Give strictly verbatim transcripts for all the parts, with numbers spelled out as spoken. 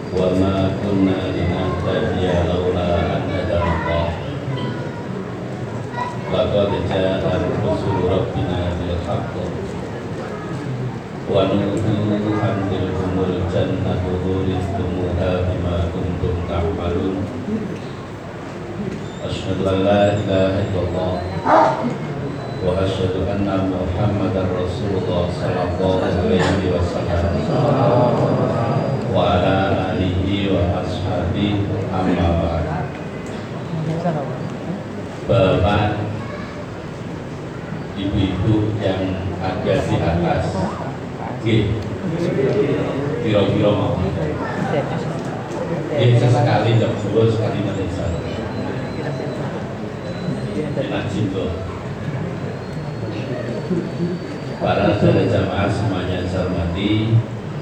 وما كنا لنهتدي لولا أن هدانا الله لقد جاءت رسل ربنا بالحق ونودوا أن تلكم الجنة أورثتموها بما كنتم تعملون أشهد أن لا إله إلا الله وأشهد أن محمدا رسول الله صلى الله عليه وسلم وعلى آله وأصحابه أما بعد. Bapak, ibu-ibu yang ada di atas, G, kira-kira mau. Ini sesekali jam sepuluh sekali Malaysia. Enak cinta. Para saudara jamaah semuanya saya hormati.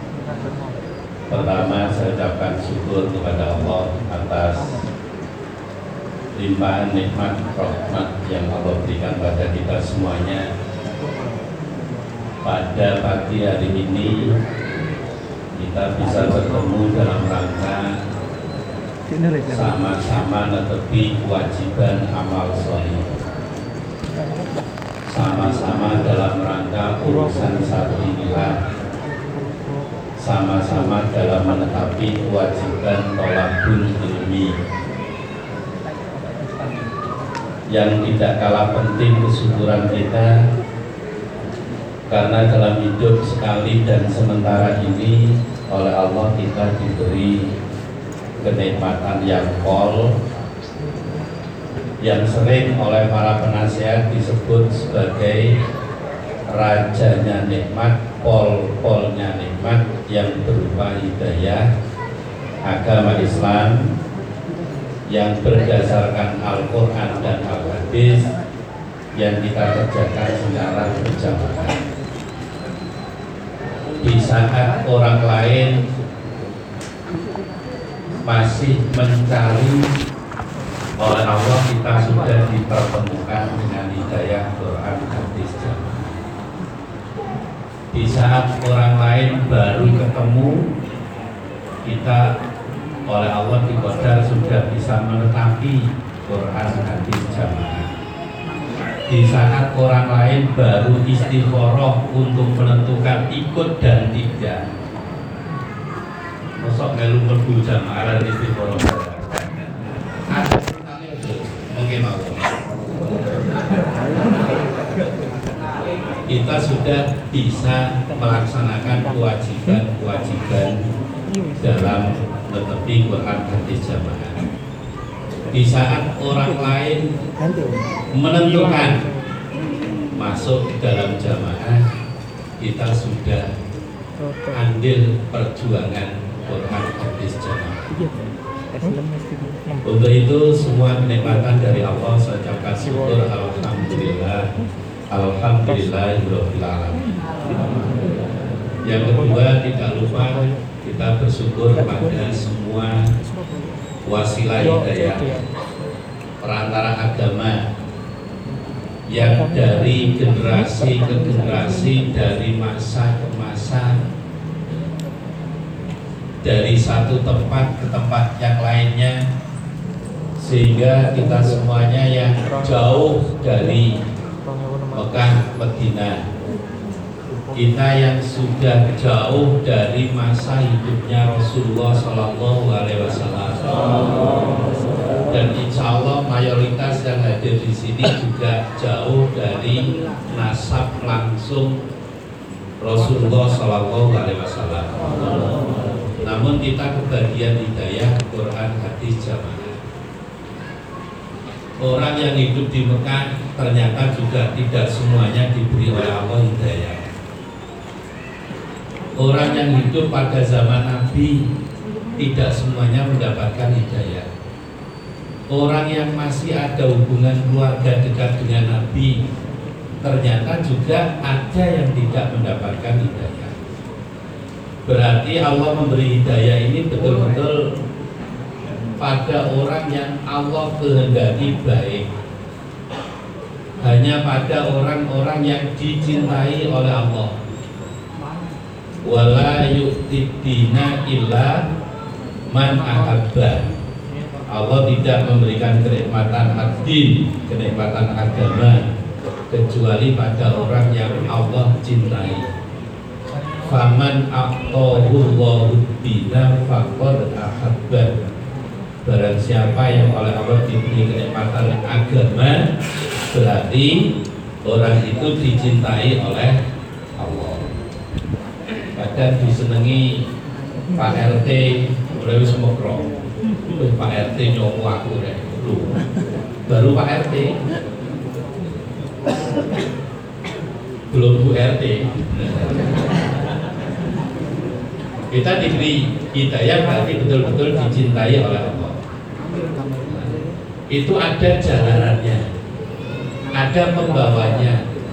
Pertama saya ucapkan syukur kepada Allah atas limpahan nikmat rahmat yang Allah berikan pada kita semuanya. Pada pagi hari ini kita bisa bertemu dalam rangka sama-sama menepi kewajiban amal sholih, sama-sama dalam rangka urusan satu inilah, sama-sama dalam menetapi kewajiban thalabul ilmi. Yang tidak kalah penting kesyukuran kita, karena dalam hidup sekali dan sementara ini oleh Allah kita diberi kenikmatan yang kol, yang sering oleh para penasihat disebut sebagai rajanya nikmat, pol-polnya nikmat, yang berupa hidayah agama Islam yang berdasarkan Al-Quran dan Al-Hadis yang kita kerjakan secara berjamaah. Di saat orang lain masih mencari, oleh Allah kita sudah dipertemukan dengan hidayah Quran Hadis jamaah. Di saat orang lain baru ketemu, kita oleh Allah diqadar sudah bisa menetapi Quran Hadis jamaah. Di saat orang lain baru istikharah untuk menentukan ikut dan tidak, mosok melu mlebu jamaah dan istikharah ada ceritanya itu mungkin mau. Kita sudah bisa melaksanakan kewajiban-kewajiban dalam menepi Quran Hadis jamaah. Di saat orang lain menentukan masuk dalam jamaah, kita sudah andil perjuangan Quran Hadis jamaah. Untuk itu semua kenikmatan dari Allah saya ucapkan syukur, alhamdulillah, alhamdulillahirabbil alamin. Yang kedua, tidak lupa kita bersyukur kepada semua wasilah hidayah, perantara agama yang dari generasi ke generasi, dari masa ke masa, dari satu tempat ke tempat yang lainnya, sehingga kita semuanya yang jauh dari Mekah, Madinah, kita yang sudah jauh dari masa hidupnya Rasulullah Shallallahu Alaihi Wasallam, dan insya Allah mayoritas yang hadir di sini juga jauh dari nasab langsung Rasulullah Shallallahu Alaihi Wasallam. Namun kita kebagian hidayah Quran Hadis jamaah. Orang yang hidup di Mekah ternyata juga tidak semuanya diberi oleh Allah hidayah. Orang yang hidup pada zaman Nabi tidak semuanya mendapatkan hidayah. Orang yang masih ada hubungan keluarga dekat dengan Nabi ternyata juga ada yang tidak mendapatkan hidayah. Berarti Allah memberi hidayah ini betul-betul pada orang yang Allah kehendaki baik, hanya pada orang-orang yang dicintai oleh Allah. Wala yu'tid dina illa man ahabba. Allah tidak memberikan kenikmatan ad-din, kenikmatan agama, kecuali pada orang yang Allah cintai. Faman aqtahu Allahu dina faqad ahabba. Barang siapa yang oleh Allah diberi kenikmatan agama, berarti orang itu dicintai oleh Allah. Kadang disenangi Pak R T mulai wis mekro. Pak R T nyomu aku rek. Baru Pak R T. Belum Bu R T. Kita diberi hidayah berarti betul-betul dicintai oleh Allah. Itu ada jalanannya, ada pembawanya.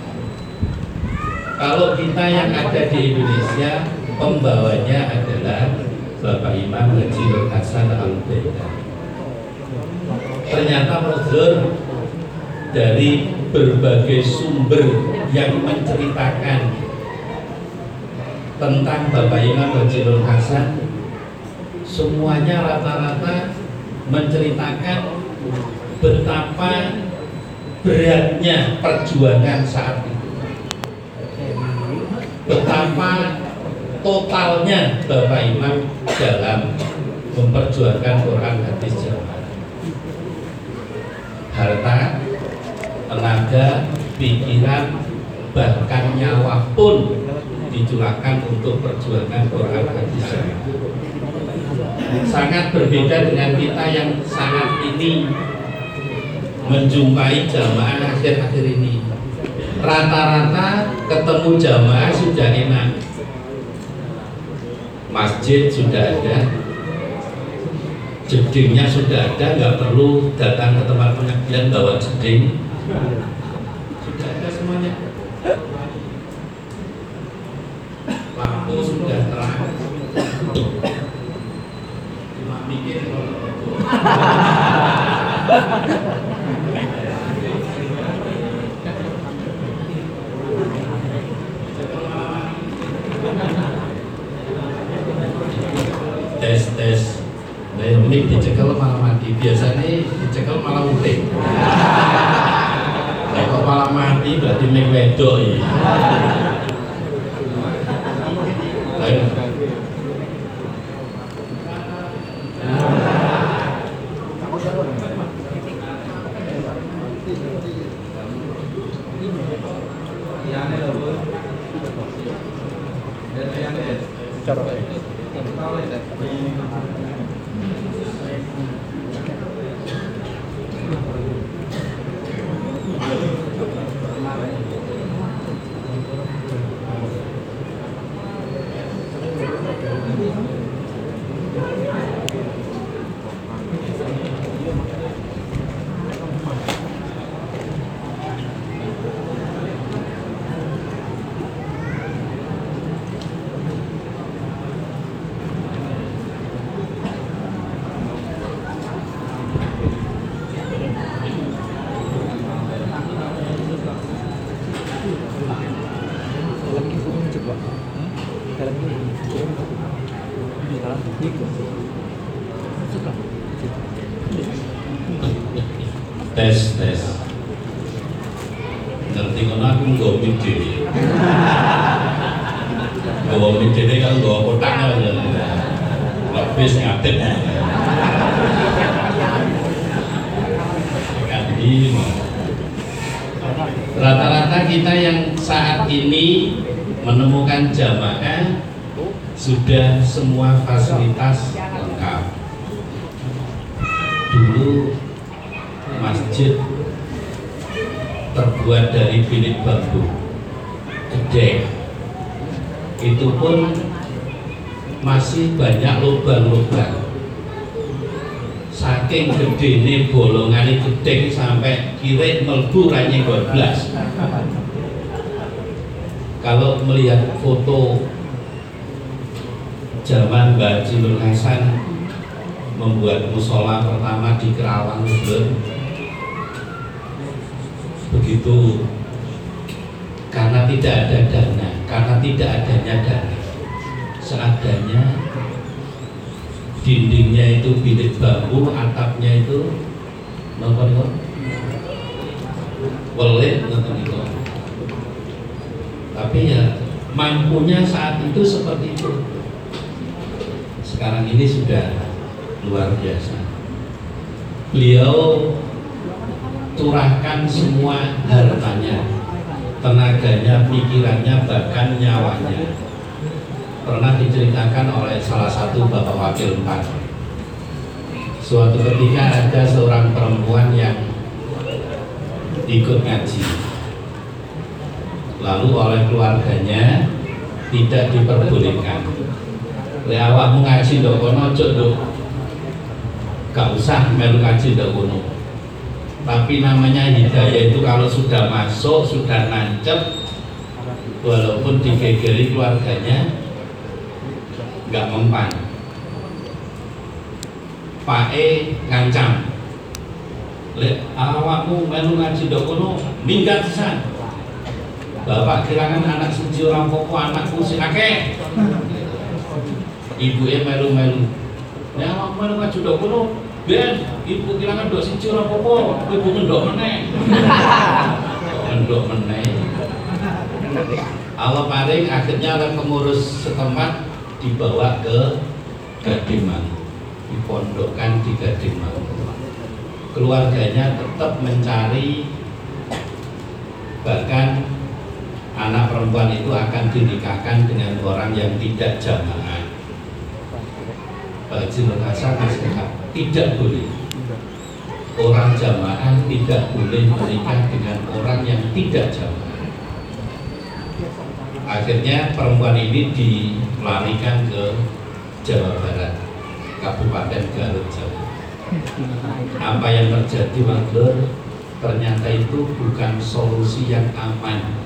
Kalau kita yang ada di Indonesia, pembawanya adalah Bapak Imam Haji Nur Hasan Al-Baidah. Ternyata menurut dari berbagai sumber yang menceritakan tentang Bapak Imam Haji Nur Hasan, semuanya rata-rata menceritakan betapa beratnya perjuangan saat itu, betapa totalnya Bapak Imam dalam memperjuangkan Quran hadis jamaah. Harta, tenaga, pikiran, bahkan nyawa pun dicurahkan untuk perjuangan Quran hadis jamaah. Sangat berbeda dengan kita yang saat ini menjumpai jamaah akhir-akhir ini. Rata-rata ketemu jamaah sudah enak, masjid sudah ada, jedingnya sudah ada, nggak perlu datang ke tempat pengajian bawa jeding, sudah ada semuanya. Lampu sudah terang. Cuma mikir kalau tes tes mic dicekel malah mati, biasanya dicekel malah utik. Nah, kok malah mati berarti mic wedok ya. tes tes ngerti ngono aku nggo mic dhewe nggo mic dhewe kan nggo kotak aja lebih ngadeg rata-rata kita yang saat ini menemukan jamaah sudah semua fasilitas lengkap. Dulu masjid terbuat dari bilik bambu gede, itu pun masih banyak lubang-lubang, saking gedene bolongane gede sampai kira melbu ranye dua belas. Kalau melihat foto zaman Mbak Haji Nur Hasan membuat musola pertama di Kerawang, begitu, karena tidak ada dana, karena tidak adanya dana, seadanya dindingnya itu bilik bambu, atapnya itu napa niku? Welit ngoten niku. Tapi ya mampunya saat itu seperti itu. Sekarang ini sudah luar biasa. Beliau curahkan semua hartanya, tenaganya, pikirannya, bahkan nyawanya. Pernah diceritakan oleh salah satu bapak wakil empat. Suatu ketika ada seorang perempuan yang ikut ngaji, lalu oleh keluarganya tidak diperbolehkan. Le awakmu ngaji ndok kono ojo nduk, gak usah melu ngaji ndok kono. Tapi namanya hidayah itu kalau sudah masuk, sudah nancep, walaupun digegeri keluarganya nggak mempan. Pak E ngancam, le awakmu melu ngaji ndok kono minggat pisan. Bapak kehilangan anak suci orang pokok, anakku si akeh. Ibu E melu-melu, ya awakmu melu ngaji ndok kono, ben ibu kehilangan dok siji orang pokok, ibu mendok meneh. Mendok meneh. Allah paling akhirnya oleh pengurus setempat dibawa ke Gadimang, dipondokkan di Gadimang. Keluarganya tetap mencari, bahkan anak perempuan itu akan dinikahkan dengan orang yang tidak jamaah. Pak Haji Nur Hasan tidak boleh, orang jamaah tidak boleh menikah dengan orang yang tidak jamaah. Akhirnya perempuan ini dilarikan ke Jawa Barat, Kabupaten Garut, Jawa. Apa yang terjadi, Maglur? Ternyata itu bukan solusi yang aman.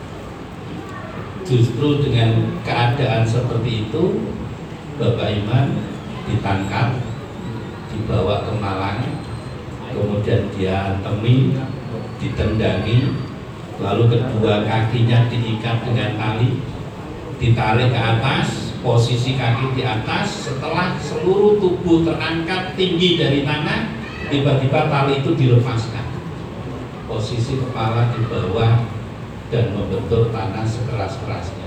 Justru dengan keadaan seperti itu, Bapak Imam ditangkap, dibawa ke Malang, kemudian dia antemi, ditendangi, lalu kedua kakinya diikat dengan tali, ditarik ke atas, posisi kaki di atas. Setelah seluruh tubuh terangkat tinggi dari tanah, tiba-tiba tali itu dilepaskan, posisi kepala di bawah dan membentur tanah sekeras-kerasnya.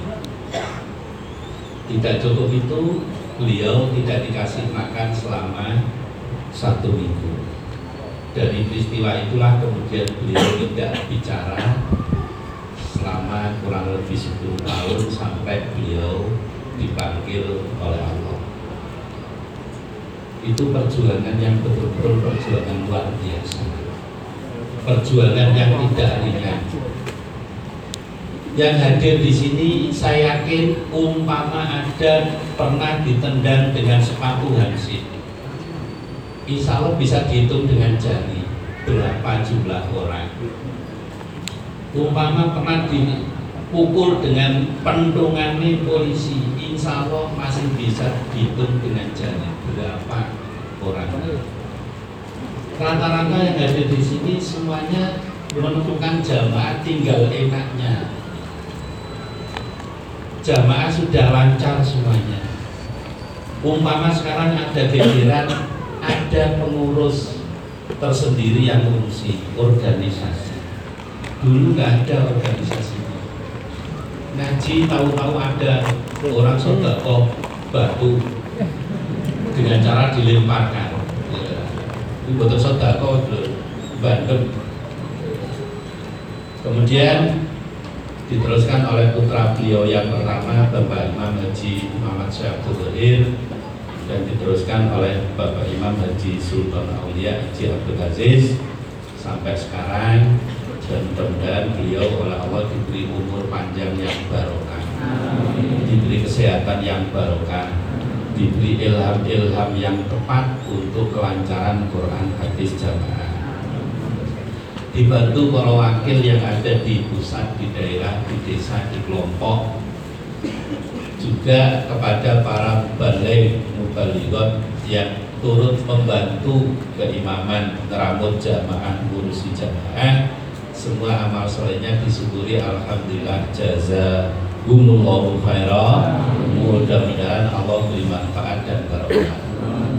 Tidak cukup itu, beliau tidak dikasih makan selama satu minggu. Dari peristiwa itulah kemudian beliau tidak bicara selama kurang lebih sepuluh tahun sampai beliau dipanggil oleh Allah. Itu perjuangan yang betul-betul perjuangan luar biasa, perjuangan yang tidak ringan. Yang hadir di sini saya yakin umpama ada pernah ditendang dengan sepatu Hansip, insya Allah bisa dihitung dengan jari berapa jumlah orang. Umpama pernah dipukul dengan pentungan polisi, insya Allah masih bisa dihitung dengan jari berapa orang. Rata-rata yang hadir di sini semuanya menentukan jamaah tinggal enaknya. Jamaah sudah lancar semuanya. Umpama sekarang ada gegeran, ada pengurus tersendiri yang ngurusi organisasi. Dulu nggak ada organisasi. Ngaji tahu-tahu ada orang sedekah batu dengan cara dilemparkan. Itu betul sedekah bandem. Kemudian diteruskan oleh putra beliau yang pertama, Bapak Imam Haji Muhammad Syekh Abdul Zahir, dan diteruskan oleh Bapak Imam Haji Sultan Aulia Haji Abdul Aziz sampai sekarang. Dan mudah-mudahan beliau oleh Allah diberi umur panjang yang barokah, diberi kesehatan yang barokah, diberi ilham-ilham yang tepat untuk kelancaran Quran hadis jamaah. Dibantu para wakil yang ada di pusat, di daerah, di desa, di kelompok, juga kepada para mubaligh mubalighot yang turut membantu keimaman ngeramut jamaah, ngurusi jamaah. Semua amal solehnya disyukuri, alhamdulillah, jazakumullahu khairan. Mudah-mudahan Allah beri manfaat dan barokah.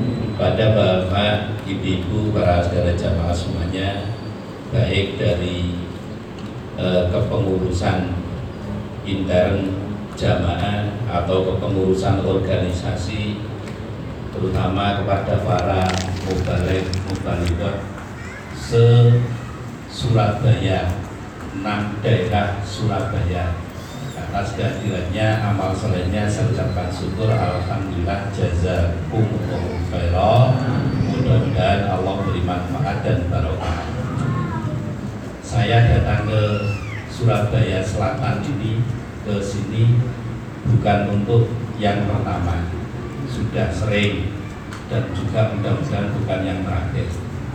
kepada Bapak, Ibu-ibu, para saudara jamaah semuanya, baik dari eh, kepengurusan intern jamaah atau kepengurusan organisasi, terutama kepada para mubalik mubalikot se-Surabaya, enam daerah Surabaya, atas kehadirannya amal solehnya saya ucapkan syukur, alhamdulillah, jazakumullahu khairan. Mudah-mudahan Allah beri manfaat dan barokah. Saya datang ke Surabaya Selatan ini, ke sini bukan untuk yang pertama, sudah sering dan juga mudah-mudahan bukan yang terakhir.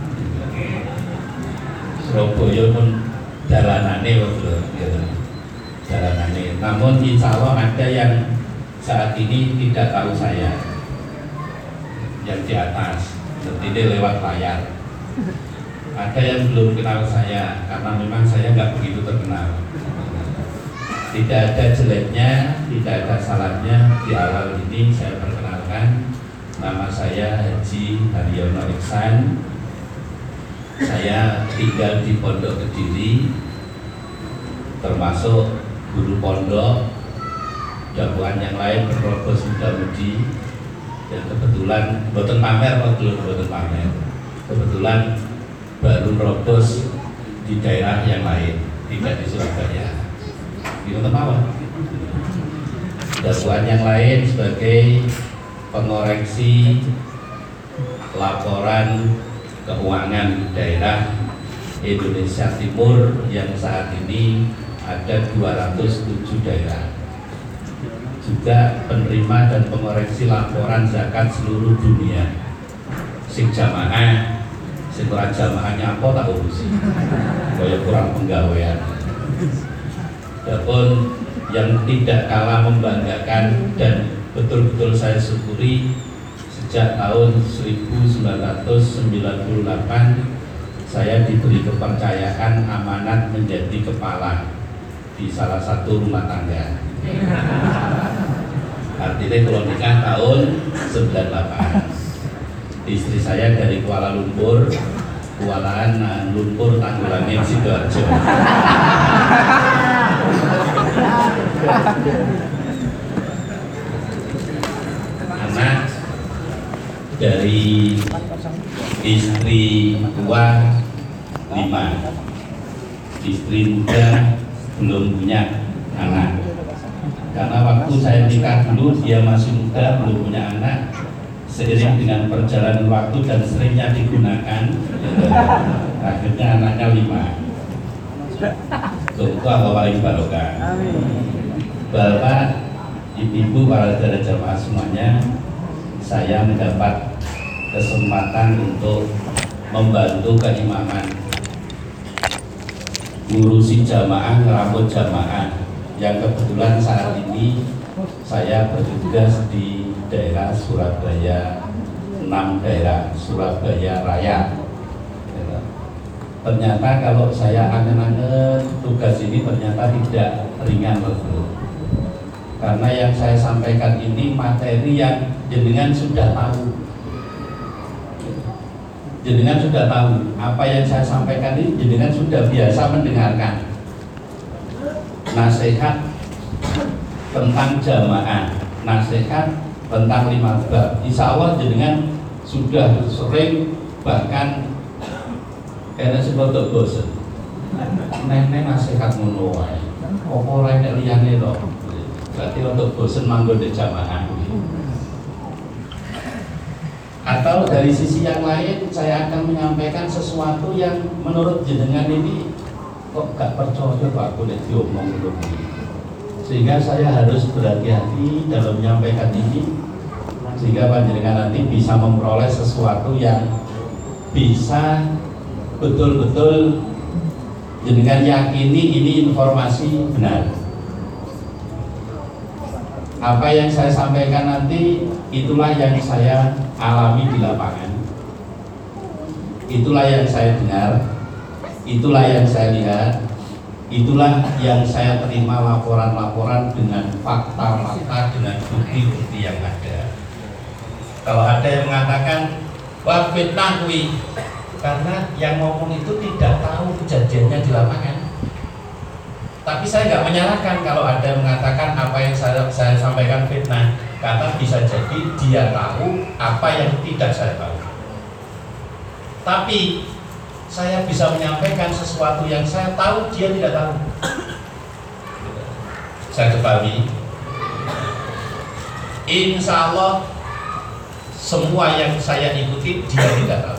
Surabaya pun dalanane waduh, jalanannya. Namun insya Allah ada yang saat ini tidak tahu saya, yang di atas, seperti lewat layar. Ada yang belum kenal saya karena memang saya nggak begitu terkenal. Tidak ada jeleknya, tidak ada salahnya. Di awal ini saya perkenalkan, nama saya Haji Haryono Iksan. Saya tinggal di Pondok Kediri, termasuk guru pondok, dakwaan yang lain berproses muda-mudi, dan kebetulan boten pamer, belum boten pamer, kebetulan baru nerobos di daerah yang lain, tidak di Surabaya. Di Mawar. Dakwaan yang lain sebagai pengoreksi laporan keuangan daerah Indonesia Timur yang saat ini ada dua ratus tujuh daerah, juga penerima dan pengoreksi laporan zakat seluruh dunia. Sing jamaah, sing ora jamaahnya apa tak urusi, kaya kurang penggawean. Adapun yang tidak kalah membanggakan dan betul-betul saya syukuri, sejak tahun seribu sembilan ratus sembilan puluh delapan saya diberi kepercayaan amanat menjadi kepala di salah satu rumah tangga. Artinya kalau nikah tahun sembilan puluh delapan. Istri saya dari Kuala Lumpur, Kuala Lumpur Tanggulangi Sidoarjo. Anak dari istri tua lima, istri muda belum punya anak. Karena waktu saya nikah dulu dia masih muda, belum punya anak. Seiring dengan perjalanan waktu dan seringnya digunakan, akhirnya anaknya lima. Itu apa paling barokah. Bapak, Ibu, para saudara jamaah semuanya, saya mendapat kesempatan untuk membantu keimaman, ngurusi jamaah, ngerambut jamaah, yang kebetulan saat ini saya bertugas di daerah Surabaya, enam daerah Surabaya Raya. Ternyata kalau saya angen-angen tugas ini ternyata tidak ringan betul. Karena yang saya sampaikan ini materi yang jenengan sudah tahu. Jenengan sudah tahu apa yang saya sampaikan ini, jenengan sudah biasa mendengarkan nasihat tentang jamaah, nasihat tentang lima bab. Insya Allah jenengan sudah sering, bahkan karena sebab bosen. Neng-neng nasihat ngono wae. Apa ora nek liyane to? Berarti untuk bosen manggon di jamaah. Atau dari sisi yang lain saya akan menyampaikan sesuatu yang menurut jenengan ini kok gak percaya Pak aku nek diomong ngono. Sehingga saya harus berhati-hati dalam menyampaikan ini, sehingga panjenengan nanti bisa memperoleh sesuatu yang bisa betul-betul jenengan yakini ini informasi benar. Apa yang saya sampaikan nanti itulah yang saya alami di lapangan, itulah yang saya dengar, itulah yang saya lihat, itulah yang saya terima laporan-laporan dengan fakta-fakta, dengan bukti-bukti yang ada. Kalau ada yang mengatakan Wah fitnah kuwi, karena yang ngomong itu tidak tahu kejadiannya di lapangan. Tapi saya nggak menyalahkan kalau ada mengatakan apa yang saya, saya sampaikan fitnah, karena bisa jadi dia tahu apa yang tidak saya tahu. Tapi saya bisa menyampaikan sesuatu yang saya tahu dia tidak tahu. Saya ketahui, insya Allah semua yang saya ikuti dia tidak tahu.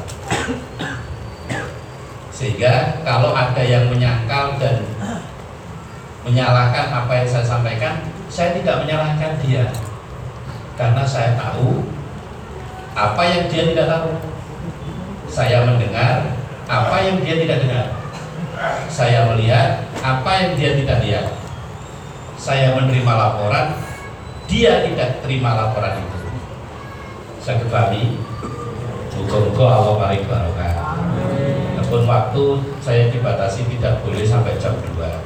Sehingga kalau ada yang menyangkal dan menyalahkan apa yang saya sampaikan, saya tidak menyalahkan dia, karena saya tahu apa yang dia tidak tahu. Saya mendengar apa yang dia tidak dengar. Saya melihat apa yang dia tidak lihat. Saya menerima laporan, dia tidak terima laporan itu. Saya ketahui, muka-muka Allah paling barokah. Walaupun waktu saya dibatasi tidak boleh sampai jam dua.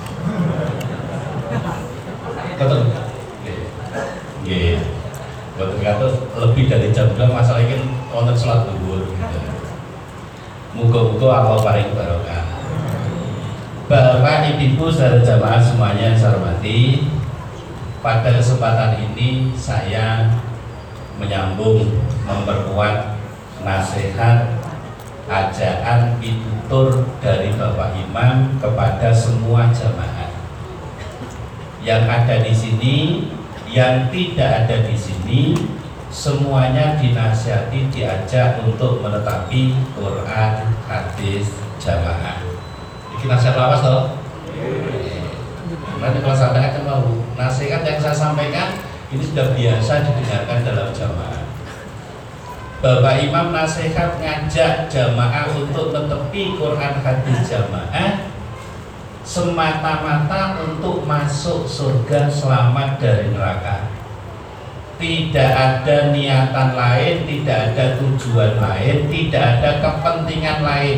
Betul? Iya. Betul kata lebih dari jam dua masalah ini untuk sholat zuhur. Muka-muka Allah paling barokah. Bapak, Ibu, saudara jamaah semuanya yang saya hormati, pada kesempatan ini saya menyambung, memperkuat nasihat, ajaan, pitutur dari Bapak Imam kepada semua jamaah yang ada di sini, yang tidak ada di sini, semuanya dinasihati, diajak untuk menetapi Quran, hadis, jamaah. Ini nasihat lawas toh? Nanti kalau sampai akan mau nasihat yang saya sampaikan ini sudah biasa didengarkan dalam jamaah. Bapak Imam nasihat ngajak jamaah untuk menepi Quran hadis jamaah semata-mata untuk masuk surga selamat dari neraka. Tidak ada niatan lain, tidak ada tujuan lain, tidak ada kepentingan lain.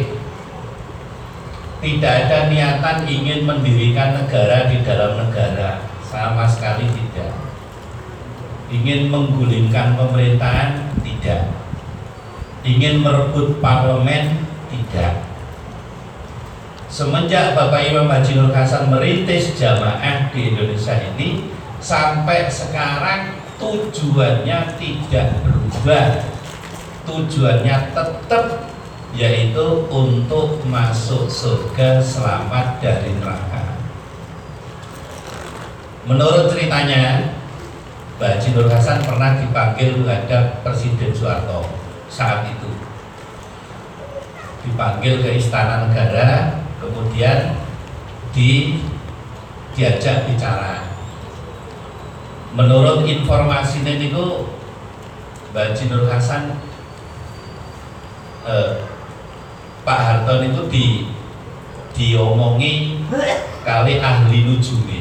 Tidak ada niatan ingin mendirikan negara di dalam negara, sama sekali tidak. Ingin menggulingkan pemerintahan, tidak. Ingin merebut parlemen, tidak. Semenjak Bapak Imam Haji Nur Hasan merintis jamaah di Indonesia ini, sampai sekarang tujuannya tidak berubah. Tujuannya tetap, yaitu untuk masuk surga selamat dari neraka. Menurut ceritanya, Mbah Haji Nur Hasan pernah dipanggil menghadap Presiden Soeharto saat itu. Dipanggil ke Istana Negara, kemudian di, diajak bicara. Menurut informasi ini, Mbah Haji Nur Hasan, eh, Pak Harto itu di diomongi kali ahli nujume,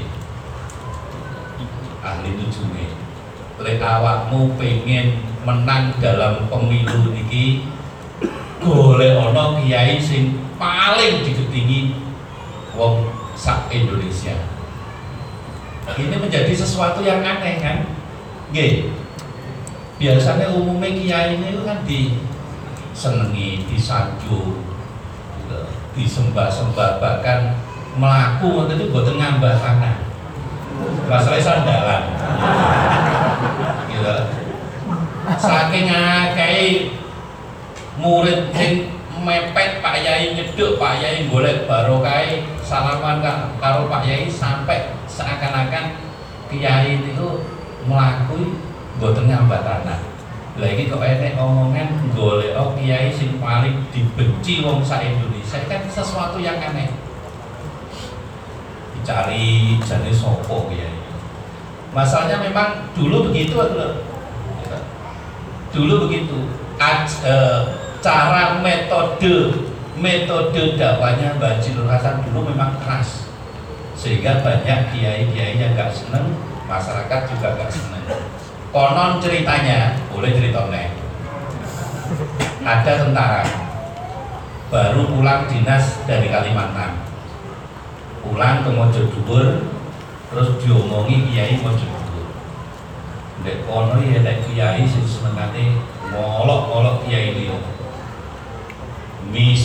ahli nujume. Lek awakmu pengen menang dalam pemilu niki, golek ana kiai sing paling digetingi wong sak Indonesia. Ini menjadi sesuatu yang aneh kan? Nggih. Biasanya umumnya kiai ini kan disenengi, disanjung, disembah-sembah, bahkan melaku itu boten ngambah tanah. Masalahnya sandalan. Gitu. Saking akeh murid sing mepet Pak Yai, nyeduk Pak Yai, golek barokah, salaman karo Pak Yai, sampai seakan-akan kiai itu melaku boten ngambah tanah. Lagi kok enek omongan golek oh kiai sing paling dibenci wong sak Indonesia, kan sesuatu yang aneh. Dicari jane sopo kiai. Masalahnya memang dulu begitu atau dulu begitu. Ad, e, cara metode metode dakwahnya Mbah Haji Nur Hasan dulu memang keras, sehingga banyak kiai-kiai yang gak seneng, masyarakat juga gak seneng. Konon ceritanya, boleh cerita nih, ada tentara baru pulang dinas dari Kalimantan, pulang ke Mojodubur, terus diomongi kiai Mojodubur. Ndek kono ya nek kiai sing senengane ngolok-ngolok kiai liya.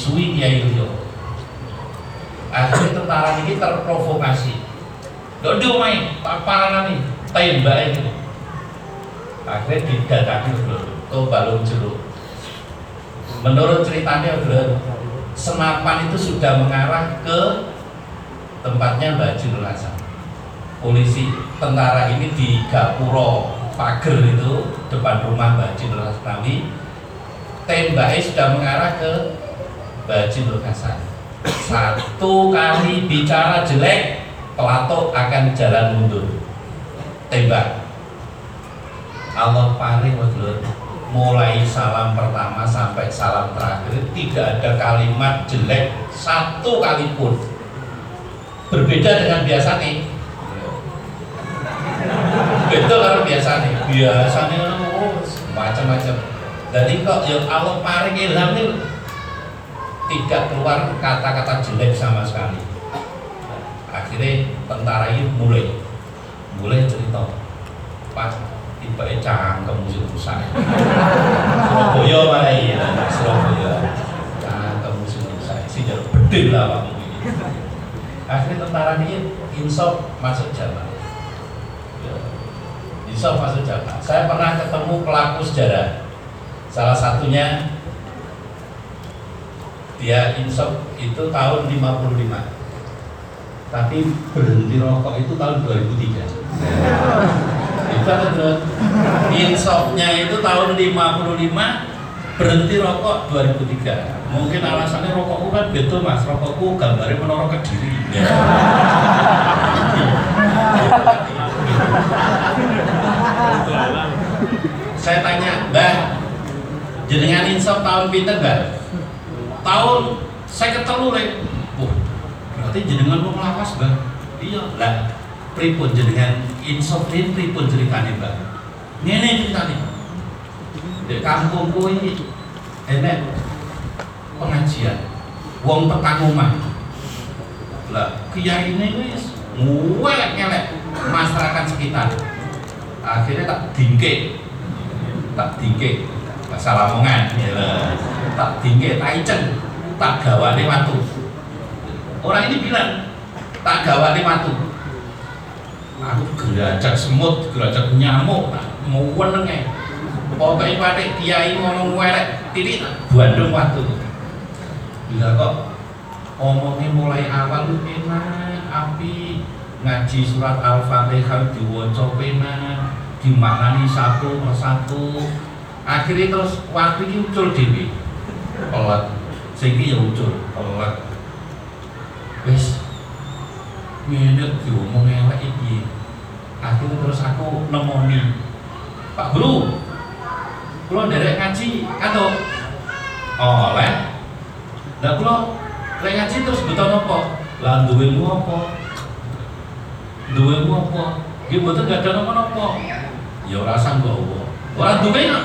musuhi kiai liya. Akhirnya tentara ini terprovokasi. Dodo main, paparan nih, tembak itu. Akhirnya didadaki bro, ke balung jeruk. Menurut ceritanya bro, senapan itu sudah mengarah ke tempatnya Mbak Junul Hasan. Polisi tentara ini di gapuro pagar itu depan rumah Mbak Junul Hasan. Tembaknya sudah mengarah ke Mbak Junul Hasan. Satu kali bicara jelek, pelatuk akan jalan mundur. Tembak. Allah paling waduh, mulai salam pertama sampai salam terakhir tidak ada kalimat jelek satu kali pun. Berbeda dengan biasa nih. Betul kalau biasa nih. Biasanya oh, macam-macam. Jadi kok ya Allah paling ilham nih, tidak keluar kata-kata jelek sama sekali. Akhirnya tentara ini mulai mulai cerita, Pak, tiba-tiba cangkem musuh rusak. Surabaya mana ya? Surabaya cangkem musuh rusak. Sih jadi bedil lah Pak. Akhirnya tentara ini insaf masuk Jawa. Insaf masuk Jawa. Saya pernah ketemu pelaku sejarah. Salah satunya dia insaf itu tahun lima puluh lima, tapi berhenti rokok itu tahun dua ribu tiga. Itu ada insafnya itu tahun lima puluh lima, berhenti rokok dua ribu tiga. Mungkin alasannya rokokku kan betul mas, rokokku gambarnya menara Kediri. Ya. Saya tanya, Mbah, jenengan insaf tahun pinten Mbah? Tahun saya ketelu lek. Wah, berarti jenengan mau ngelawas, Bang. Iya, lah. Pripun jenengan insaf ini pripun ceritane, Bang? Ngene ceritane. Di kampungku ini enek pengajian. Wong tekan omah. Lah, kiai ini wis nguwelek-ngelek masyarakat sekitar. Akhirnya tak dingke. Tak dingke. Bahasa Lamongan, ya. Tak dingke, tak icen, tak gawane watu. Orang ini bilang, tak gawane watu. Aku gerajak semut, gerajak nyamuk, mau wenenge. Pokoknya pada kiai ngomong welek, titik bandung watu. Bila kok ngomongnya mulai awal enak, api ngaji surat Al-Fatihah diwaca penak, dimaknani satu persatu. Akhirnya terus waktu ini ucul dewi pelat, sehingga ya ucul pelat. Wes, ngene diomong elek iki. Akhirnya terus aku nemoni Pak Guru, kula nderek ngaji atau oleh. Lah kula lek ngaji terus butuh napa? Lah duwemu apa? Duwemu apa? Nggih mboten gak ada napa-napa. Ya ora sanggawa. Orang duwe nggak?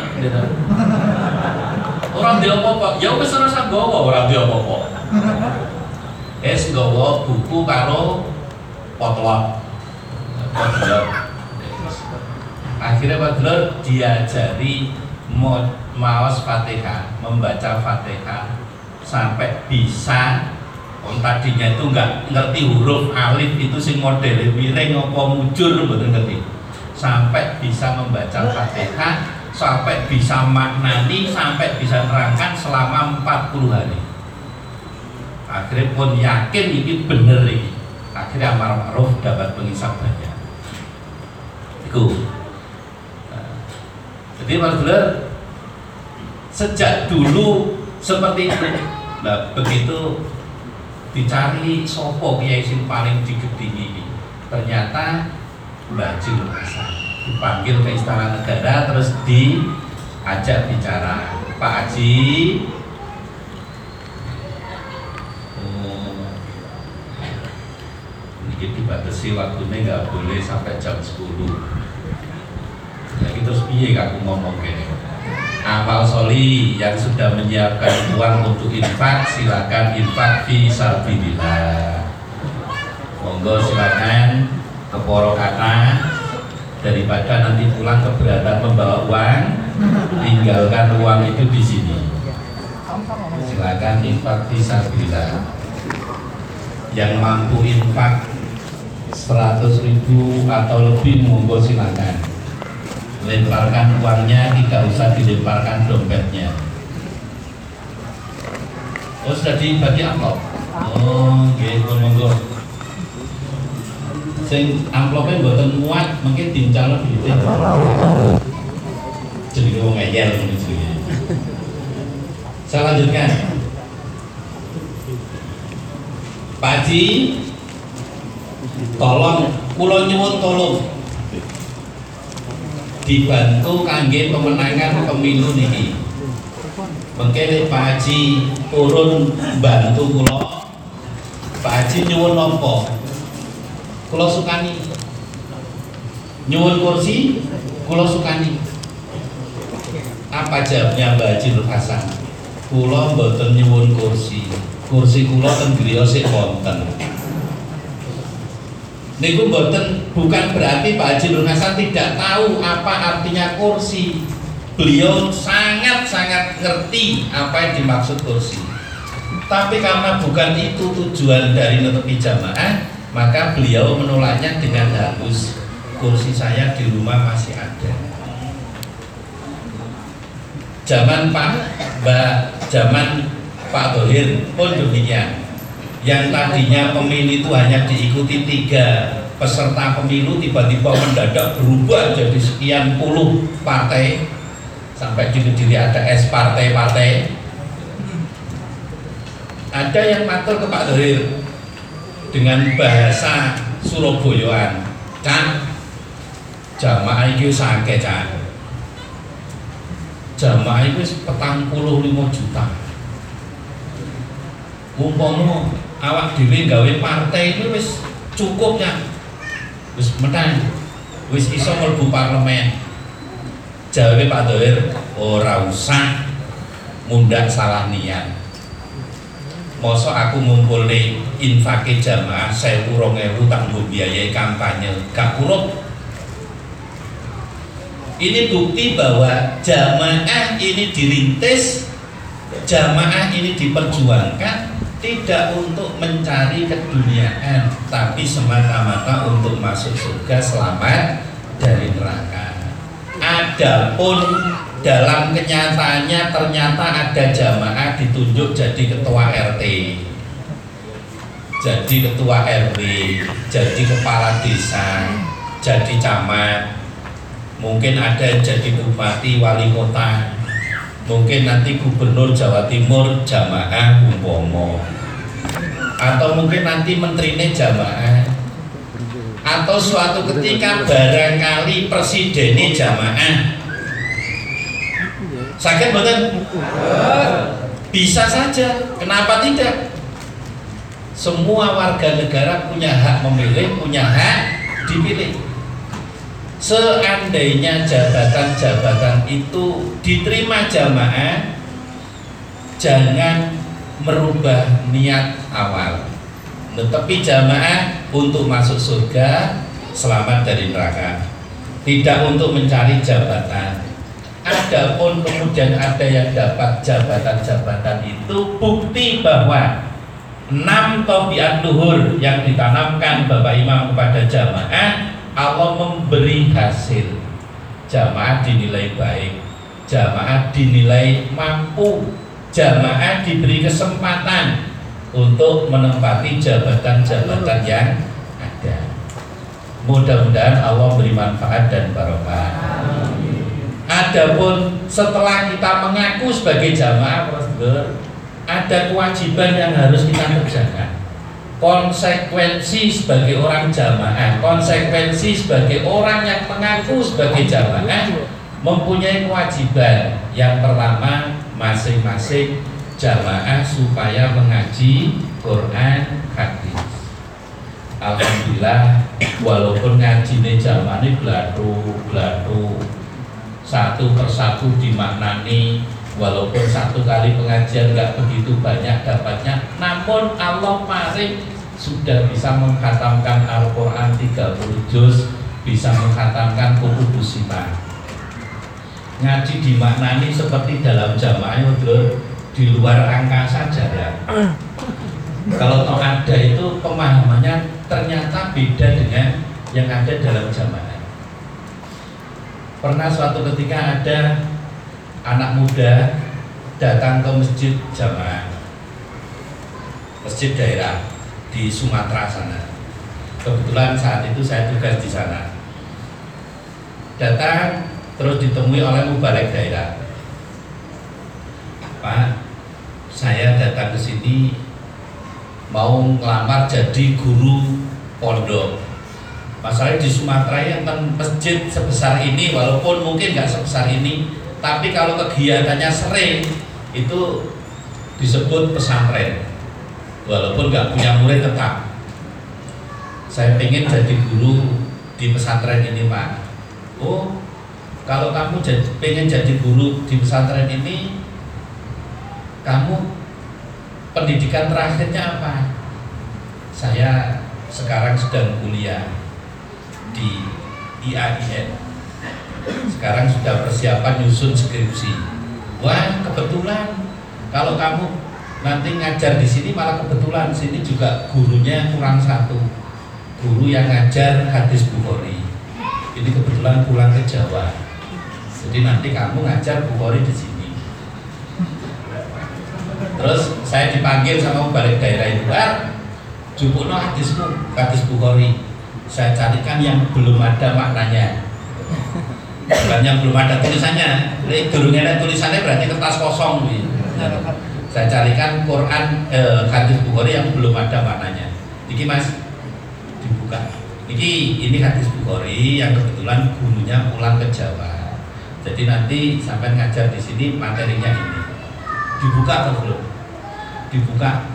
Orang dia apa-apa, ya wis ora usah gawa orang dia apa-apa. Es gawa buku karo potlot. Potlot. Akhirnya Pak Dulur diajari maos Fatihah, membaca Fatihah sampai bisa. Om tadinya itu nggak ngerti huruf alif itu sing modele miring apa mujur mboten ngerti. Sampai bisa membaca Fatihah, sampai bisa maknani, sampai bisa nerangkan selama empat puluh hari. Akhirnya pun yakin ini bener ini. Akhirnya amar ma'ruf dapat pengisap banyak. Itu. Nah, jadi Mas Dulur, sejak dulu seperti itu. Nah, begitu dicari sopo kiai sing paling digedingi, ternyata Mbak Junul Hasan dipanggil ke Istana Negara, terus diajak bicara, Pak Haji, oh, ini dibatasi waktunya nggak boleh sampai jam sepuluh. Jadi terus piye aku ngomong kayak amal soli yang sudah menyiapkan uang untuk infak, silakan infak fi sabilillah. Monggo silakan ke Porokata, daripada nanti pulang keberatan membawa uang, tinggalkan uang itu di sini. Silakan infak fisabilillah. Yang mampu infak seratus ribu atau lebih monggo silakan. Lemparkan uangnya, tidak usah dilemparkan dompetnya. Oh, sudah dibagi amplop. Oh, gitu monggo. Sing amplopnya mboten muat, mungkin dincalon gitu. Jadi wong ngeyel gitu. Saya lanjutkan. Pak Haji, tolong kula nyuwun tolong dibantu kangge pemenangan pemilu niki. Mengke Pak Haji turun bantu kula. Pak Haji nyuwun napa? Kula sukani. Nyuwun kursi, kula sukani. Apa jawabnya Mbak Haji Nur Hasan? Kula mboten nyuwun kursi. Kursi kula ten griya sik wonten. Niku mboten bukan berarti Pak Haji Nur Hasan tidak tahu apa artinya kursi. Beliau sangat-sangat ngerti apa yang dimaksud kursi. Tapi karena bukan itu tujuan dari netepi jamaah, maka beliau menolaknya dengan halus. Kursi saya di rumah masih ada. Zaman Pak Mbak, zaman Pak Thohir pun demikian. Yang tadinya pemilu itu hanya diikuti tiga peserta pemilu, tiba-tiba mendadak berubah jadi sekian puluh partai, sampai diri-diri ada es partai-partai. Ada yang matur ke Pak Thohir dengan bahasa Surabayaan, "Cak, jamaah iki sakeh, Cak. Jamaah iki wis petang puluh lima juta. Umpama awak dhewe gawe partai itu wis cukup ya. Wis menang. Wis iso mlebu parlemen." Jawabe Pak Thohir, "Ora usah mundak salah niat. Mosok aku ngumpulne infake jamaah sewu rong ewu tanggo biayai kampanye gak kurup." Ini bukti bahwa jamaah ini dirintis, jamaah ini diperjuangkan tidak untuk mencari keduniaan, tapi semata-mata untuk masuk surga, selamat dari neraka. Adapun dalam kenyataannya ternyata ada jamaah ditunjuk jadi ketua R T, jadi ketua R W, jadi kepala desa, jadi camat, mungkin ada jadi bupati, wali kota, mungkin nanti gubernur Jawa Timur jamaah umpomo, atau mungkin nanti menterinya jamaah, atau suatu ketika barangkali presidennya jamaah. Sakit betul? Bisa saja. Kenapa tidak? Semua warga negara punya hak memilih, punya hak dipilih. Seandainya jabatan-jabatan itu diterima jamaah, jangan merubah niat awal. Tetapi jamaah untuk masuk surga, selamat dari neraka, tidak untuk mencari jabatan. Adapun kemudian ada yang dapat jabatan-jabatan itu bukti bahwa enam tabiat luhur yang ditanamkan Bapak Imam kepada jamaah, Allah memberi hasil. Jamaah dinilai baik, jamaah dinilai mampu, jamaah diberi kesempatan untuk menempati jabatan-jabatan yang ada. Mudah-mudahan Allah beri manfaat dan barokah. Adapun setelah kita mengaku sebagai jamaah, prosedur, ada kewajiban yang harus kita kerjakan. Konsekuensi sebagai orang jamaah, konsekuensi sebagai orang yang mengaku sebagai jamaah mempunyai kewajiban. Yang pertama, masing-masing jamaah supaya mengaji Quran hadis. Alhamdulillah, walaupun ngajine jamaah ini bladu-bladu, satu persatu dimaknani, walaupun satu kali pengajian nggak begitu banyak dapatnya, namun Allah maring sudah bisa menghatamkan Al-Quran tiga puluh juz, bisa menghatamkan Kutubus Sittah. Ngaji dimaknani seperti dalam jamaah, di luar angka saja ya. Kalau toh ada itu pemahamannya ternyata beda dengan yang ada dalam jamaah. Pernah suatu ketika ada anak muda datang ke masjid jamaah, masjid daerah di Sumatera sana. Kebetulan saat itu saya tugas di sana. Datang terus ditemui oleh mubalek daerah. Pak, saya datang ke sini mau ngelamar jadi guru pondok. Masalahnya di Sumatera yang masjid sebesar ini, walaupun mungkin nggak sebesar ini, tapi kalau kegiatannya sering itu disebut pesantren. Walaupun nggak punya murid tetap. Saya pengen jadi guru di pesantren ini, Pak. Oh, kalau kamu jadi, pengen jadi guru di pesantren ini, kamu pendidikan terakhirnya apa? Saya sekarang sedang kuliah di I A I N. Sekarang sudah persiapan nyusun skripsi. Wah, kebetulan kalau kamu nanti ngajar di sini malah kebetulan sini juga gurunya kurang satu. Guru yang ngajar hadis Bukhari. Ini kebetulan pulang ke Jawa. Jadi nanti kamu ngajar Bukhari di sini. Terus saya dipanggil sama balik daerah itu, "Ah, jupukno hadismu, hadis Bukhari." Saya carikan yang belum ada maknanya, bukan yang belum ada tulisannya. Ini durungnya ada tulisannya berarti kertas kosong gitu. Saya carikan Quran eh, hadis Bukhari yang belum ada maknanya. Iki Mas, dibuka. Iki ini hadis Bukhari yang kebetulan gurunya pulang ke Jawa. Jadi nanti sampai ngajar di sini materinya ini. Dibuka atau belum? Dibuka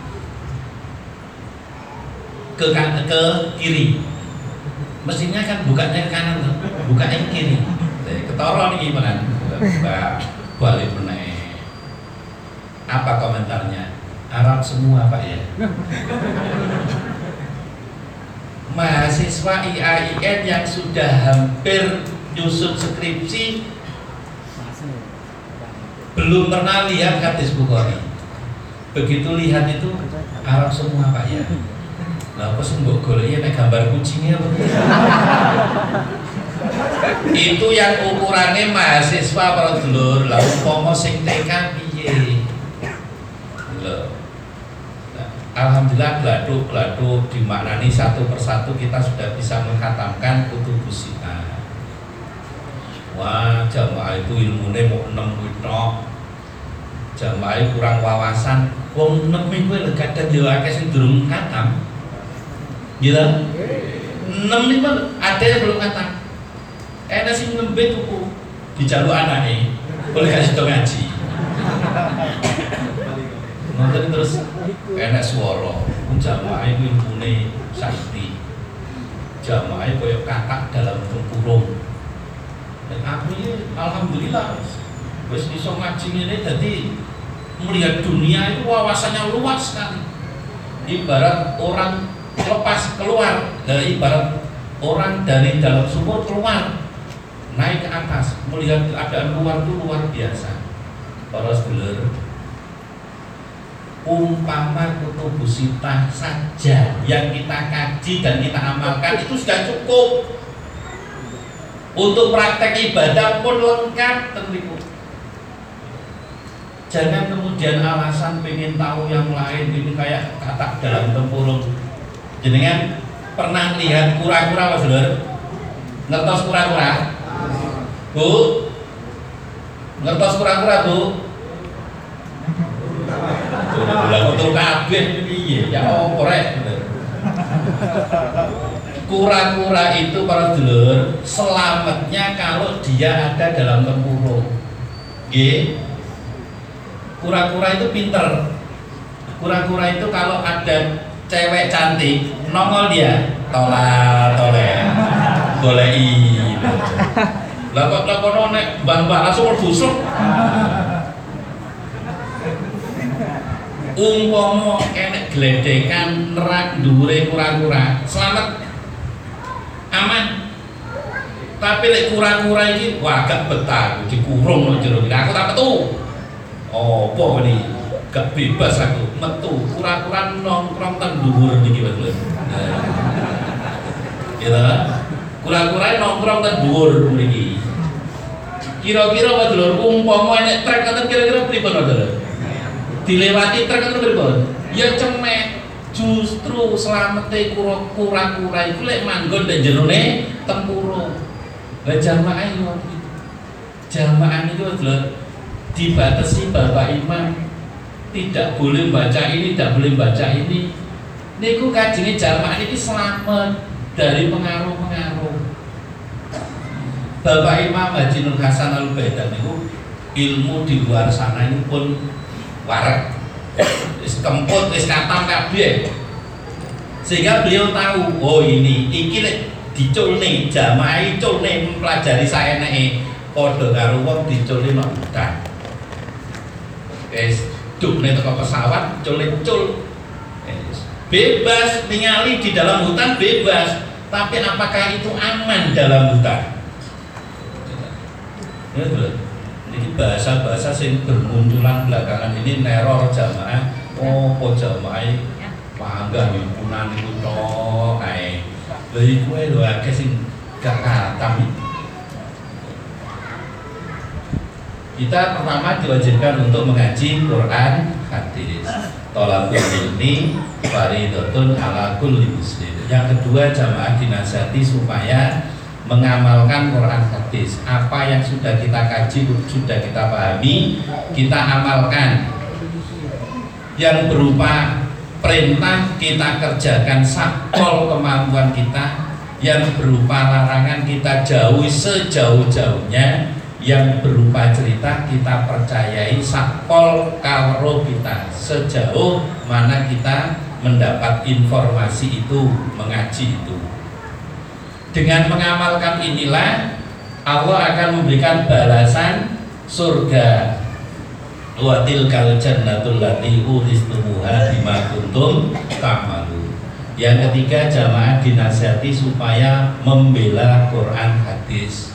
ke kan ke kiri. Mestinya kan bukanya ke kanan, bukanya ke kiri. Ketara nih gimana? Mbak balik meneh. Apa komentarnya? Arab semua Pak ya. Mahasiswa I A I N yang sudah hampir nyusun skripsi belum pernah lihat hadis Bukhari. Begitu lihat itu Arab semua Pak ya. Lah apa sih mbok goleki nek gambar kucingnya apa? Itu yang ukurannya mahasiswa para dulur. Lah umpama sing T K piye? Lho. Alhamdulillah gladuk-gladuk dimaknani satu persatu kita sudah bisa menghatamkan kutubus sittah. Wah, jamaah itu ilmune mau enam tok. Jamaah kurang wawasan. Wong enam iku lho kadang yo akeh sing durung khatam. Gila, enam nih ada yang belum kata. Enak sih ngembet tuh di jalur anaknya, boleh kasih tau ngaji. Nonton terus enak suara, jamaah itu ilmune sakti, jamaah koyok kakak dalam tempurung. Dan aku ini alhamdulillah, wes iso ngaji ini jadi melihat dunia itu wawasannya luas sekali. Ibarat orang lepas keluar dari ibarat orang dari dalam sumur keluar naik ke atas melihat keadaan luar itu luar biasa. Para sedulur, umpama kutubus sittah saja yang kita kaji dan kita amalkan itu sudah cukup untuk praktek ibadah pun lengkap tentu. Jangan kemudian alasan pengen tahu yang lain ini kayak kata dalam tempurung. Jenengan pernah lihat kura-kura Mas Dulur? Ngertos kura-kura? Bu? Ngertos kura-kura Bu? Lah betul kabeh piye? Ya opo rek? Kura-kura itu para dulur selamatnya kalau dia ada dalam tempurung. Nggih. Kura-kura itu pinter. Kura-kura itu kalau ada cewek cantik nongol dia tola tole golei lah kok lah kono nek mbah-mbah langsung busuk umpama enek gledekan nerak dhuwure kura-kura selamat aman. Tapi lek kura-kura iki wah gak betah dikurung nang jero aku tak metu opo ini gak bebas aku metu kura-kura nongkrong teng dhuwur niki Mas Lur. Gitu. Kura-kura nongkrong teng dhuwur mriki. Kira-kira Mas Lur umpama enek trek ngoten kira-kira pripun Mas Lur? Dilewati trek ngoten pripun? Ya cemek. Justru selamete kura-kura iku lek manggon nang jerone tempurung. Lah jamaah iki jamaah itu adalah dibatasi Bapak Imam, tidak boleh baca ini, tidak boleh baca ini. Niku kajine jamaah ini selamat dari pengaruh-pengaruh. Bapak Imam Haji Nur Hasan Al-Baidan niku ilmu di luar sana ini pun warak, wis kemput, wis katam kabeh. Sehingga beliau tahu, oh ini iki lek diculne jamaah iculne mempelajari saeneke padha karo wong diculne nang hutan. Wis dukne teko pesawat culne-cul. Bebas ningali di dalam hutan bebas, tapi apakah itu aman dalam hutan? Ya, ini bahasa-bahasa yang bermunculan belakangan ini neror jamaah. Oh, kok jamaah panggah himpunan itu tok ae. Lha iku ae lho akeh sing gak katam. Kita pertama diwajibkan untuk mengaji Quran hadis. Thalabul ilmi fardhatun ala kulli muslim. Yang kedua jamaah dinasihati supaya mengamalkan Quran hadis. Apa yang sudah kita kaji, sudah kita pahami, kita amalkan. Yang berupa perintah kita kerjakan sakol kemampuan kita, yang berupa larangan kita jauhi sejauh-jauhnya, yang berupa cerita kita percayai sakol karo kita sejauh mana kita mendapat informasi itu, mengaji itu. Dengan mengamalkan inilah Allah akan memberikan balasan surga. Wa tilkal jannatul lati uristumuha bima kuntum ta'malun. Yang ketiga jamaah dinasihati supaya membela Quran hadis.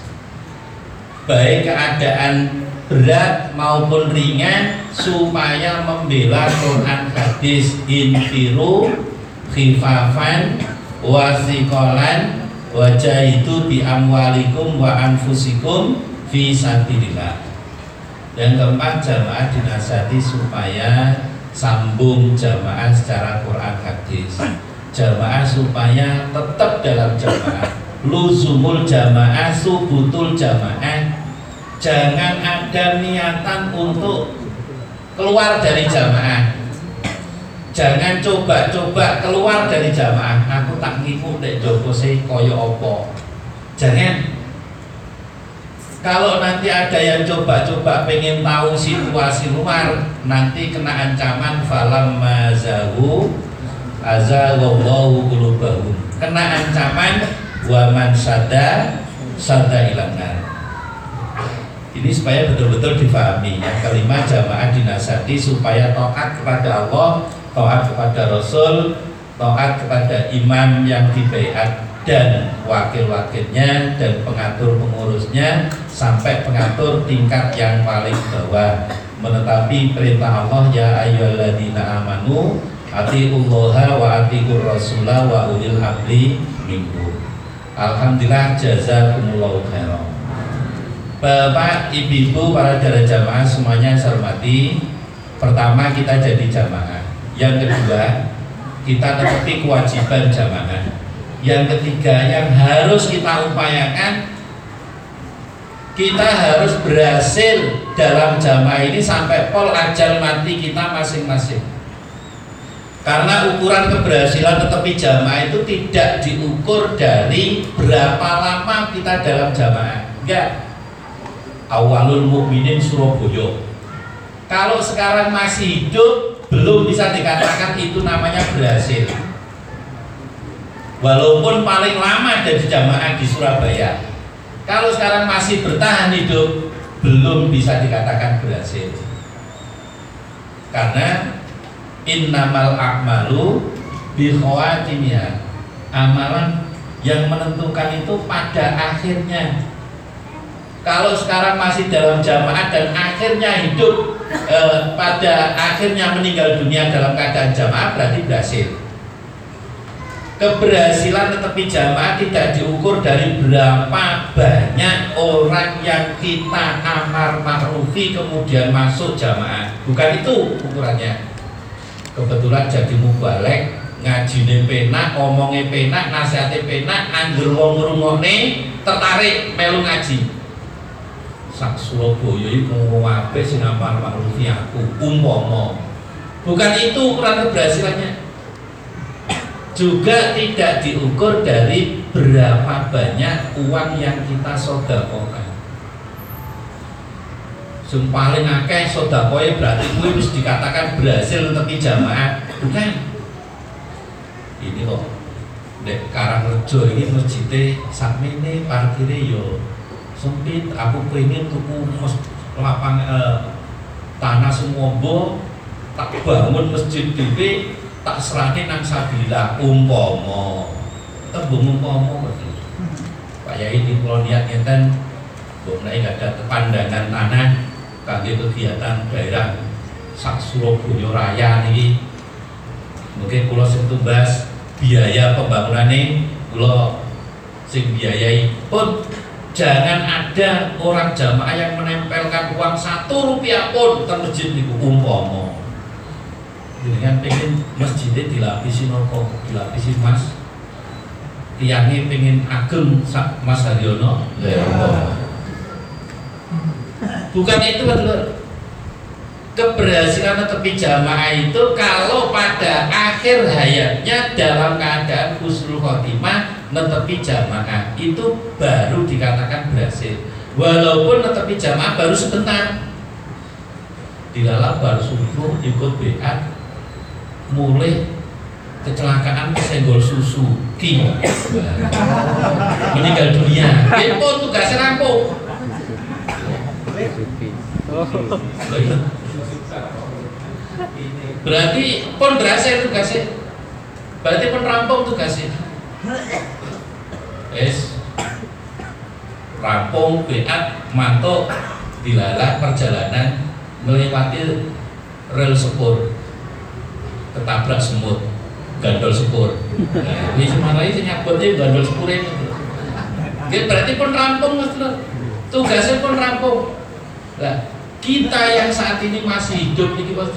Baik keadaan berat maupun ringan supaya membela Quran hadis. Infiru khifafan wasiqalan wajahidu bi amwalikum wa anfusikum fi sabilillah. Yang keempat jamaah dinasihati supaya sambung jamaah secara Quran hadis. Jamaah supaya tetap dalam jamaah. Luzumul jamaah subutul jamaah. Jangan ada niatan untuk keluar dari jamaah. Jangan coba-coba keluar dari jamaah. Aku tak ngikut dek Joko se koyo opo. Jangan. Kalau nanti ada yang coba-coba pengen tahu situasi luar, nanti kena ancaman falam mazahu azallahu qulubahum. Kena ancaman waman sada sada ilanar. Ini supaya betul-betul difahami. Yang kelima jamaah dinasihati supaya taat kepada Allah, taat kepada Rasul, taat kepada imam yang dibaiat dan wakil-wakilnya dan pengatur pengurusnya sampai pengatur tingkat yang paling bawah, menetapi perintah Allah ya ayyuhalladzina amanu atiullaha wa atiur rasula wa ulil amri minkum. Alhamdulillah jazakumullahu khairan. Bapak, ibu-ibu, para jamaah jamaah semuanya saya hormati. Pertama kita jadi jamaah. Yang kedua kita tetapi kewajiban jamaah. Yang ketiga yang harus kita upayakan, kita harus berhasil dalam jamaah ini sampai pol ajal mati kita masing-masing. Karena ukuran keberhasilan tetapi jamaah itu tidak diukur dari berapa lama kita dalam jamaah. Enggak. Awalul mukminin Surabaya. Kalau sekarang masih hidup belum bisa dikatakan itu namanya berhasil. Walaupun paling lama dari jamaah di Surabaya, kalau sekarang masih bertahan hidup belum bisa dikatakan berhasil. Karena innamal a'malu bi khawatimnya. Amalan yang menentukan itu pada akhirnya. Kalau sekarang masih dalam jamaah dan akhirnya hidup eh, pada akhirnya meninggal dunia dalam keadaan jamaah, berarti berhasil. Keberhasilan tetapi jamaah tidak diukur dari berapa banyak orang yang kita amar ma'rufi kemudian masuk jamaah. Bukan itu ukurannya. Kebetulan jadi mubalek, ngajine penak, omongnya penak, nasihatnya penak, anggur wong ngrungokne tertarik melu ngaji. Sak Surabaya iki ngomong ape sing amar ma'rufi aku umpama. Bukan itu ukuran keberhasilannya. Juga tidak diukur dari berapa banyak uang yang kita sedekahkan. Sing paling akeh sedekahe berarti kuwi wis dikatakan berhasil nepi jamaah. Bukan. Ini kok nek Karangrejo iki masjide sakmene parkire yo sempit, aku pengen tuku lapang eh, tanah semombo, tak bangun masjid dhewe, tak serahke nang Sabila umpama. Tembung umpama betul. Pak Yai di kula niat ngeten, mbok nek ada pandangan tanah kangge kegiatan daerah sak Surabaya Raya niki. Mungkin kula sing tumbas biaya pembangunane kula sing biayai pun. Jangan ada orang jamaah yang menempelkan uang satu rupiah pun ke masjid niku umpama. Dengan pengen masjidnya dilapisi nopo, dilapisi mas. Tiangnya pengen ageng sak Mas Haryono. Bukan itu betul. Keberhasilan tepi jamaah itu kalau pada akhir hayatnya dalam keadaan husnul khotimah netepi jamaah itu baru dikatakan berhasil. Walaupun netepi jamaah baru sebentar, dilalap baru subuh ikut beat, mulai kecelakaan kesenggol susu, ki meninggal dunia. Itu tugasnya rampung. Berarti pun berhasil tugasnya. Berarti pun rampung tugasnya. Es rampung beat mantuk dilalah perjalanan melewati rel sepur ketabrak semut gandol sepur. Nah, ini semuanya ini nyabotnya gandol sepur ini. Berarti pun rampung mas tugasnya pun rampung. Nah, kita yang saat ini masih hidup ini mas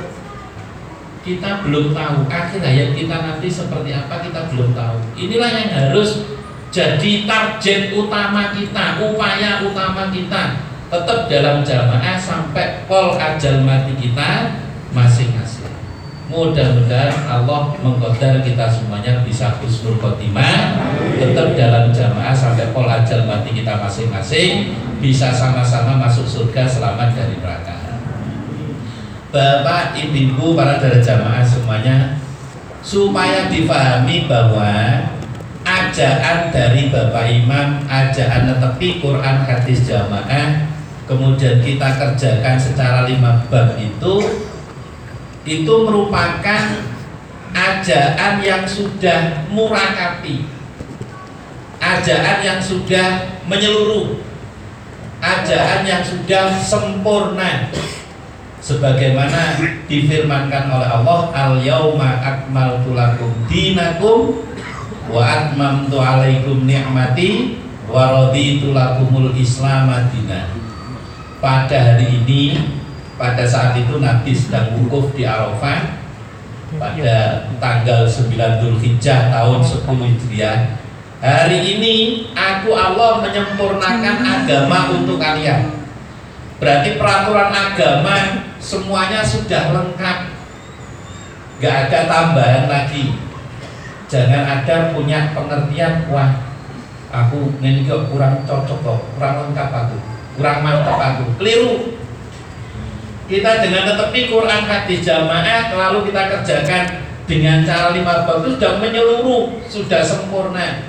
kita belum tahu akhir hayat kita nanti seperti apa, kita belum tahu. Inilah yang harus jadi target utama kita, upaya utama kita tetap dalam jamaah sampai pol ajal mati kita masing-masing. Mudah-mudahan Allah mengqadar kita semuanya bisa husnul khotimah, tetap dalam jamaah sampai pol ajal mati kita masing-masing, bisa sama-sama masuk surga selamat dari neraka. Bapak, ibu, para dari jamaah semuanya, supaya difahami bahwa ajaan dari Bapak Imam, ajaan netepi Quran hadis jamaah, kemudian kita kerjakan secara lima bab itu, itu merupakan ajaan yang sudah murakabi, ajaan yang sudah menyeluruh, ajaan yang sudah sempurna. Sebagaimana difirmankan oleh Allah, al-yauma akmaltu lakum dinakum wa atmamtu alaikum ni'mati wa raditu lakumul islam madina. Pada hari ini, pada saat itu Nabi sedang wukuf di Arafah pada tanggal sembilan Dzulhijjah tahun sepuluh Hijriah. Hari ini aku Allah menyempurnakan agama untuk kalian. Berarti peraturan agama semuanya sudah lengkap, gak ada tambahan lagi. Jangan ada punya pengertian, wah aku ini kok kurang cocok kok, kurang lengkap aku, kurang mantap aku. Keliru. Kita dengan tetepi Quran hadis jamaah lalu kita kerjakan dengan cara lima bab itu sudah menyeluruh, sudah sempurna.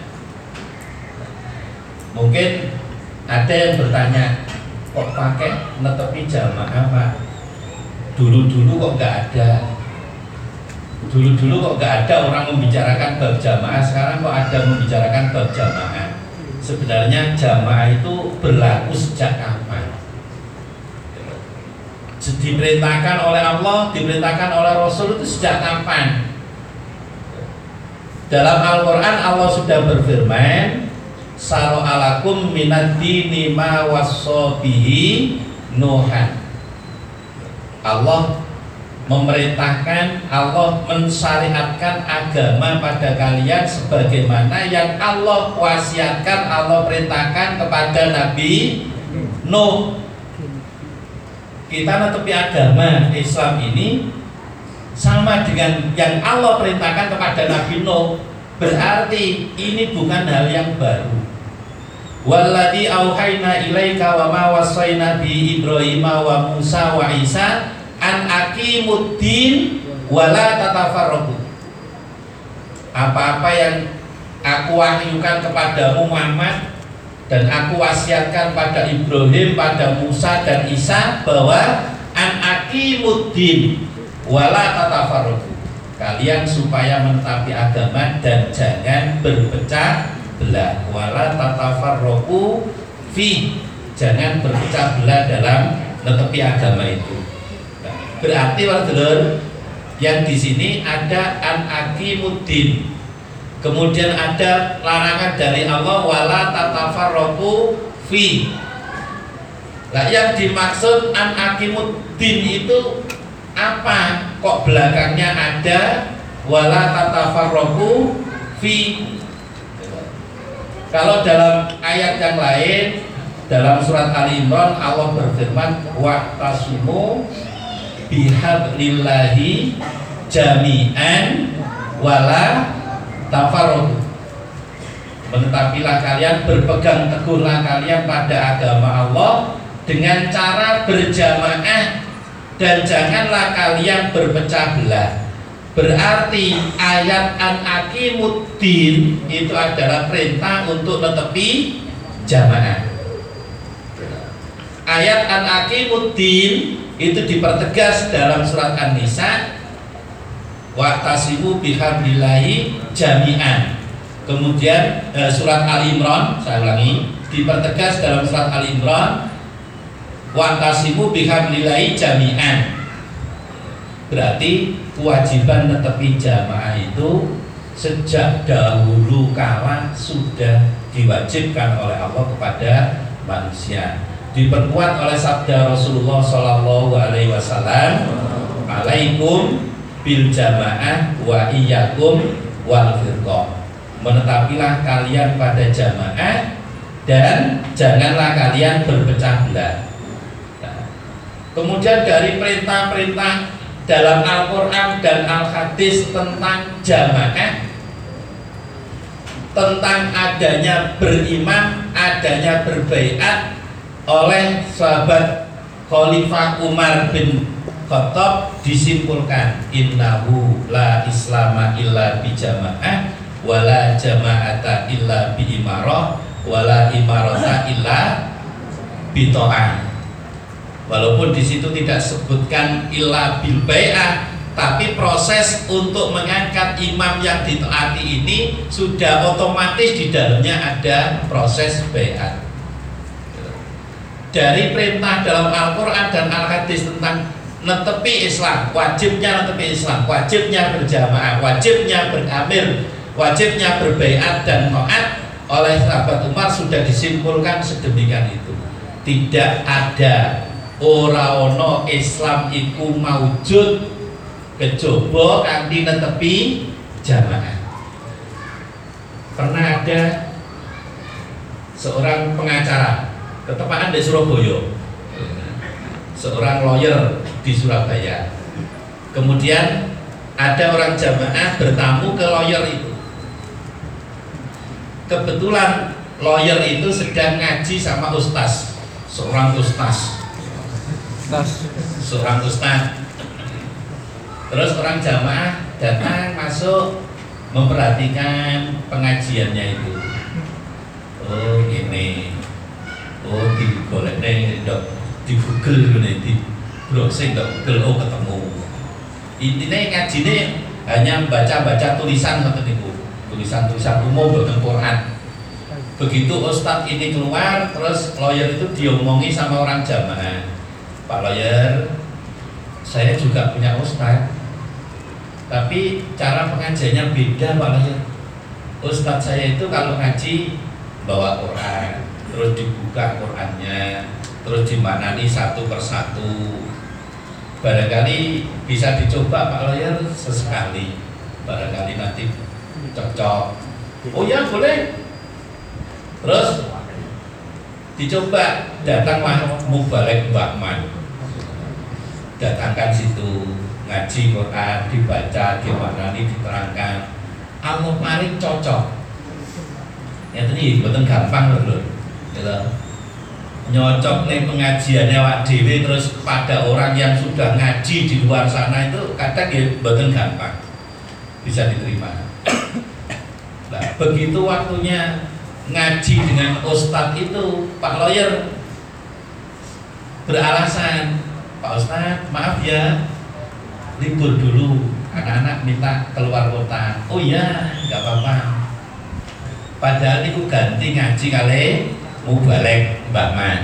Mungkin ada yang bertanya, kok pakai netepi jamaah Pak? Dulu-dulu kok nggak ada. Dulu-dulu kok nggak ada orang membicarakan bab jamaah, sekarang kok ada membicarakan bab jamaah. sebenarnya jamaah itu berlaku sejak kapan? Diperintahkan oleh Allah, diperintahkan oleh Rasul itu sejak kapan? Dalam Al-Quran Allah sudah berfirman, Saro'alakum minad dini ma wassobihi Nuhan. Allah memerintahkan, Allah mensyariatkan agama pada kalian sebagaimana yang Allah wasiatkan, Allah perintahkan kepada Nabi Nuh. Kita netepi agama Islam ini sama dengan yang Allah perintahkan kepada Nabi Nuh. Berarti ini bukan hal yang baru. Walladzi auhayna ilaika wa ma wasaina bi Ibrahim wa Musa wa Isa an aqimuddin wa la tatafarraqu. Apa-apa yang aku wahyukan kepadamu Muhammad dan aku wasiatkan pada Ibrahim, pada Musa dan Isa bahwa an aqimuddin wa la tatafarraqu. Kalian supaya menetapi agama dan jangan berpecah belah. Wala tatafarraqu fi, jangan berpecah belah dalam menepi agama itu. Berarti warga yang di sini ada an aqimuddin, kemudian ada larangan dari Allah wala tatafarraqu fi. Nah, yang dimaksud an aqimuddin itu apa? Kok belakangnya ada wala tatafarraqu fi? Kalau dalam ayat yang lain, dalam surat Ali Imran Allah berfirman wa'tasimu bihablillahi jami'an wala tafarraqu. Menetapilah kalian, berpegang teguhlah kalian pada agama Allah dengan cara berjamaah dan janganlah kalian berpecah belah. Berarti ayat an aqimuddin itu adalah perintah untuk netepi jamaah. Ayat an aqimuddin itu dipertegas dalam surat An-Nisa wa'tasimu bihablillahi jami'an. Kemudian eh, surat Ali Imran, saya ulangi, dipertegas dalam surat Ali Imran wa'tasimu bihablillahi jami'an. Berarti kewajiban netepi jamaah itu sejak dahulu kala sudah diwajibkan oleh Allah kepada manusia. Diperkuat oleh sabda Rasulullah Shallallahu Alaihi Wasallam, alaikum bil jamaah wa iyyakum wal firqah. Menetapilah kalian pada jamaah dan janganlah kalian berpecah belah. Nah, kemudian dari perintah-perintah dalam Al-Quran dan Al-Hadis tentang jamaah, tentang adanya berimam, adanya berbaiat oleh sahabat Khalifah Umar bin Khattab, disimpulkan innahu la islama illa bi jamaah wala jama'ata illa bi imarah wala imarata illa bi ta'ah. Walaupun di situ tidak sebutkan illa bil bai'ah, tapi proses untuk mengangkat imam yang ditaati ini sudah otomatis di dalamnya ada proses bai'at. Dari perintah dalam Al-Quran dan Al-Hadis tentang netepi Islam, wajibnya netepi Islam, wajibnya berjamaah, wajibnya beramir, wajibnya berbaiat dan taat oleh sahabat Umar sudah disimpulkan sedemikian itu. Tidak ada ora ono Islam iku maujud kejaba kanthi netepi jamaah. Pernah ada seorang pengacara ketepaan di Surabaya, seorang lawyer di Surabaya. Kemudian ada orang jamaah bertamu ke lawyer itu. Kebetulan lawyer itu sedang ngaji sama ustaz, seorang ustaz, seorang ustaz. Terus orang jamaah datang masuk memperhatikan pengajiannya itu. Oh ini. Oh di golek nih dok, di Google nih, di browsing dok, Google oh ketemu. Intinya ngaji ini hanya baca-baca tulisan seperti itu, tulisan-tulisan umum bukan Quran. Begitu ustadz ini keluar, terus lawyer itu diomongi sama orang jamaah, Pak lawyer, saya juga punya ustadz, tapi cara pengajiannya beda Pak lawyer. Ustadz saya itu kalau ngaji bawa Quran, terus dibuka Qurannya, terus dimaknani satu persatu. Barangkali bisa dicoba Pak lawyer sesekali, barangkali nanti cocok. Oh ya boleh. Terus dicoba, datang Mubalek Mbak Man, datangkan situ, ngaji Quran, dibaca, dimaknani, diterangkan. Allah maring cocok. Ya ini betul gampang loh, gitu. Nyocok nih pengajiannya wak dewi terus pada orang yang sudah ngaji di luar sana itu kadang ya betul gampang, bisa diterima. Nah, begitu waktunya ngaji dengan ustadz itu, Pak lawyer beralasan, Pak ustadz maaf ya libur dulu, anak-anak minta keluar kota. Oh iya nggak apa-apa, padahal itu ganti ngaji kali Mubalek Mbak Man.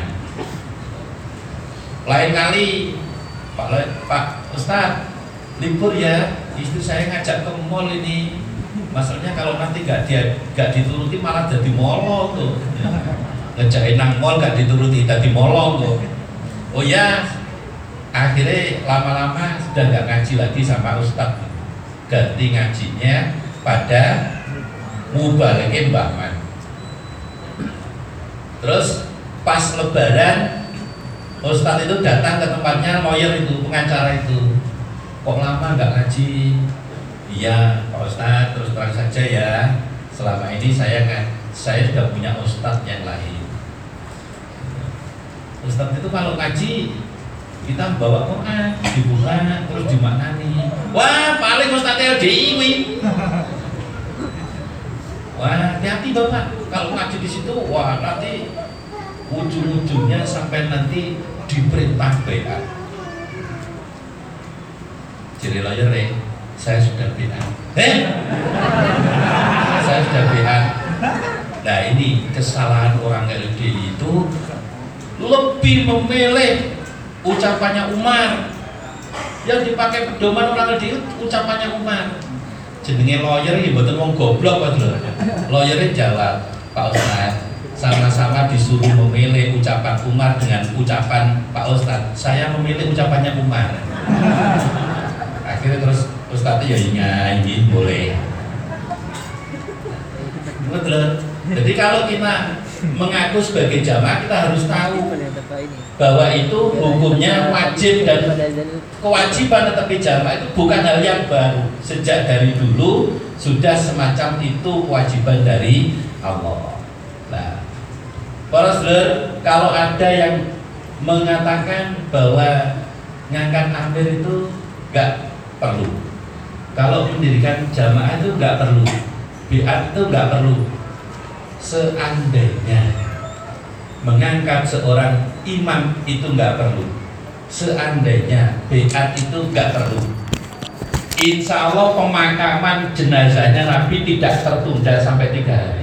Lain kali Pak, Pak ustadz libur ya, istri saya ngajak ke mall ini, masalahnya kalau nanti gak, dia, gak dituruti malah jadi molong tuh. Ngejain nang mall gak dituruti jadi molong tuh. Oh ya, akhirnya lama-lama sudah gak ngaji lagi sama ustadz, ganti ngajinya pada Mubalekin Mbak Man. Terus pas lebaran ustadz itu datang ke tempatnya lawyer itu, pengacara itu. Kok lama gak ngaji? Iya Pak Ustadz, terus terang saja ya, selama ini saya kan saya sudah punya ustadz yang lain. Ustadz itu kalau ngaji kita bawa Quran, dibuka terus dimaknani. Wah paling ustadznya dewi. Wah hati-hati bapak, kalau ngaji di situ, wah nanti ujung-ujungnya sampai nanti diperintah beat. Jadi lawyer deh, saya sudah B A. Eh? Saya sudah B A. Nah ini kesalahan orang L D I itu lebih memilih ucapannya Umar. Yang dipakai pedoman orang L D I itu ucapannya Umar. Jenenge lawyer ya betul wong goblok Pak Lho. Lawyernya jawab, Pak Ustadz, sama-sama disuruh memilih ucapan Umar dengan ucapan Pak Ustadz. Saya memilih ucapannya Umar. Akhirnya terus Ustadz ya nyanyi boleh. Betul. Jadi kalau kita mengaku sebagai jamaah, kita harus tahu bahwa itu hukumnya wajib, dan kewajiban tetapi jamaah itu bukan hal yang baru. Sejak dari dulu sudah semacam itu kewajiban dari Allah. Nah, para saudara, kalau ada yang mengatakan bahwa ngangkat amir itu enggak perlu, kalau mendirikan jamaah itu enggak perlu, biat itu enggak perlu. Seandainya mengangkat seorang imam itu enggak perlu, seandainya biat itu enggak perlu, insya Allah pemakaman jenazahnya Nabi tidak tertunda sampai tiga hari.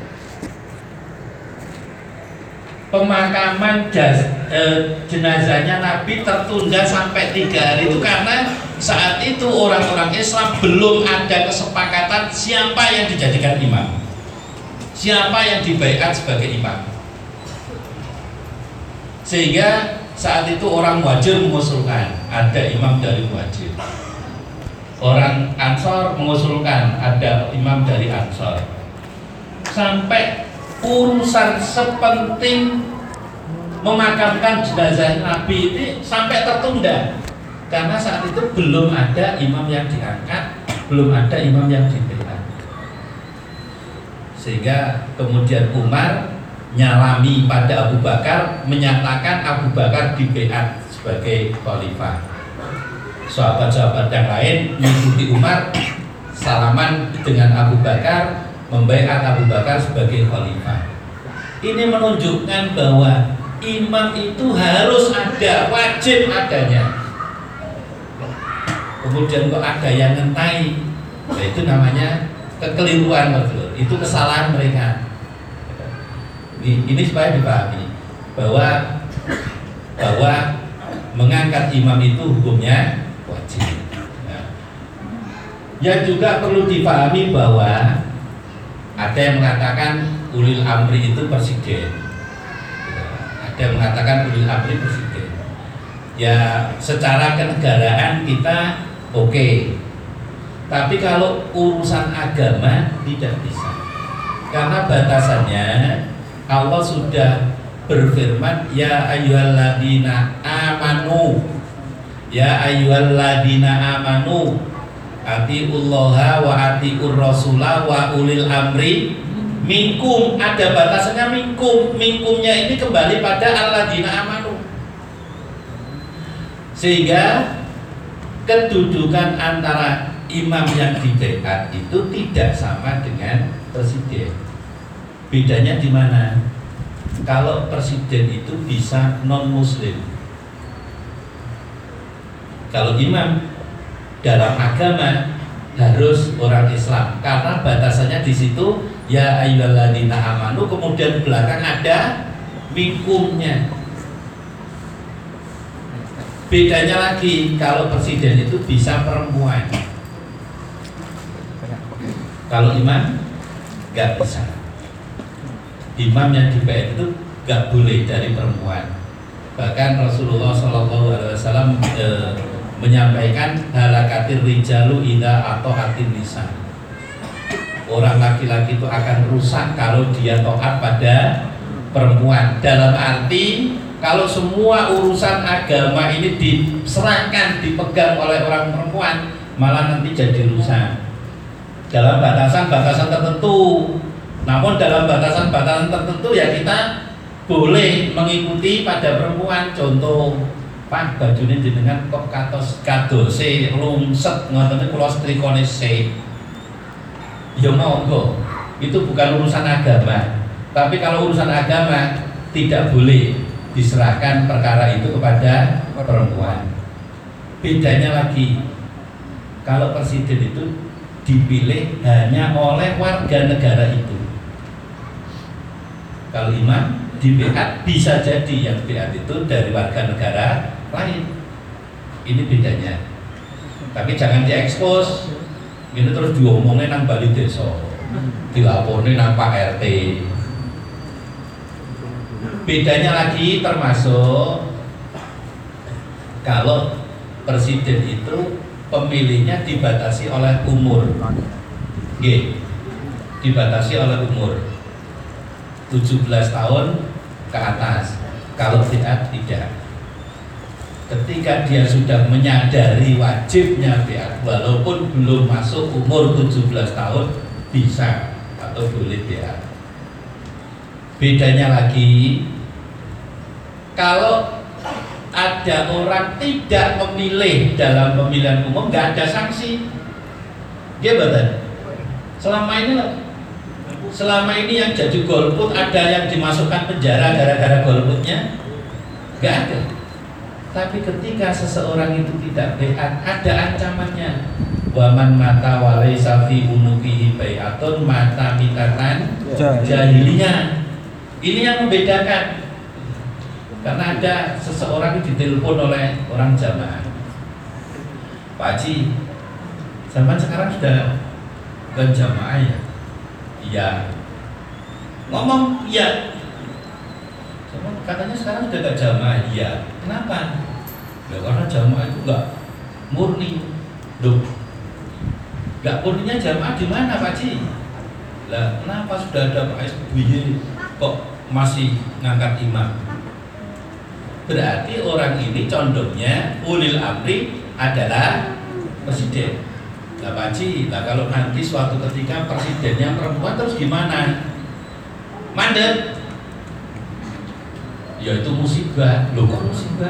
Pemakaman jaz, eh, jenazahnya Nabi tertunda sampai tiga hari itu karena saat itu orang-orang Islam belum ada kesepakatan siapa yang dijadikan imam, siapa yang dibaiat sebagai imam. Sehingga saat itu orang Muhajir mengusulkan ada imam dari Muhajir, orang Ansor mengusulkan ada imam dari Ansor, sampai urusan sepenting memakamkan jenazah Nabi ini sampai tertunda karena saat itu belum ada imam yang diangkat, belum ada imam yang dibaiat. Sehingga kemudian Umar nyalami pada Abu Bakar, menyatakan Abu Bakar dibaiat sebagai khalifah. Sahabat-sahabat yang lain mengikuti Umar, salaman dengan Abu Bakar, membaiat Abu Bakar sebagai khalifah. Ini menunjukkan bahwa imam itu harus ada, wajib adanya. Kemudian kok ada yang ngentai, nah itu namanya kekeliruan, betul. Itu kesalahan mereka. Ini, ini supaya dipahami bahwa bahwa mengangkat imam itu hukumnya wajib. Nah, yang juga perlu dipahami bahwa ada yang mengatakan ulil amri itu presiden, ada yang mengatakan ulil amri presiden. Ya secara kenegaraan kita oke, okay. Tapi kalau urusan agama tidak bisa, karena batasannya Allah sudah berfirman, ya ayyuhalladzina amanu, ya ayyuhalladzina amanu atiullaha wa atiur rasula wa ulil amri minkum. Ada batasannya minkum. Minkumnya ini kembali pada alladzina amanu, sehingga kedudukan antara imam yang dibaiat itu tidak sama dengan presiden. Bedanya di mana? Kalau presiden itu bisa non muslim, kalau imam dalam agama harus orang Islam, karena batasannya di situ ya ayyuhalladzina amanu, kemudian belakang ada minkumnya. Bedanya lagi, kalau presiden itu bisa perempuan, kalau imam nggak bisa. Imam yang dibaiat itu nggak boleh dari perempuan. Bahkan Rasulullah shallallahu alaihi wasallam e, menyampaikan halakatir rijalu ida atau atin nisa. Orang laki-laki itu akan rusak kalau dia taat pada perempuan. Dalam arti kalau semua urusan agama ini diserahkan, dipegang oleh orang perempuan, malah nanti jadi rusak. Dalam batasan-batasan tertentu. Namun dalam batasan-batasan tertentu ya kita boleh mengikuti pada perempuan. Contoh, Pak bajune jenengan kok katos kadose lungset ngoten kula setrikane se. Ya monggo. Itu bukan urusan agama. Tapi kalau urusan agama tidak boleh diserahkan perkara itu kepada perempuan. Bedanya lagi, kalau presiden itu dipilih hanya oleh warga negara itu. Kalau imam dibaiat bisa jadi yang baiat itu dari warga negara lain. Ini bedanya. Tapi jangan diekspos. Ini terus diomongin nang bali desa, dilaporin nang Pak R T. Bedanya lagi termasuk kalau presiden itu pemilihnya dibatasi oleh umur. G, dibatasi oleh umur tujuh belas tahun ke atas. Kalau baiat tidak. Ketika dia sudah menyadari wajibnya baiat, walaupun belum masuk umur tujuh belas tahun, bisa atau boleh baiat. Bedanya lagi, kalau ada orang tidak memilih dalam pemilihan umum, nggak ada sanksi. Dia betul. Selama ini selama ini yang jadi golput ada yang dimasukkan penjara gara-gara golputnya? Nggak ada. Tapi ketika seseorang itu tidak baiat, ada ancamannya. Waman mata walaysa fi unuqihi bai'atun mata mitatan jahiliyah. Ini yang membedakan. Karena ada seseorang ditelepon oleh orang jamaah, Pak Haji, zaman sekarang sudah bukan jamaah ya? Iya. Ngomong iya. Katanya sekarang sudah gak jamaah. Iya. Kenapa? Ya karena jamaah itu gak murni. Duh, gak murninya jamaah di mana Pak Haji? Lah kenapa sudah ada Pak S B Y kok masih ngangkat imam? Berarti orang ini condongnya ulil amri adalah presiden. Nah Pak Haji, nah kalau nanti suatu ketika presidennya perempuan terus gimana? Mandek. Ya itu musibah. Loh kok musibah?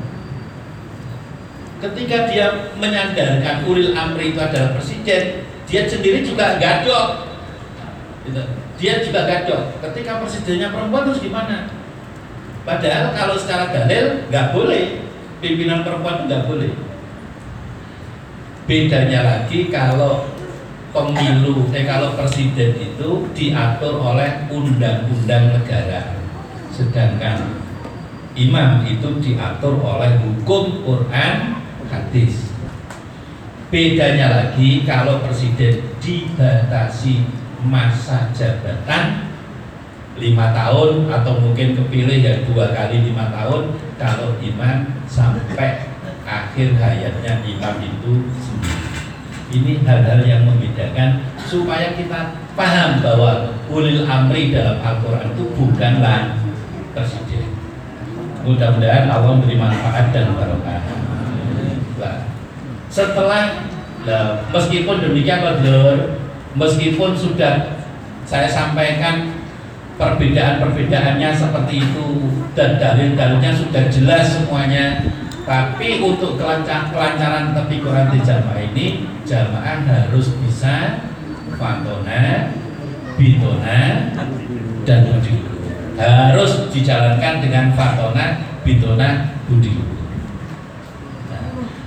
Ketika dia menyandarkan ulil amri itu adalah presiden, dia sendiri juga gadok. Dia juga gadok. Ketika presidennya perempuan terus gimana? Padahal kalau secara dalil nggak boleh, pimpinan perempuan itu nggak boleh. Bedanya lagi kalau pemilu, eh kalau presiden itu diatur oleh undang-undang negara, sedangkan imam itu diatur oleh hukum Quran hadis. Bedanya lagi kalau presiden dibatasi masa jabatan lima tahun atau mungkin kepilih ya dua kali lima tahun, kalau imam sampai akhir hayatnya imam itu sendiri. Ini hal-hal yang membedakan supaya kita paham bahwa ulil amri dalam Al-Quran itu bukanlah presiden. Mudah-mudahan Allah memberi manfaat dan barokah. Nah, setelah nah, meskipun demikian Lord, meskipun sudah saya sampaikan perbedaan-perbedaannya seperti itu dan dalil-dalilnya sudah jelas semuanya, tapi untuk kelancar, kelancaran tepi Quran di jamaah ini, jamaah harus bisa fatona, bitona, dan budi luhur. Harus dijalankan dengan fatona, bitona, budi luhur. Nah,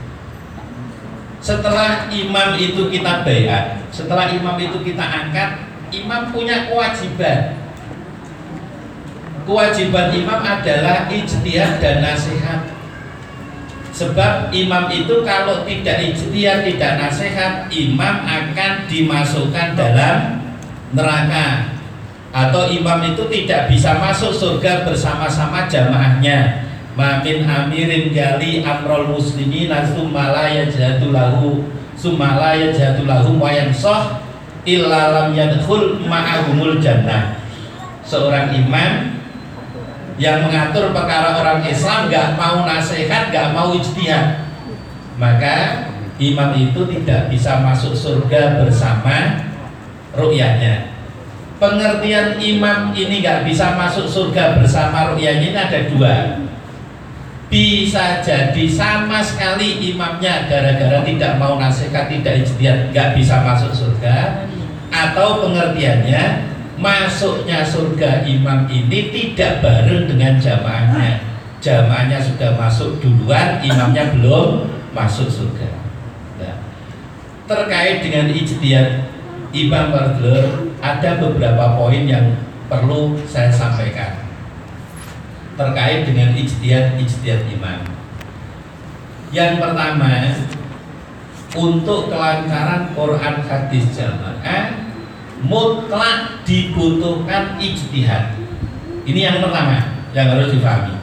setelah imam itu kita baiat, setelah imam itu kita angkat, imam punya kewajiban. Kewajiban imam adalah ijtihad dan nasihat. Sebab imam itu kalau tidak ijtihad, tidak nasihat, imam akan dimasukkan dalam neraka. Atau imam itu tidak bisa masuk surga bersama-sama jamaahnya. Mamin amirin gali amrol muslimin summa la yajhadu lahu summa la yajhadu lahu wa yansah illa lam yadkhul ma'ahumul jannah. Seorang imam yang mengatur perkara orang Islam gak mau nasihat, gak mau ijtihad, maka imam itu tidak bisa masuk surga bersama ru'yahnya. Pengertian imam ini gak bisa masuk surga bersama ru'yahnya ini ada dua. Bisa jadi sama sekali imamnya gara-gara tidak mau nasihat, tidak ijtihad, gak bisa masuk surga. Atau pengertiannya, masuknya surga imam ini tidak bareng dengan jamaahnya. Jamaahnya sudah masuk duluan, imamnya belum masuk surga. Nah, terkait dengan ijtihad imam berdulur, ada beberapa poin yang perlu saya sampaikan terkait dengan ijtihad ijtihad imam. Yang pertama, untuk kelancaran Quran hadis jamaah mutlak dibutuhkan ijtihad. Ini yang pertama yang harus difahami.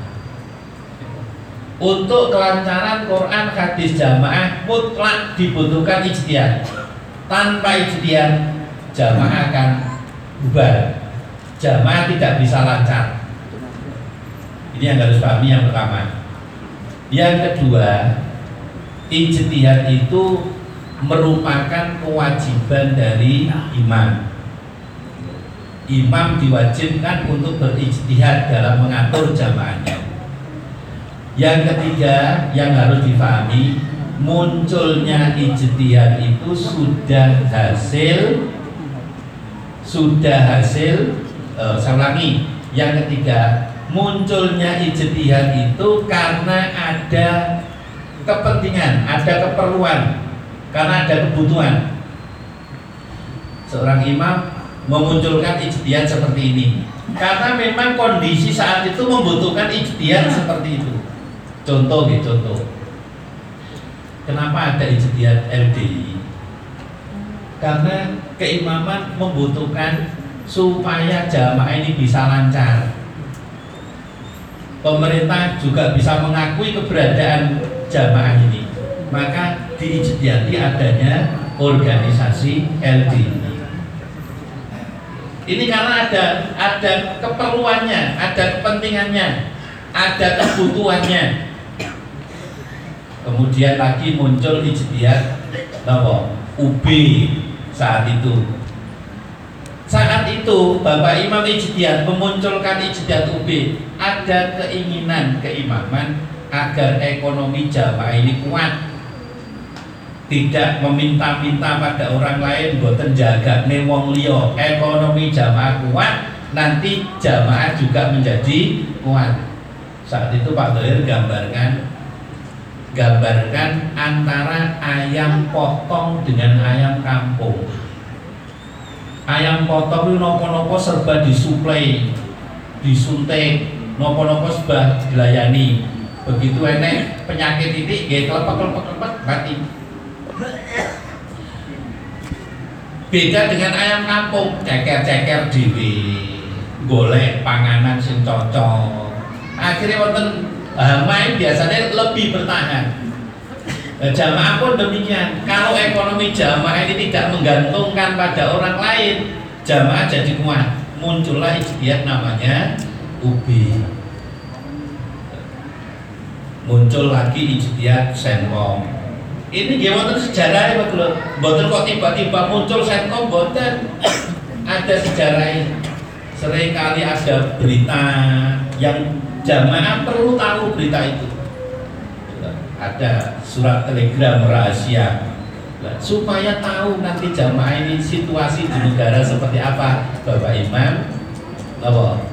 Untuk kelancaran Quran hadis jamaah mutlak dibutuhkan ijtihad. Tanpa ijtihad jamaah akan bubar. Jamaah tidak bisa lancar. Ini yang harus difahami yang pertama. Yang kedua, ijtihad itu merupakan kewajiban dari imam. Imam diwajibkan untuk berijtihad dalam mengatur jamaahnya. Yang ketiga yang harus difahami, munculnya ijtihad itu sudah hasil sudah hasil uh, saya ulangi, yang ketiga, munculnya ijtihad itu karena ada kepentingan, ada keperluan, karena ada kebutuhan. Seorang imam memunculkan ijtihad seperti ini karena memang kondisi saat itu membutuhkan ijtihad seperti itu. Contoh gitu, contoh. Kenapa ada ijtihad L D I? Karena keimaman membutuhkan supaya jamaah ini bisa lancar. Pemerintah juga bisa mengakui keberadaan jamaah ini. Maka diijtihadi adanya organisasi L D I. Ini karena ada ada keperluannya, ada kepentingannya, ada kebutuhannya. Kemudian lagi muncul ijtihad bahwa U B saat itu. Saat itu Bapak Imam ijtihad memunculkan ijtihad U B, ada keinginan keimaman agar ekonomi jamaah ini kuat. Tidak meminta-minta pada orang lain, boten jaga ne wong liya, ekonomi jamaah kuat, nanti jamaah juga menjadi kuat. Saat itu Pak Doyer gambarkan gambarkan antara ayam potong dengan ayam kampung. ayam potong itu nopo-nopo serba disuplai, disuntik, nopo-nopo serba dilayani. Begitu enek penyakit ini, gak kelepek-kelepek-kelepek mati. Beda dengan ayam kampung, ceker-ceker dhewe, golek panganan sing cocok. Akhirnya wonten hama biasanya lebih bertahan. Jamaah pun demikian. Kalau ekonomi jamaah ini tidak menggantungkan pada orang lain, jamaah jadi kuat. Muncullah ijtihad namanya U B. Muncul lagi ijtihad Senkom. Ini gimana sejarahnya betul? Betul kok tiba-tiba muncul Senkom, betul. Ada sejarahnya. Seringkali ada berita yang jamaah perlu tahu berita itu. Ada surat telegram rahasia supaya tahu nanti jamaah ini situasi di negara seperti apa. Bapak Imam apa?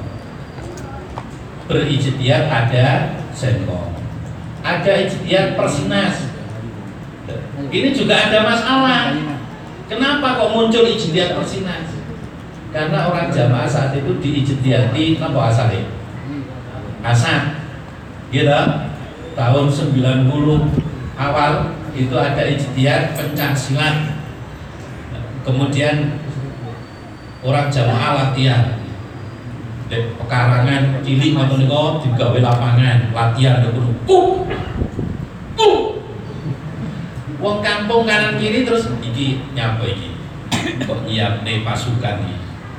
Berijtihad ada Senkom, ada ijtihad Persinas. Ini juga ada masalah. Kenapa kok muncul ijtihad Persinas? Karena orang jamaah saat itu diijtihadi apa asalnya? Asal gitu. Tahun sembilan puluh awal itu ada ijtihad pencak silat. Kemudian orang jamaah latihan di pekarangan cilik atau niku digawe lapangan latihan ada kudu uh uh wong kampung kanan kiri terus iki nyapa iki kok nyiapne pasukan iki.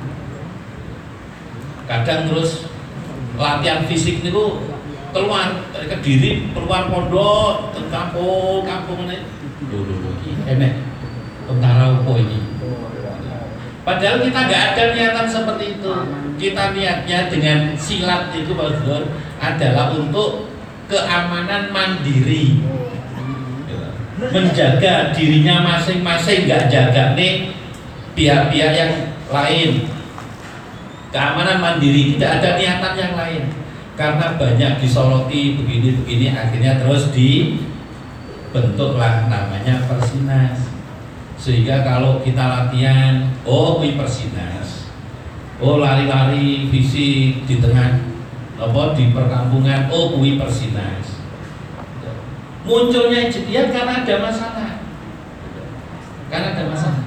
Kadang terus latihan fisik niku keluar dari Kediri, keluar pondok, ke kampung, kampung ini, dulu lagi, enak, tentara apa ini? Padahal kita nggak ada niatan seperti itu. Kita niatnya dengan silat itu Pak Zul adalah untuk keamanan mandiri, menjaga dirinya masing-masing, nggak jaga nih pihak-pihak yang lain. Keamanan mandiri, tidak ada niatan yang lain. Karena banyak disoroti begini-begini, akhirnya terus dibentuklah namanya Persinas. Sehingga kalau kita latihan, oh kuwi Persinas, oh lari-lari fisik di tengah apa di perkampungan, oh kuwi Persinas. Munculnya ijtihad karena ada masalah, karena ada masalah.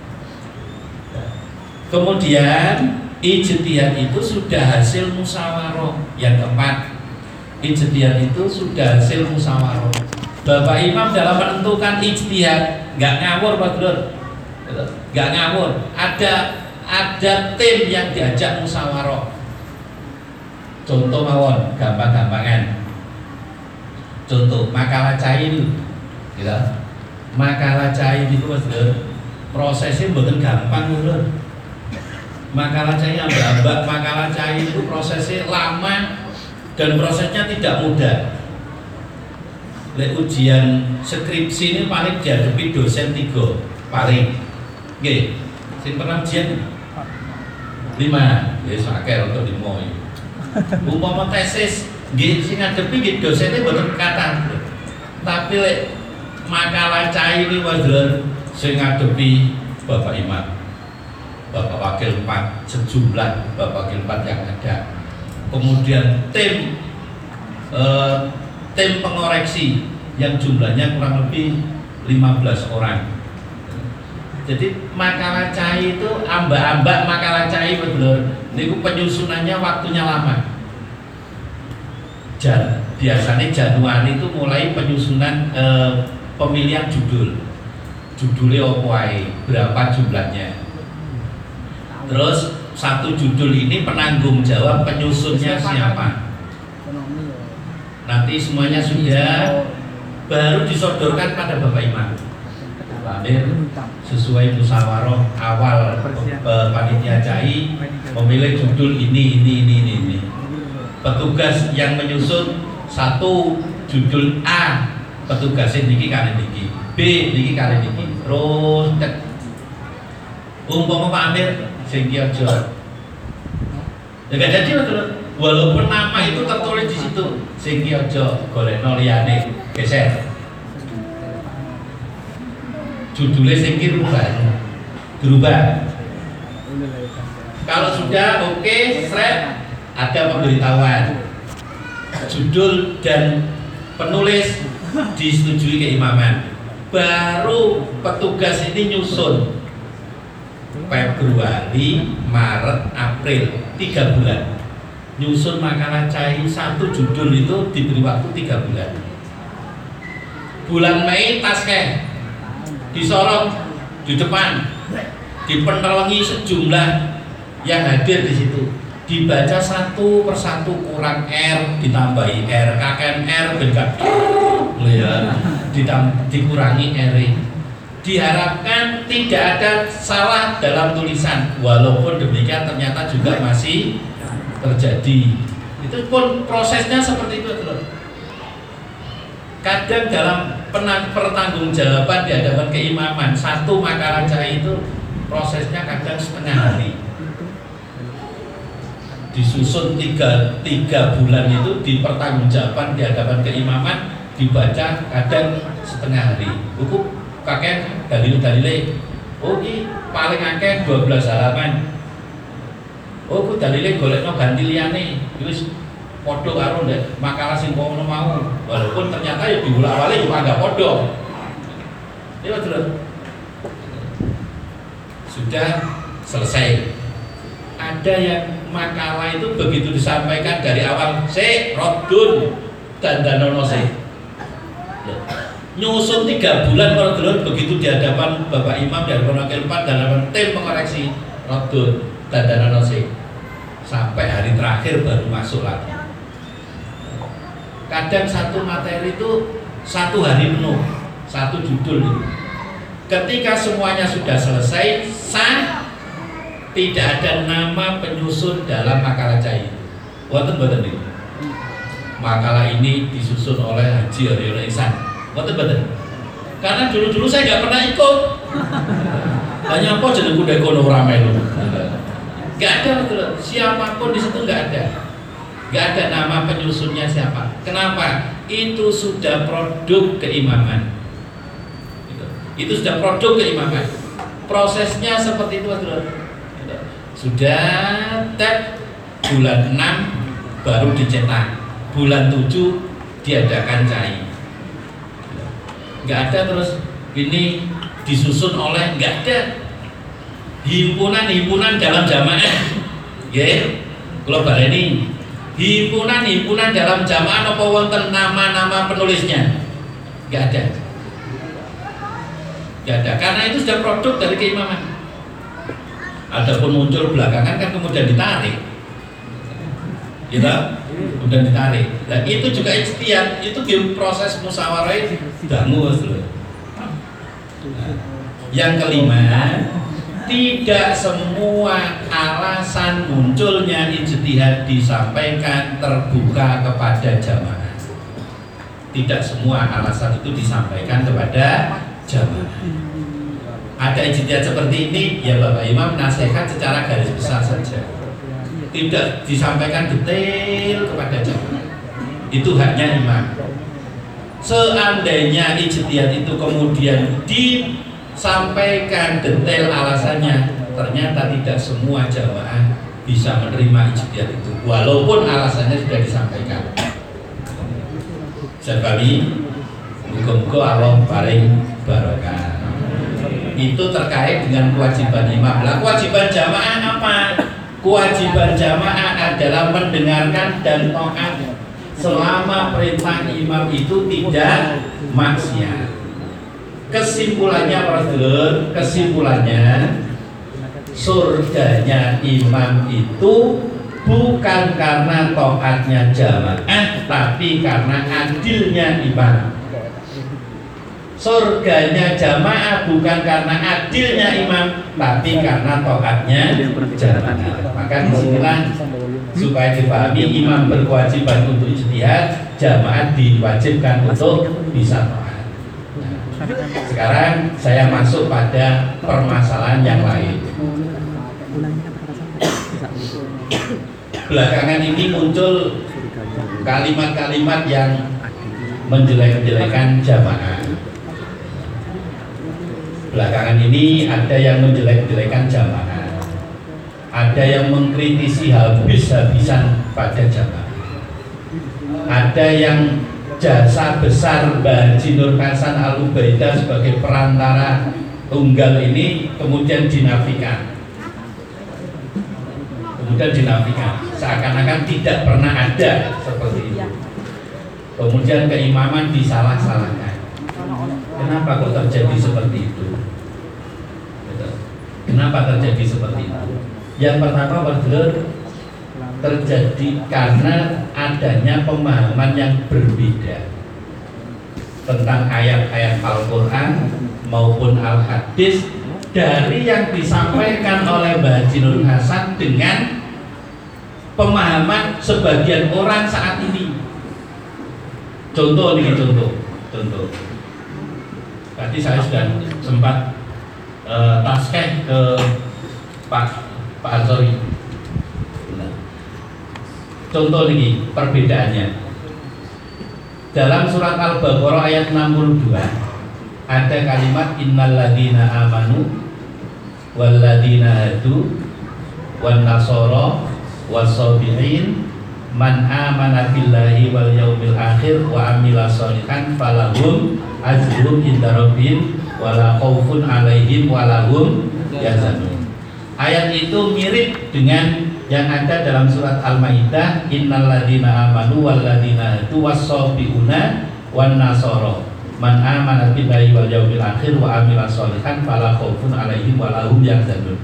Kemudian ijtihad itu sudah hasil musyawarah. Yang keempat, ijtihad itu sudah hasil musyawarah. Bapak Imam dalam menentukan ijtihad nggak ngawur Pak Dulur, nggak ngawur. Ada ada tim yang diajak musyawarah. Contoh mawon, gampang-gampangan. Contoh makalah cair, gitu. Makalah cair itu Mas Dulur, prosesnya bukan gampang Dulur. Makalah cair ambak-ambak, makalah cair itu prosesnya lama dan prosesnya tidak mudah. Lek ujian skripsi ini paling dihadapi dosen tiga paling. Oke, sing pernah ujian lima, ya sakit untuk dimoi. Umpama tesis, nggih sing ngadepi nggih dosennya boten kata. Tapi lek makalah cair ini wajar sing ngadepi Bapak Imam, Bapak Wakil empat, sejumlah Bapak Wakil empat yang ada. Kemudian tim eh, tim pengoreksi yang jumlahnya kurang lebih lima belas orang. Jadi makalah cair itu ambak-ambak makalah cair betul. Niku penyusunannya waktunya lama. Jan, biasanya Januari itu mulai penyusunan eh, pemilihan judul. Judulnya apa ae, berapa jumlahnya. Terus satu judul ini penanggung jawab penyusunnya siapa? Nanti semuanya sudah baru disodorkan pada Bapak Imam. Amir sesuai musyawarah awal panitia cai memilih judul ini ini ini ini. ini. Petugas yang menyusun satu judul A, petugasnya niki kali niki, B niki kali niki. Terus umpama Pak Amir sing ki aja. Ya gak jadi betul. Walaupun nama itu tertulis di situ, sing ki aja golekno liyane, geser. Judulnya sing ki rubah. Berubah. Kalau sudah oke, okay, seret, ada pemberitahuan, judul dan penulis disetujui keimaman. Baru petugas ini nyusun Februari, Maret, April, tiga bulan. Nyusun makalah cair satu judul itu diberi waktu tiga bulan. Bulan Mei taskeh disorot di depan, dipenerangi sejumlah yang hadir di situ, dibaca satu persatu, kurang R ditambahi R, kakek R bentuk ya, dikurangi R. Diharapkan tidak ada salah dalam tulisan, walaupun demikian ternyata juga masih terjadi. Itu pun prosesnya seperti itu loh. Kadang dalam pertanggungjawaban di hadapan keimaman, satu makalah cahaya itu prosesnya kadang setengah hari. Disusun tiga, tiga bulan itu dipertanggungjawabkan di hadapan keimaman, dibaca kadang setengah hari. Buku kakek dalil-dalile, oh ini paling akeh dua belas halaman. Oh ku dalile golekno ganti liyane, wis padha karo ndek makalah sing kono mau. Walaupun ternyata ya diulang-ulang juga enggak padha. Ya betul. Sudah selesai. Ada yang makalah itu begitu disampaikan dari awal, se rodun dan danono se. Nyusun tiga bulan kalau dulu begitu di hadapan Bapak Imam, di hadapan Wakil empat, dan hadapan tim mengoreksi rodun dan danono se. Sampai hari terakhir baru masuk lagi. Kadang satu materi itu satu hari penuh, satu judul itu. Ketika semuanya sudah selesai, sah, tidak ada nama penyusun dalam makalah cair. Wonten boten niku. Makalah ini disusun oleh Haji Haryono Ihsan. Wonten boten. Karena dulu-dulu saya nggak pernah ikut. Hanya apa jeneng kuda kono ora melu. Nggak ada betul. Siapapun di situ nggak ada. Nggak ada nama penyusunnya siapa. Kenapa? Itu sudah produk keimaman. Itu, itu sudah produk keimaman. Prosesnya seperti itu betul. Sudah tek bulan enam baru dicetak, bulan tujuh diadakan cair. Nggak ada terus ini disusun oleh, nggak ada himpunan-himpunan dalam jamaah ya, global ini himpunan-himpunan dalam jamaah apa wonten nama-nama penulisnya, nggak ada nggak ada karena itu sudah produk dari keimaman. Adapun muncul belakangan kan kemudian ditarik, gitu, kemudian ditarik. Dan itu juga ijtihad, itu di proses musyawarah dangu loh. Yang kelima, tidak semua alasan munculnya ijtihad disampaikan terbuka kepada jamaah. Tidak semua alasan itu disampaikan kepada jamaah. Ada ijtihad seperti ini, ya Bapak Imam nasihat secara garis besar saja, tidak disampaikan detail kepada jamaah. Itu haknya imam. Seandainya ijtihad itu kemudian disampaikan detail alasannya, ternyata tidak semua jamaah bisa menerima ijtihad itu, walaupun alasannya sudah disampaikan. Sebab muga-muga Allah paling barokah. Itu terkait dengan kewajiban imam. Lah kewajiban jamaah apa? Kewajiban jamaah adalah mendengarkan dan taat selama perintah imam itu tidak maksiat. Kesimpulannya para sedulur, kesimpulannya surganya imam itu bukan karena taatnya jamaah, tapi karena adilnya imam. Surganya jamaah bukan karena adilnya imam, tapi karena taatnya jamaah. Maka disinilah supaya dipahami imam berkewajiban untuk ijtihad, jamaah diwajibkan untuk bisa taat. Sekarang saya masuk pada permasalahan yang lain. Belakangan ini muncul kalimat-kalimat yang menjelek-jelekan jamaah. Belakangan ini ada yang menjelek-jelekan jamaah. ada yang mengkritisi habis-habisan pada jamaah, ada yang jasa besar Mbah Haji Nur Hasan Al-Ubaidah sebagai perantara tunggal ini kemudian dinafikan, kemudian dinafikan seakan-akan tidak pernah ada seperti itu. Kemudian keimaman disalah-salahkan. Kenapa kok terjadi seperti itu? Kenapa terjadi seperti itu? Yang pertama, Warga, terjadi karena adanya pemahaman yang berbeda tentang ayat-ayat Al-Quran maupun Al-Hadis dari yang disampaikan oleh Mbah Haji Nur Hasan dengan pemahaman sebagian orang saat ini. Contoh nih, contoh, contoh. Tadi saya sudah sempat uh, taskeh ke Pak Pak Ansori. Nah, contoh nih perbedaannya. Dalam surat Al-Baqarah ayat enam puluh dua ada kalimat innal ladzina amanu wal ladzina hadu wan nasara was-sabiin man amana billahi wal yaumil akhir wa amila sholihan falahum ajrun inda rabbihim wala khaufun alaihim walahum yahzanun. Ayat itu mirip dengan yang ada dalam surat Al-Maidah innal ladzina amanu wal ladzina hadu was-sabiuna wan nasara man amana billahi wal yaumil akhir wa amila sholihan fala khaufun alaihim walahum yahzanun.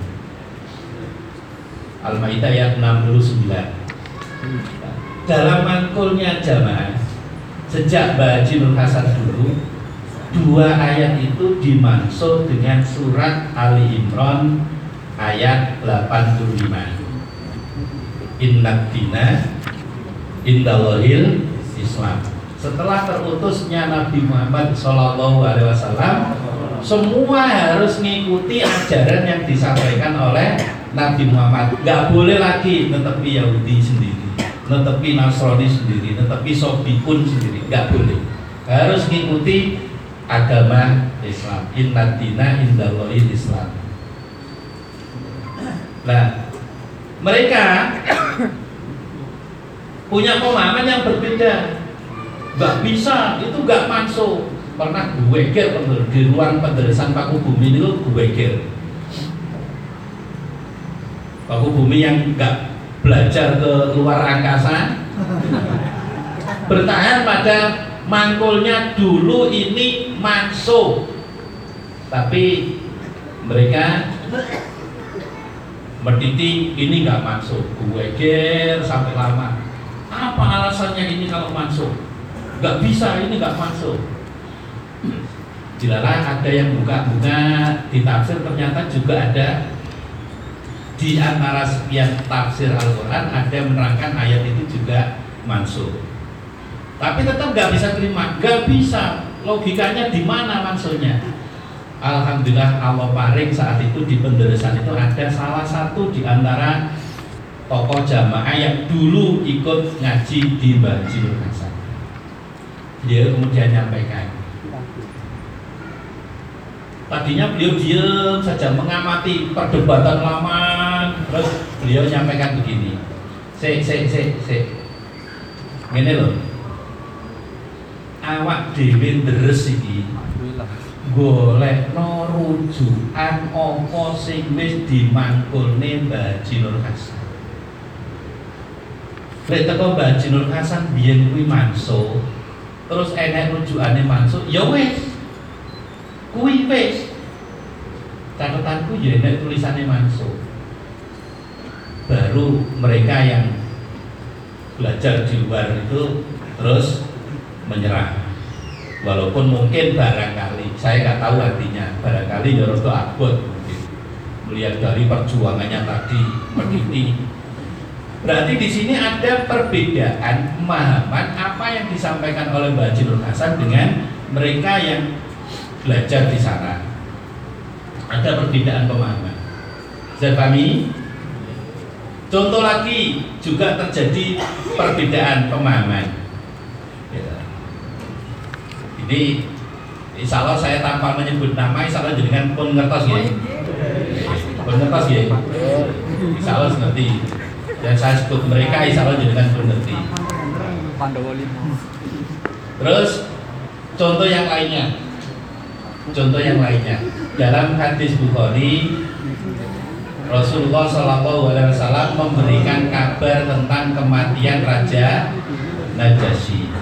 Al-Maidah ayat enam puluh sembilan. Dalam mangkulnya jamaah sejak Mbah Haji Nur Hasan dulu, dua ayat itu dimaksud dengan surat Ali Imran ayat delapan puluh lima. Innad dina indallahil Islam. Setelah terutusnya Nabi Muhammad shallallahu alaihi wasallam, semua harus mengikuti ajaran yang disampaikan oleh Nabi Muhammad. Gak boleh lagi netepi Yahudi sendiri, netepi Nasrani sendiri, netepi Sobikun sendiri, gak boleh. Harus mengikuti agama Islam. Innad dina indallahil Islam. Nah, mereka punya pemahaman yang berbeda. Gak bisa, itu gak masuk. Pernah gue ger di ruang penderesan Paku Bumi itu gue ger. Paku Bumi yang gak belajar ke luar angkasa bertahan pada mangkulnya dulu ini masuk, tapi mereka mendidik ini nggak masuk. Gue ger sampai lama. Apa alasannya ini kalau masuk? Nggak bisa, ini nggak masuk. Dilalah ada yang buka-buka di tafsir, ternyata juga ada di antara sekian tafsir Al-Quran ada yang menerangkan ayat itu juga masuk. Tapi tetap nggak bisa terima, nggak bisa. Logikanya di mana maksudnya? Alhamdulillah Allah paring saat itu di penderesan itu ada salah satu di antara tokoh jamaah yang dulu ikut ngaji di Mbah Haji Nur Hasan. Dia kemudian nyampaikan. Tadinya beliau diam saja mengamati perdebatan lama, terus beliau nyampaikan begini. Se se se se. Ngene lho. Awak dhewe deres iki golekno rujukan apa sing wis dimangkulne Mbah Haji Nur Hasan. Lek teko Mbah Haji Nur Hasan biyen kuwi mansuh, terus enek rujukane mansuh, ya wis. Kuwi wis. Catatanku ya enek tulisannya mansuh. Baru mereka yang belajar di luar itu terus menyerah. Walaupun mungkin barangkali, saya nggak tahu artinya, barangkali ya rodo abot mungkin melihat dari perjuangannya tadi meniti. Berarti di sini ada perbedaan pemahaman apa yang disampaikan oleh Mbah Haji Nur Hasan dengan mereka yang belajar di sana. Ada perbedaan pemahaman. Bisa pahami? Contoh lagi juga terjadi perbedaan pemahaman. Ini insya Allah saya tanpa menyebut nama, insya Allah jenengan pun ngertos ya, pun ngertos ya. insya Allah ngerti. Dan saya sebut mereka, insya Allah jenengan pun ngerti. Pandawa lima. Terus contoh yang lainnya, contoh yang lainnya dalam hadis Bukhari, Rasulullah shallallahu alaihi wasallam memberikan kabar tentang kematian Raja Najasyi.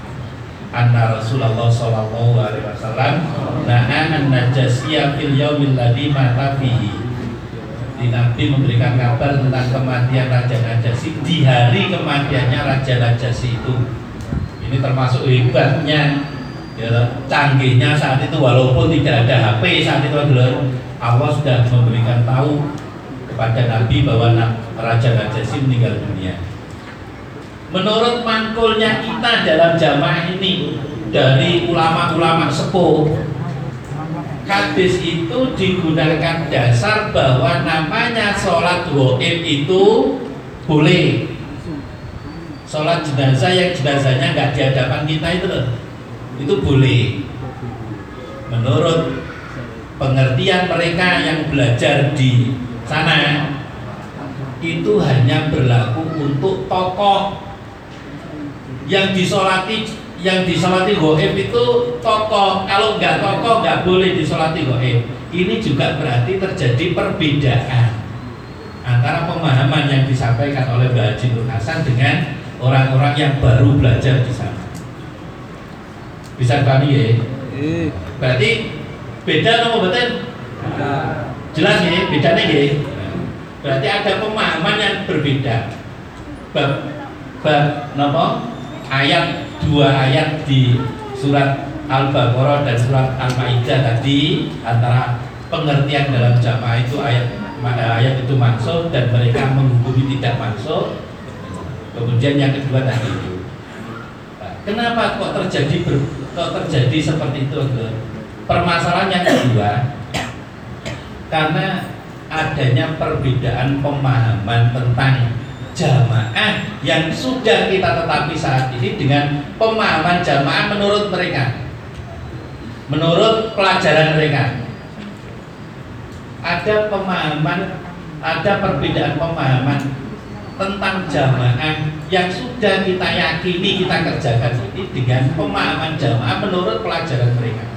Anna Rasulullah shallallahu alaihi wasallam naha an-Najasyiya fil yaumil ladzi mata fihi. Di Nabi memberikan kabar tentang kematian Raja Najasyi di hari kematiannya Raja Najasyi itu. Ini termasuk hebatnya, ya, canggihnya saat itu, walaupun tidak ada H P saat itu adalah Allah sudah memberikan tahu kepada Nabi bahwa Raja Najasyi meninggal dunia. Menurut mangkulnya kita dalam jamaah ini dari ulama-ulama sepuh, hadis itu digunakan dasar bahwa namanya sholat ghaib itu boleh. Sholat jenazah yang jenazahnya nggak di hadapan kita itu loh, itu boleh. Menurut pengertian mereka yang belajar di sana, itu hanya berlaku untuk tokoh yang disolati, yang disolati ghaib itu tokoh. Kalau nggak tokoh nggak boleh disolati ghaib. Ini juga berarti terjadi perbedaan antara pemahaman yang disampaikan oleh Mbah Haji Nur Hasan dengan orang-orang yang baru belajar di sana. Bisa dipahami ya? Berarti beda atau betul? Jelas ya, bedanya ya. Berarti ada pemahaman yang berbeda. Bab bab napa? Ayat dua ayat di surat Al-Baqarah dan surat Al-Maidah tadi, antara pengertian dalam jamaah itu ayat ayat itu maksud dan mereka menghukumi tidak maksud. Kemudian yang kedua tadi itu, kenapa kok terjadi ber, kok terjadi seperti itu? Permasalahan yang kedua, karena adanya perbedaan pemahaman tentang jamaah yang sudah kita tetapi saat ini dengan pemahaman jamaah menurut mereka, menurut pelajaran mereka. Ada pemahaman, ada perbedaan pemahaman tentang jamaah yang sudah kita yakini kita kerjakan ini dengan pemahaman jamaah menurut pelajaran mereka.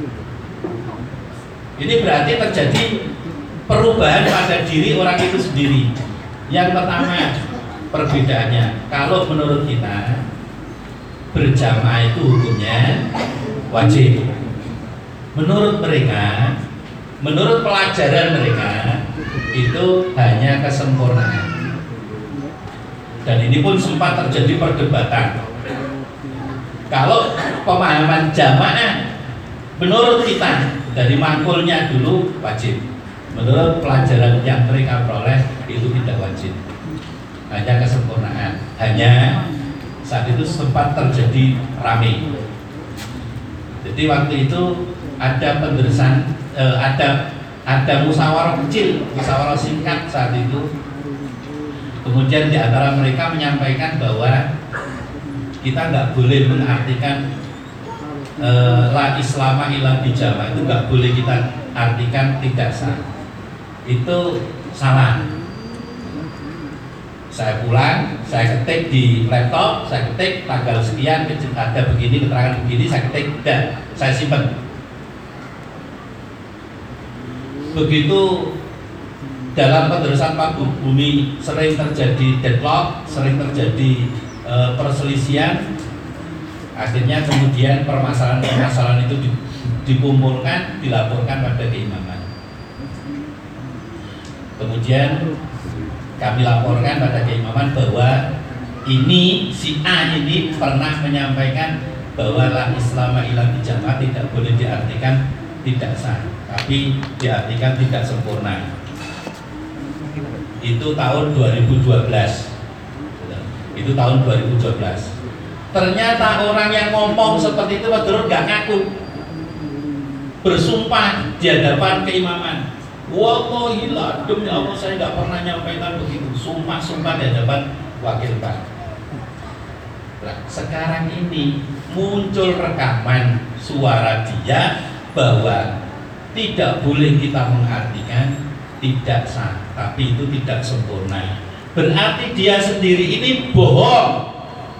Ini berarti terjadi perubahan pada diri orang itu sendiri. Yang pertama perbedaannya, kalau menurut kita berjamaah itu hukumnya wajib. Menurut mereka, menurut pelajaran mereka itu hanya kesempurnaan. Dan ini pun sempat terjadi perdebatan. Kalau pemahaman jamaah menurut kita dari mangkulnya dulu wajib, menurut pelajaran yang mereka peroleh itu tidak wajib, hanya kesempurnaan. Hanya saat itu sempat terjadi rame. Jadi waktu itu ada penderesan, eh, ada ada musyawarah kecil, musyawarah singkat saat itu. Kemudian di antara mereka menyampaikan bahwa kita nggak boleh mengartikan e, la islama illa bijama, itu nggak boleh kita artikan tidak sah. Itu salah. Saya pulang, saya ketik di laptop, saya ketik tanggal sekian, ada begini, keterangan begini, saya ketik dan saya simpan. Begitu dalam penderesan Pak Bumi sering terjadi deadlock, sering terjadi e, perselisihan. Akhirnya kemudian permasalahan-permasalahan itu dikumpulkan, dilaporkan pada keimaman. Kemudian kami laporkan pada keimaman bahwa ini si A ini pernah menyampaikan bahwa la islama illa bijamaah tidak boleh diartikan tidak sah, tapi diartikan tidak sempurna. Itu tahun dua ribu dua belas. Itu tahun dua ribu dua belas. Ternyata orang yang ngomong seperti itu betul nggak ngaku, bersumpah di hadapan keimaman. Wallahi la, demi Allah saya nggak pernah nyampaikan begitu. Sumpah-sumpah di hadapan wakil Pak. Nah, sekarang ini muncul rekaman suara dia bahwa tidak boleh kita mengartikan tidak sah, tapi itu tidak sempurna. Berarti dia sendiri ini bohong.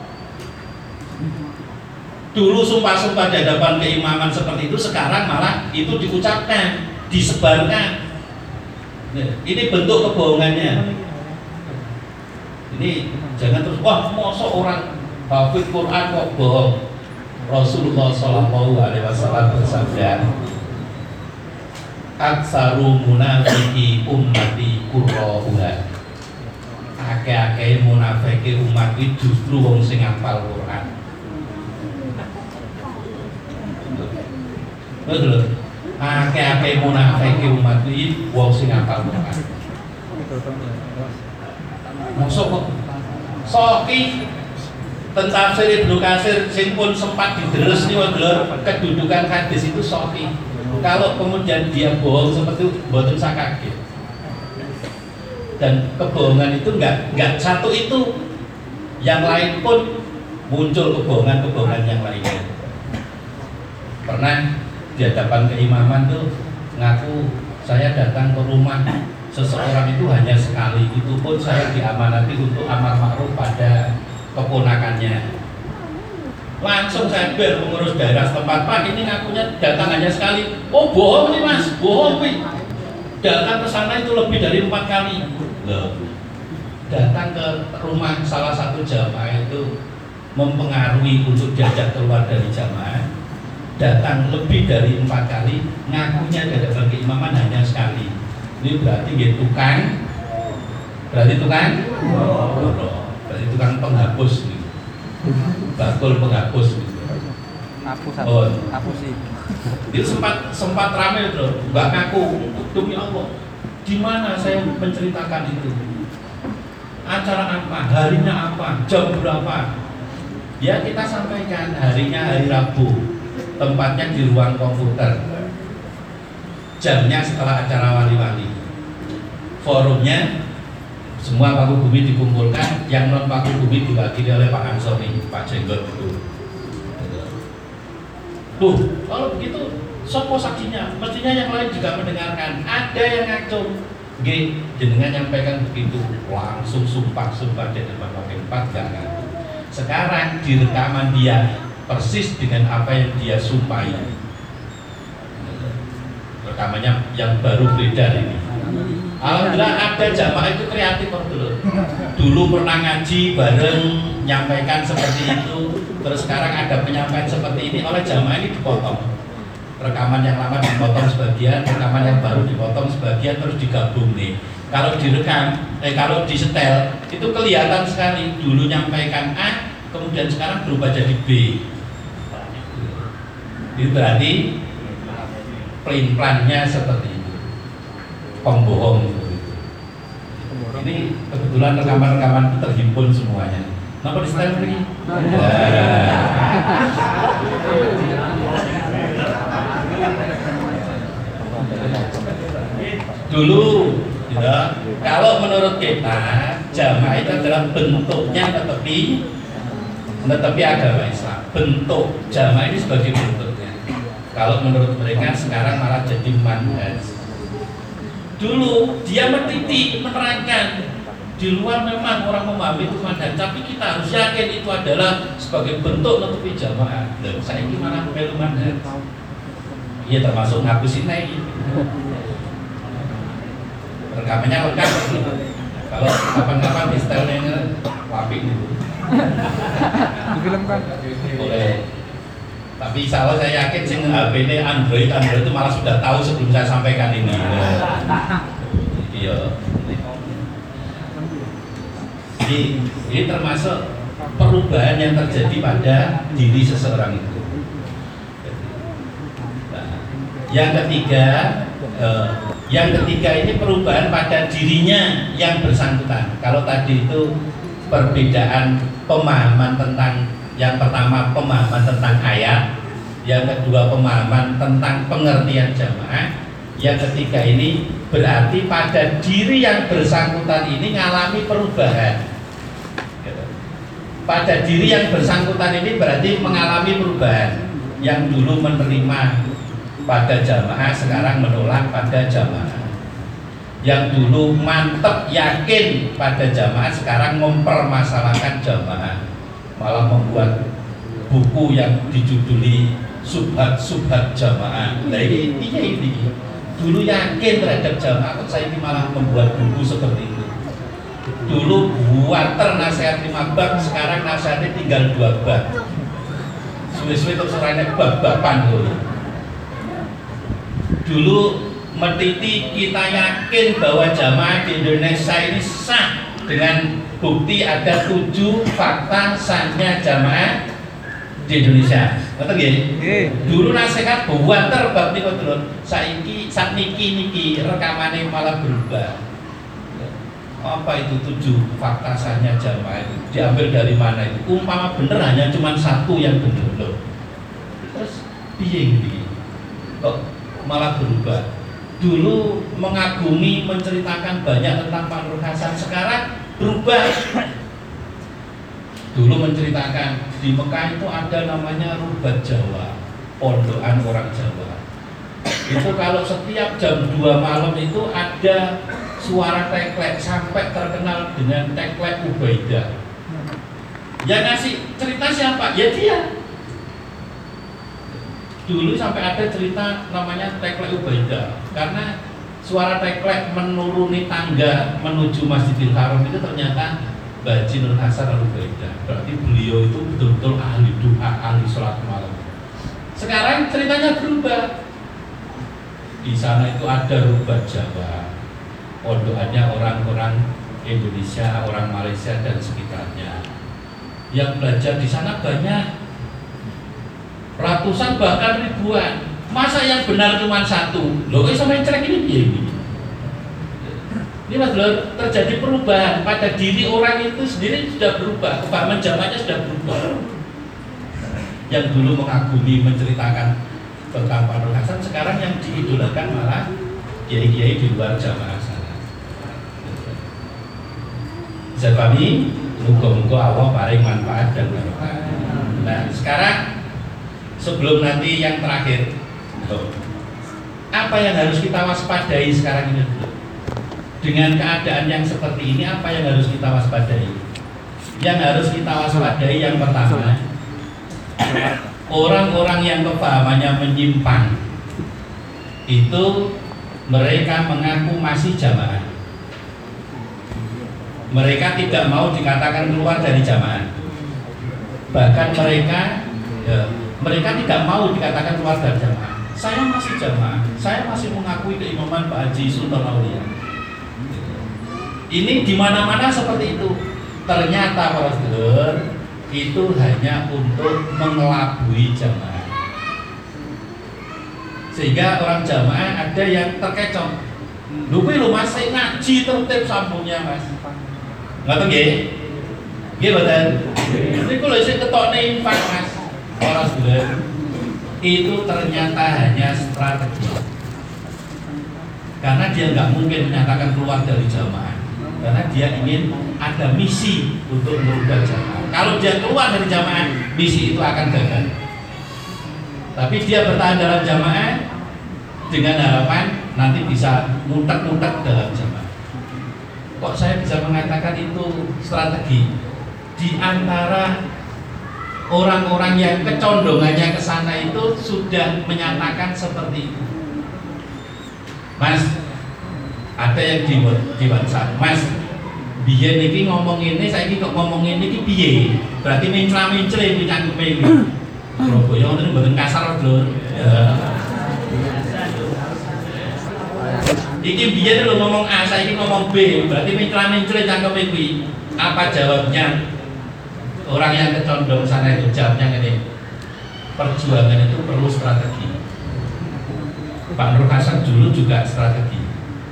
Dulu sumpah-sumpah di hadapan keimaman seperti itu, sekarang malah itu diucapkan, disebarkan. Nah, ini bentuk kebohongannya. Ini jangan terus, wah mosok orang hafid Quran kok bohong. Rasulullah Shallallahu Alaihi Wasallam bersabda, aksaru munafiki ummati qurra'uha. Akeh-akeh munafiki umat iki justru wong sing hafal Quran. Betul. Akeh-akeh munafiki umat iki wong sing hafal Quran. Masuk kok Soki tentang Tafsir Ibnu Katsir sing pun sempat didderes niku kedudukan hadis itu Soki. Kalau kemudian dia bohong seperti itu, mboten sak kaget. Dan kebohongan itu enggak enggak satu itu, yang lain pun muncul kebohongan-kebohongan yang lainnya. Pernah di hadapan keimaman tuh ngaku saya datang ke rumah seseorang itu hanya sekali, itu pun saya diamanati untuk amar ma'ruf pada keponakannya. Langsung saya ber mengurus daerah setempat, Pak ini ngakunya datang hanya sekali. Oh bohong nih mas, bohong nih. Datang ke sana itu lebih dari empat kali. Loh, datang ke rumah salah satu jamaah itu mempengaruhi untuk diajak keluar dari jamaah. Datang lebih dari empat kali, ngakunya datang ke imaman hanya sekali. Ini berarti dia tukang, berarti tukang, oh, berarti tukang penghapus nih. Bakul penghapus gitu. Hapus Oh, hapus sih. Itu sempat sempat ramai loh, Mbak ngaku demi Allah. Di mana saya menceritakan itu? Acara apa? Harinya apa? Jam berapa? Ya kita sampaikan harinya hari Rabu. Tempatnya di ruang komputer. Jamnya setelah acara wali-wali. Forumnya semua Paku Bumi dikumpulkan, yang non Paku Bumi diwakili oleh Pak Ansori, Pak Jenggot itu. Tuh, kalau begitu, sopo saksinya? Mestinya yang lain juga mendengarkan. Ada yang ngaco, G, jenengan nyampaikan begitu, langsung sumpah-sumpah di depan wakil empat gak ngaco. Sekarang di rekaman dia persis dengan apa yang dia sumpahi. Rekamannya yang baru beredar ini. Alhamdulillah ada jamaah itu kreatif dulu. Dulu pernah ngaji bareng nyampaikan seperti itu, terus sekarang ada penyampaian seperti ini oleh jamaah ini dipotong. Rekaman yang lama dipotong sebagian, rekaman yang baru dipotong sebagian, terus digabung nih. Kalau direkam, eh kalau disetel itu kelihatan sekali. Dulu nyampaikan A, kemudian sekarang berubah jadi B. Itu berarti plan-plannya seperti itu. Pembohong itu. Ini kebetulan rekaman-rekaman terhimpun semuanya. Kenapa di setel lagi? Dulu, ya, kalau menurut kita jamaah itu adalah bentuknya tetapi tetapi agama Islam. Bentuk jamaah ini sebagai bentuknya. Kalau menurut mereka sekarang malah jadi manhaj. Dulu dia meneliti, menerangkan di luar memang orang memahami itu manhaj, tapi kita harus yakin itu adalah sebagai bentuk nutupi jamaah. Dan saya ini malah melu manhaj. Iya termasuk ngapusin lagi. Rekamannya lengkap. Kalau kapan-kapan di stylenya wapik gitu. Difilmkan. Boleh. Tapi insya Allah saya yakin sih H P ini Android Android itu malah sudah tahu sebelum saya sampaikan ini. Iya. Jadi ini termasuk perubahan yang terjadi pada diri seseorang itu. Nah, yang ketiga, eh, yang ketiga ini perubahan pada dirinya yang bersangkutan. Kalau tadi itu perbedaan pemahaman tentang yang pertama pemahaman tentang ayat, yang kedua pemahaman tentang pengertian jamaah, yang ketiga ini berarti pada diri yang bersangkutan ini mengalami perubahan. Pada diri yang bersangkutan ini berarti mengalami perubahan. Yang dulu menerima pada jamaah sekarang menolak pada jamaah. Yang dulu mantep yakin pada jamaah, sekarang mempermasalahkan jamaah, malah membuat buku yang dijuduli subhat-subhat jamaah. Nah ini intinya ini, dulu yakin terhadap jamaah, kok saya ini malah membuat buku seperti itu. Dulu buater nasihat lima bab, sekarang nasihatnya tinggal dua bab. Suwe-suwe terus orangnya bab-baban dulu. Dulu metiti kita yakin bahwa jamaah di Indonesia ini sah dengan bukti ada tujuh fakta sahnya jamaah di Indonesia. Betul nggih? Dulu nasihat buater bab niku dulu. Saiki sak niki niki rekamannya malah berubah. Apa itu tujuh fakta sahnya jamaah itu? Diambil dari mana itu? Umpama bener hanya cuma satu yang bener loh. Terus piye iki? Kok malah berubah? Dulu mengagumi, menceritakan banyak tentang Pak Nur Hasan, sekarang berubah. Dulu menceritakan di Mekah itu ada namanya Rubat Jawa, pondokan orang Jawa. Itu kalau setiap jam dua malam itu ada suara teklek, sampai terkenal dengan teklek Ubaidah. Yang ngasih cerita siapa? Ya dia. Dulu sampai ada cerita namanya teklek Ubaidah, karena suara teklek menuruni tangga menuju Masjidil Haram itu ternyata Baji Nur Hasan Al-Ubaidah. Berarti beliau itu betul-betul ahli doa, ahli sholat malam. Sekarang ceritanya berubah. Di sana itu ada Rubat Jawa, pondokannya orang-orang Indonesia, orang Malaysia dan sekitarnya. Yang belajar di sana banyak, ratusan bahkan ribuan. Masa yang benar cuma satu? Loh, kok sama yang celek ini piye ini? Ini Mas Lur, terjadi perubahan pada diri orang itu sendiri sudah berubah, kepahaman jamaahnya sudah berubah. Yang dulu mengagumi, menceritakan tentang Pak Nur Hasan, sekarang yang diidolakan malah kiai-kiai di luar jamaah sana. Bisa pahami? Muga-muga Allah paling manfaat dan barokah. Nah, sekarang sebelum nanti yang terakhir, apa yang harus kita waspadai sekarang ini? Dengan keadaan yang seperti ini, apa yang harus kita waspadai? Yang harus kita waspadai yang pertama, orang-orang yang kepahamannya menyimpang itu mereka mengaku masih jamaah. Mereka tidak mau dikatakan keluar dari jamaah. Bahkan mereka ya, mereka tidak mau dikatakan keluar dari jamaah. Saya masih jamaah, saya masih mengakui keimaman Pak Haji Sultan Aulia. Ini di mana-mana seperti itu. Ternyata para saudara, itu hanya untuk mengelabui jamaah, sehingga orang jamaah ada yang terkecoh. Lho kuwi lho Mas, saya ngaji tertib sambungnya Mas. Ngoten nggih? Nggih mboten? Niku lho sing ketokne infak Mas. Ora sedulur. Itu ternyata hanya strategi. Karena dia nggak mungkin menyatakan keluar dari jamaah. Karena dia ingin ada misi untuk merubah jamaah. Kalau dia keluar dari jamaah, misi itu akan gagal. Tapi dia bertahan dalam jamaah dengan harapan nanti bisa mutek-mutek dalam jamaah. Kok saya bisa mengatakan itu strategi? Di antara orang-orang yang kecondongannya ke sana itu sudah menyatakan seperti itu. Mas, ada yang di, di WhatsApp, Mas, biyen niki ngomong ini, saiki kok ngomong ini iki piye? Berarti mencla-mencle iki cangkeme iki. Surabaya ngoten mboten kasar lho. Ya. Iki biyen lho ngomong A, saiki ngomong B, berarti mencla-mencle cangkeme iki. Apa jawabnya? Orang yang kecondong sana itu jawabnya ngene. Perjuangan itu perlu strategi. Pak Nur Hasan dulu juga strategi.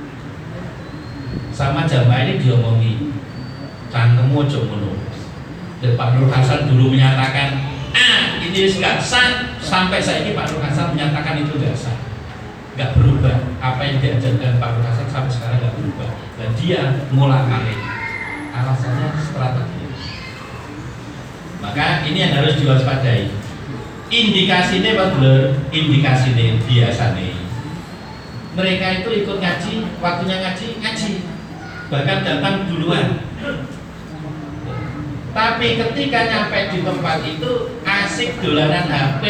Sama jamaah ini diomongi, cangkemmu aja ngono. Dan Pak Nur Hasan dulu menyatakan, ah ini gak sah, sampai saat ini Pak Nur Hasan menyatakan itu gak sah, gak berubah. Apa yang diajarkan Pak Nur Hasan sampai sekarang gak berubah. Dan dia ngulang alik, alasannya strategi. Maka ini yang harus diwaspadai. Indikasinya Pak Dulur, indikasinya biasa nih. mereka itu ikut ngaji, waktunya ngaji, ngaji, bahkan datang duluan. Tapi ketika nyampe di tempat itu asik dolanan H P.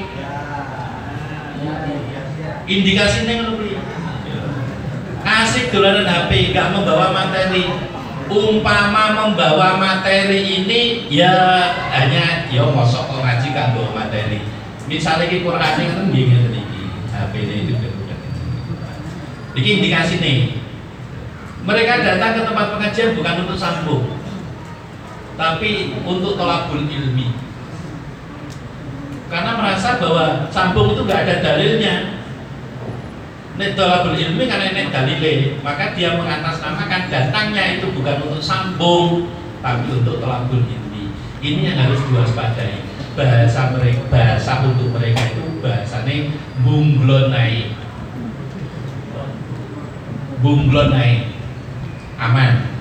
Indikasinya lebih asik dolanan H P, gak membawa materi. Umpama membawa materi ini ya hanya ya mosok kok ngaji gak bawa materi. Misalnya ki Quran kan nggih ngeten iki, H P ini itu udah. Iki indikasi nih. Mereka datang ke tempat pengajian bukan untuk sambung, tapi untuk tolabul ilmi. Karena merasa bahwa sambung itu gak ada dalilnya. Nek tolabul ilmi karena ini dalile, maka dia mengatasnamakan datangnya itu bukan untuk sambung, tapi untuk tolabul ilmi. Ini yang harus diwaspadai. Bahasa mereka, bahasa untuk mereka itu bahasanya bunglonai, bunglonai, aman.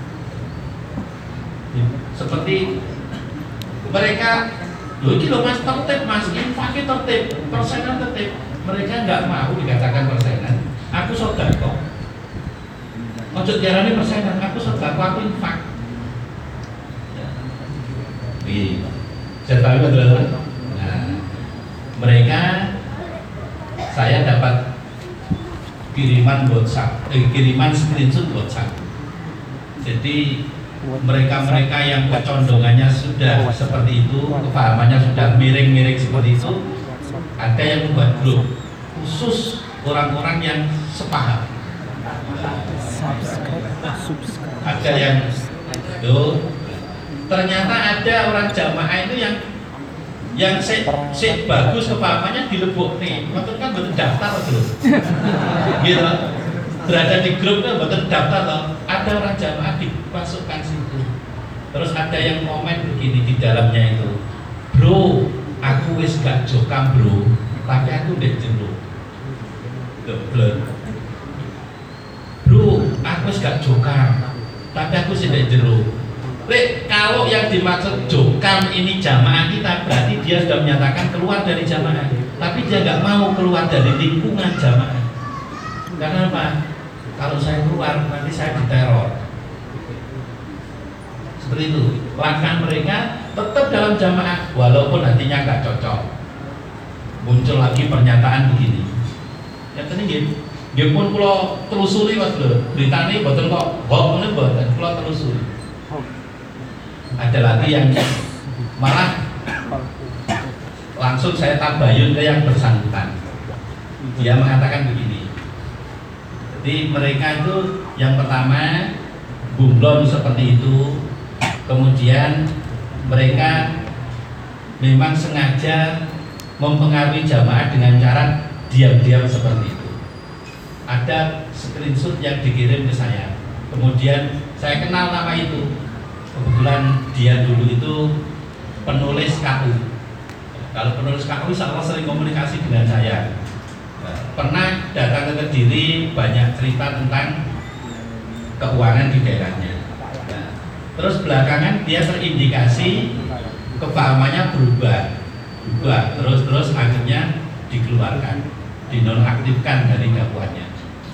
Seperti mereka, loh ini loh mas tertib mas, infaknya tertib, persenan tertib. Mereka nggak mau dikatakan persenan. Aku sodako. Ojo diarani persenan. Aku sodako, aku infak. Iya. Saya tahu betul. Nah, mereka saya dapat kiriman WhatsApp, eh, kiriman screenshot WhatsApp. Jadi mereka-mereka yang kecondongannya sudah seperti itu, kepahamannya sudah miring-miring seperti itu, ada yang membuat grup khusus orang-orang yang sepaham. Ada yang tuh, ternyata ada orang jamaah itu yang yang se, se bagus kepahamannya dilebok nih, betul kan betul daftar loh, gitu. Berada di grup kan betul daftar loh. Ada orang jamaah dimasukkan situ. Terus ada yang komen begini di dalamnya itu, bro, aku wis gak jokam bro, tapi aku udah jero. Geblek. Bro, aku wis gak jokam, tapi aku sudah jero. Lek, kalau yang dimaksud jokam ini jamaah kita, berarti dia sudah menyatakan keluar dari jamaah. Tapi dia nggak mau keluar dari lingkungan jamaah. Karena apa? Kalau saya keluar, nanti saya diteror. Seperti itu. Langkah mereka tetap dalam jamaah, walaupun hatinya nggak cocok. Muncul lagi pernyataan begini. Yang tadi gini, dia pun kalau telusuri mas bro, beritanya betul kok, bohong ini betul, kalau telusuri. Ada lagi yang malah langsung saya tabayun ke yang bersangkutan. Dia mengatakan begini. Jadi mereka itu yang pertama bunglon seperti itu, kemudian mereka memang sengaja mempengaruhi jamaah dengan cara diam-diam seperti itu. Ada screenshot yang dikirim ke saya, kemudian saya kenal nama itu. Kebetulan dia dulu itu penulis K U. Kalau penulis K U insya Allah sering komunikasi dengan saya. Pernah datang ke Kediri, banyak cerita tentang keuangan di daerahnya. Nah, terus belakangan dia terindikasi kepahamannya berubah, berubah terus-terus akhirnya dikeluarkan, dinonaktifkan dari dakwaannya.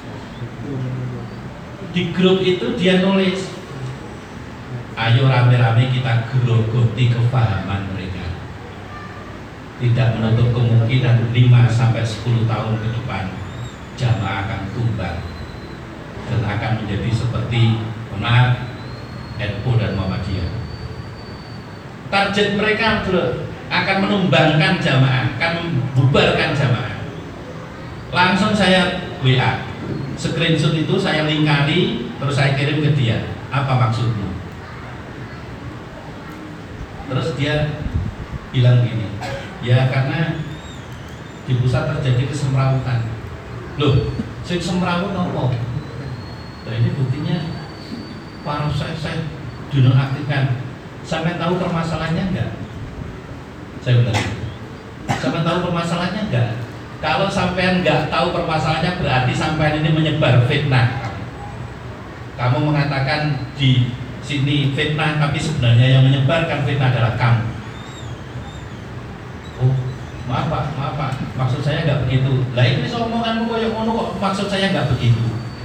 Di grup itu dia nulis, ayo rame-rame kita gerogoti kefahaman mereka. Tidak menutup kemungkinan lima sampai sepuluh tahun ke depan jamaah akan tumbang dan akan menjadi seperti N U dan Muhammadiyah. Target mereka akan menumbangkan jamaah, akan membubarkan jamaah. Langsung saya W A, screenshot itu saya lingkari, terus saya kirim ke dia. Apa maksudmu? Terus dia bilang gini, ya karena di pusat terjadi kesemrawutan. Loh, sing semrawut apa? Nah ini buktinya para saya dinonaktifkan. Sampai tahu permasalahannya enggak? Saya bilang, sampai tahu permasalahannya enggak? Kalau sampean enggak tahu permasalahannya berarti sampean ini menyebar fitnah. Kamu mengatakan di sini fitnah, tapi sebenarnya yang menyebarkan fitnah adalah kamu. Oh, maaf Pak, maaf Pak, maksud saya nggak begitu. Lah ini omonganmu koyo ngono kok, maksud saya nggak begitu.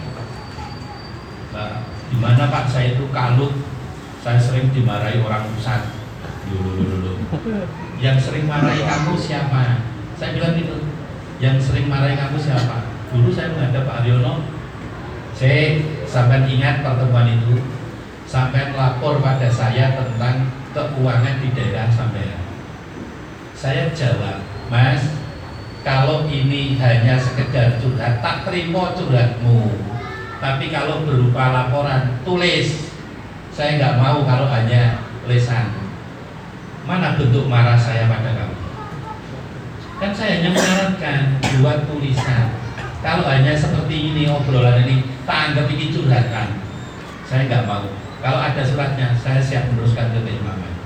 Nah, di mana Pak saya itu kalut, saya sering dimarahi orang pusat. Dulu dulu yang sering marahi kamu siapa? Saya bilang gitu. Yang sering marahi kamu siapa? Dulu saya menghadap Pak Haryono, saya sampai ingat pertemuan itu, sampai lapor pada saya tentang keuangan di daerah sampean. Saya jawab, Mas, kalau ini hanya sekedar curhat, tak terima curhatmu. Tapi kalau berupa laporan, tulis. Saya nggak mau kalau hanya lisan. Mana bentuk marah saya pada kamu? Kan saya hanya menyarankan buat tulisan. Kalau hanya seperti ini obrolan ini, tak anggap ini curhatan. Saya nggak mau. Kalau ada suratnya, saya siap meneruskan ke keimaman.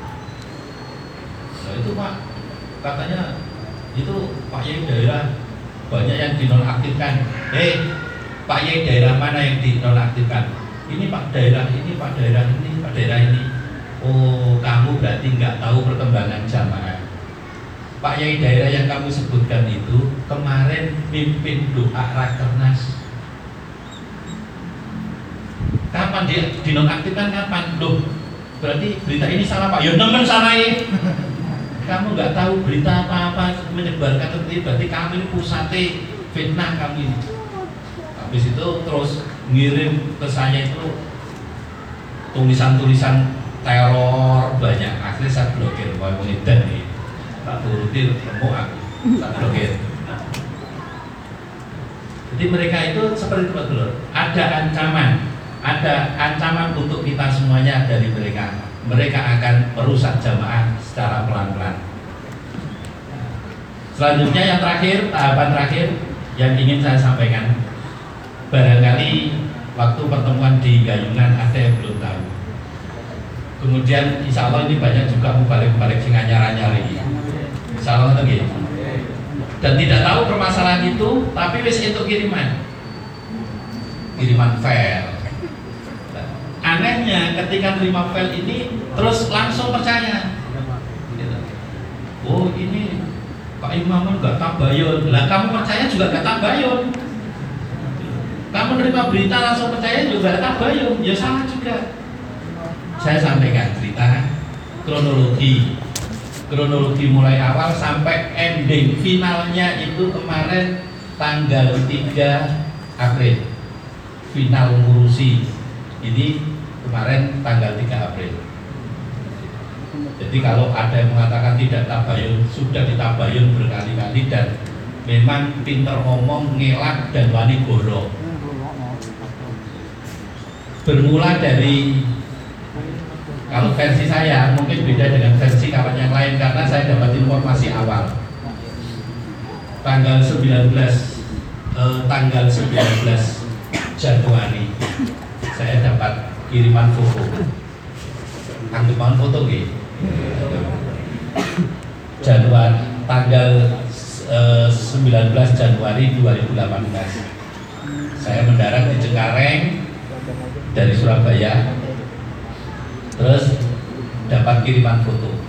Nah itu Pak, katanya itu Pak Yai daerah banyak yang dinonaktifkan. Hei, Pak Yai daerah mana yang dinonaktifkan? Ini Pak daerah, ini Pak daerah, ini Pak daerah ini. Oh, kamu berarti nggak tahu perkembangan jamaah. Pak Yai daerah yang kamu sebutkan itu kemarin mimpin doa rakernas. Kapan dia dinonaktifkan? Kapan? Loh, berarti berita ini salah Pak. Ya nemen salah ini. Kamu nggak tahu berita apa-apa menyebarkan seperti berarti kamu ini pusate fitnah kamu ini. Habis itu terus ngirim ke saya itu tulisan-tulisan teror banyak. Akhirnya saya blokir, mau ngedan nih. Tak turuti temu aku, tak blokir. Jadi mereka itu seperti itu Pak Dulur. Ada ancaman, ada ancaman untuk kita semuanya dari mereka. Mereka akan merusak jamaah secara pelan-pelan. Selanjutnya yang terakhir, tahapan terakhir yang ingin saya sampaikan. Barangkali waktu pertemuan di Gayungan ada yang belum tahu. Kemudian insya Allah ini banyak juga mubalik-mubalik sing anyar-anyar ini. Insya Allah itu gitu. Dan tidak tahu permasalahan itu, tapi wis itu kiriman. Kiriman file. Anehnya ketika terima file ini terus langsung percaya. Oh ini Pak Imamun gak tabayun. Lah kamu percaya juga gak tabayun. Kamu nerima berita langsung percaya juga gak tabayun. Ya salah juga. Saya sampaikan cerita kronologi. Kronologi mulai awal sampai ending finalnya itu kemarin tanggal tiga April. Final ngurusi. Ini kemarin tanggal tiga April. Jadi kalau ada yang mengatakan tidak tabayun, sudah ditabayun berkali-kali dan memang pinter ngomong, ngelak dan wani goro. Bermula dari, kalau versi saya mungkin beda dengan versi kawan yang lain karena saya dapat informasi awal. Tanggal sembilan belas eh, tanggal sembilan belas Januari saya dapat kiriman foto. Anggapan foto nggih. Januari tanggal eh, sembilan belas Januari dua ribu delapan belas. Saya mendarat di Cengkareng dari Surabaya. Terus dapat kiriman foto.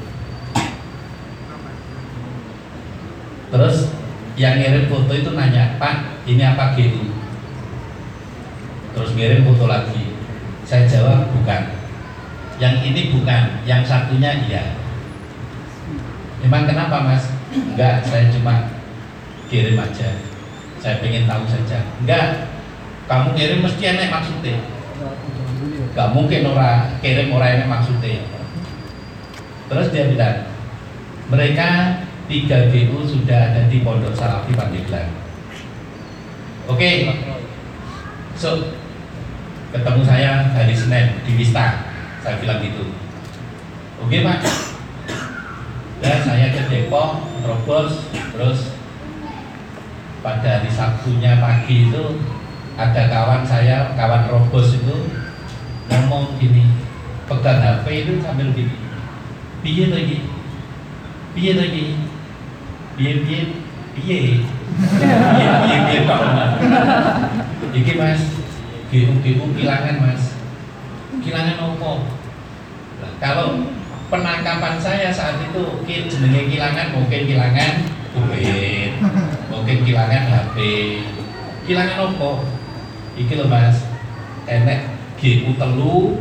Terus yang ngirim foto itu nanya, "Pak, ini apa G U?" Terus ngirim foto lagi. Saya jawab bukan. Yang ini bukan, yang satunya iya. Memang kenapa Mas? Enggak, saya cuma kirim aja. Saya pengen tahu saja. Enggak, kamu kirim mesti enak maksudnya. Gak mungkin orang kirim orang enak maksudnya. Terus dia bilang, mereka tiga G U sudah ada di Pondok Salafi Pandeglang. Oke, okay. So ketemu saya hari Senin di Wista. Saya bilang gitu. Oke okay, Pak. Dan saya ke Depok, terobos, terus pada hari Sabtunya pagi itu ada kawan saya, kawan robos itu ngomong gini, pegang H P itu sambil gini, piye lagi, piye lagi, piye piye piye, piye piye piye Pak. Iki Mas, gemu gemu kilangan Mas, kilangan opo? Nah, kalau penangkapan saya saat itu jenenge kilangan, mungkin kilangan duit, mungkin kilangan H P, kilangan opo? Iki lho Mas, enek G U telu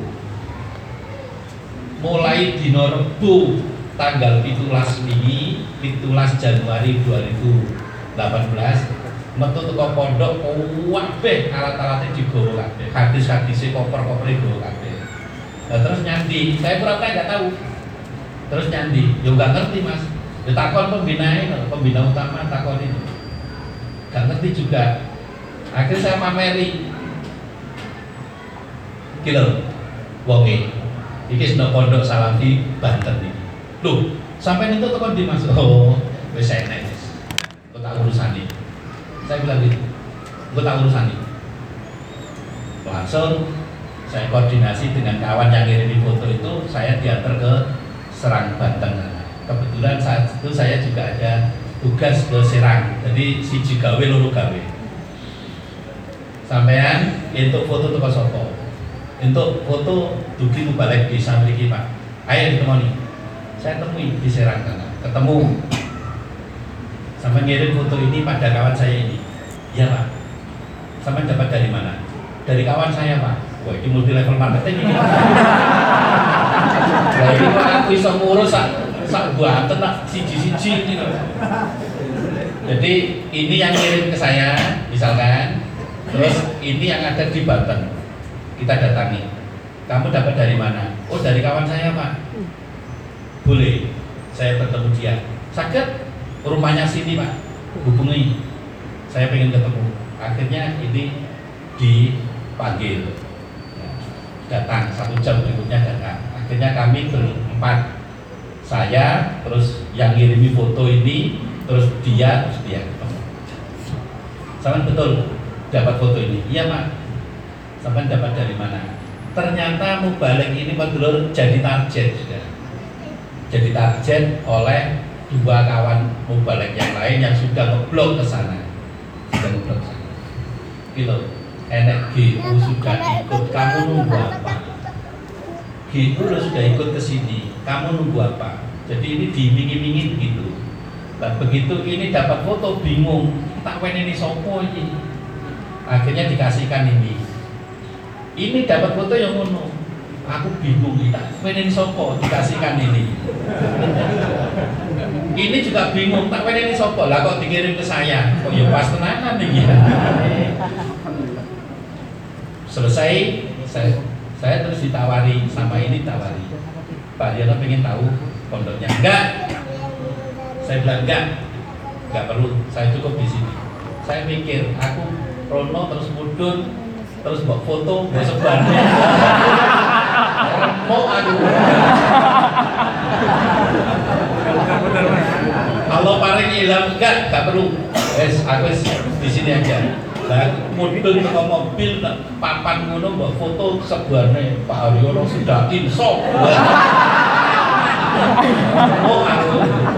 mulai dino Rebo tanggal pitulas wingi, pitulas Januari dua ribu delapan belas metu teko pondok kabeh alat-alatnya digowo kabeh, hadis-hadise koper-kopere digowo kabeh. Nah, terus nyandi, saya pura-pura nggak tahu. Terus nyandi, yo nggak ngerti Mas. Ya takon pembina ini, pembina utama takon ini. Nggak ngerti juga. Akhirnya saya pameri. Kilo, wonge. Iki seno pondok Salafi Banten iki. Loh, sampai itu tekan di Mas. Oh, wis enek wis. Kok tak urusani. Saya bilang gitu. Kok tak urusani. Langsung saya koordinasi dengan kawan yang ngirim foto itu, saya diantar ke Serang Banten. Kebetulan saat itu saya juga ada tugas ke Serang, jadi siji gawe loro gawe. Sampean untuk foto teko sapa? Untuk foto dugi mubalek desa mriki Pak. Ayo ditemoni. Saya temui di Serang sana. Ketemu. Sampai ngirim foto ini pada kawan saya ini. Iya Pak. Sampai dapat dari mana? Dari kawan saya Pak. Wah, ini multi level marketing ini. Wah, ini kok aku bisa ngurus sak sak Banten nak siji-siji ini loh. Jadi ini yang kirim ke saya, misalkan, terus ini yang ada di Banten. Kita datangi. Kamu dapat dari mana? Oh, dari kawan saya Pak. Boleh. Saya bertemu dia. Sakit rumahnya sini Pak. Hubungi. Saya pengen ketemu. Akhirnya ini dipanggil. Datang satu jam berikutnya datang. Akhirnya kami berempat, saya, terus yang ngirimi foto ini, terus dia, terus dia ketemu. Sampai betul dapat foto ini. Iya Pak. Sampai dapat dari mana? Ternyata Mubalek ini Pak Dulur jadi target sudah. Jadi target oleh dua kawan Mubalek yang lain yang sudah ngeblok ke sana. Sudah ngeblok ke sana. Gitu. Enek G U sudah ikut, kamu nunggu apa? G U lo sudah ikut ke sini, kamu nunggu apa? Jadi ini diiming-imingi begitu. Dan begitu ini dapat foto bingung, tak wen ini sopo ini. Akhirnya dikasihkan ini. Ini dapat foto yang ngono. Aku bingung, tak wen ini sopo, dikasihkan ini. Ini juga bingung, tak wen ini sopo. Lah kok dikirim ke saya? Kok ya pas tenangan nih ya. Selesai, saya, saya terus ditawari, sama ini tawari, Pak Diono pengen tahu pondoknya. Enggak, saya bilang enggak, enggak perlu, saya cukup di sini. Saya mikir, aku Rono terus mudun, terus bawa foto, bawa sebarnya. Mau aku. Kalau paling hilang enggak, enggak perlu. Wes, aku di sini aja. Lah mudun ke mobil papan ngono mbok foto sebuahnya Pak Haryono sudah insop. Oh aku.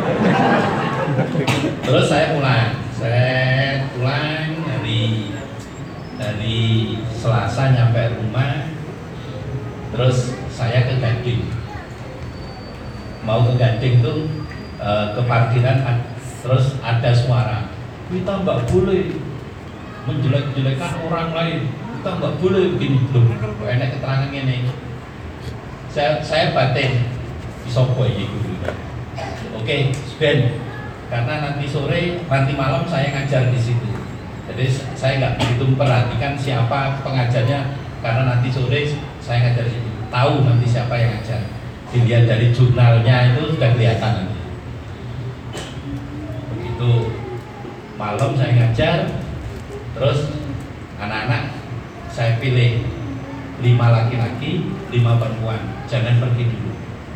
Terus saya pulang. Saya pulang dari dari Selasa nyampe rumah. Terus saya ke Gading. Mau ke Gading tuh eh, ke parkiran, terus ada suara, kita nggak boleh menjelek-jelekan orang lain, kita nggak boleh begini. Belum enak keterangan ini. Saya saya batin isopo iki guru. Oke, Ben, karena nanti sore, nanti malam saya ngajar di situ. Jadi saya nggak begitu memperhatikan siapa pengajarnya, karena nanti sore saya ngajar di situ. Tahu nanti siapa yang ngajar. Dilihat dari jurnalnya itu sudah kelihatan nanti. Begitu malam saya ngajar. Terus anak-anak saya pilih lima laki-laki, lima perempuan. Jangan pergi dulu.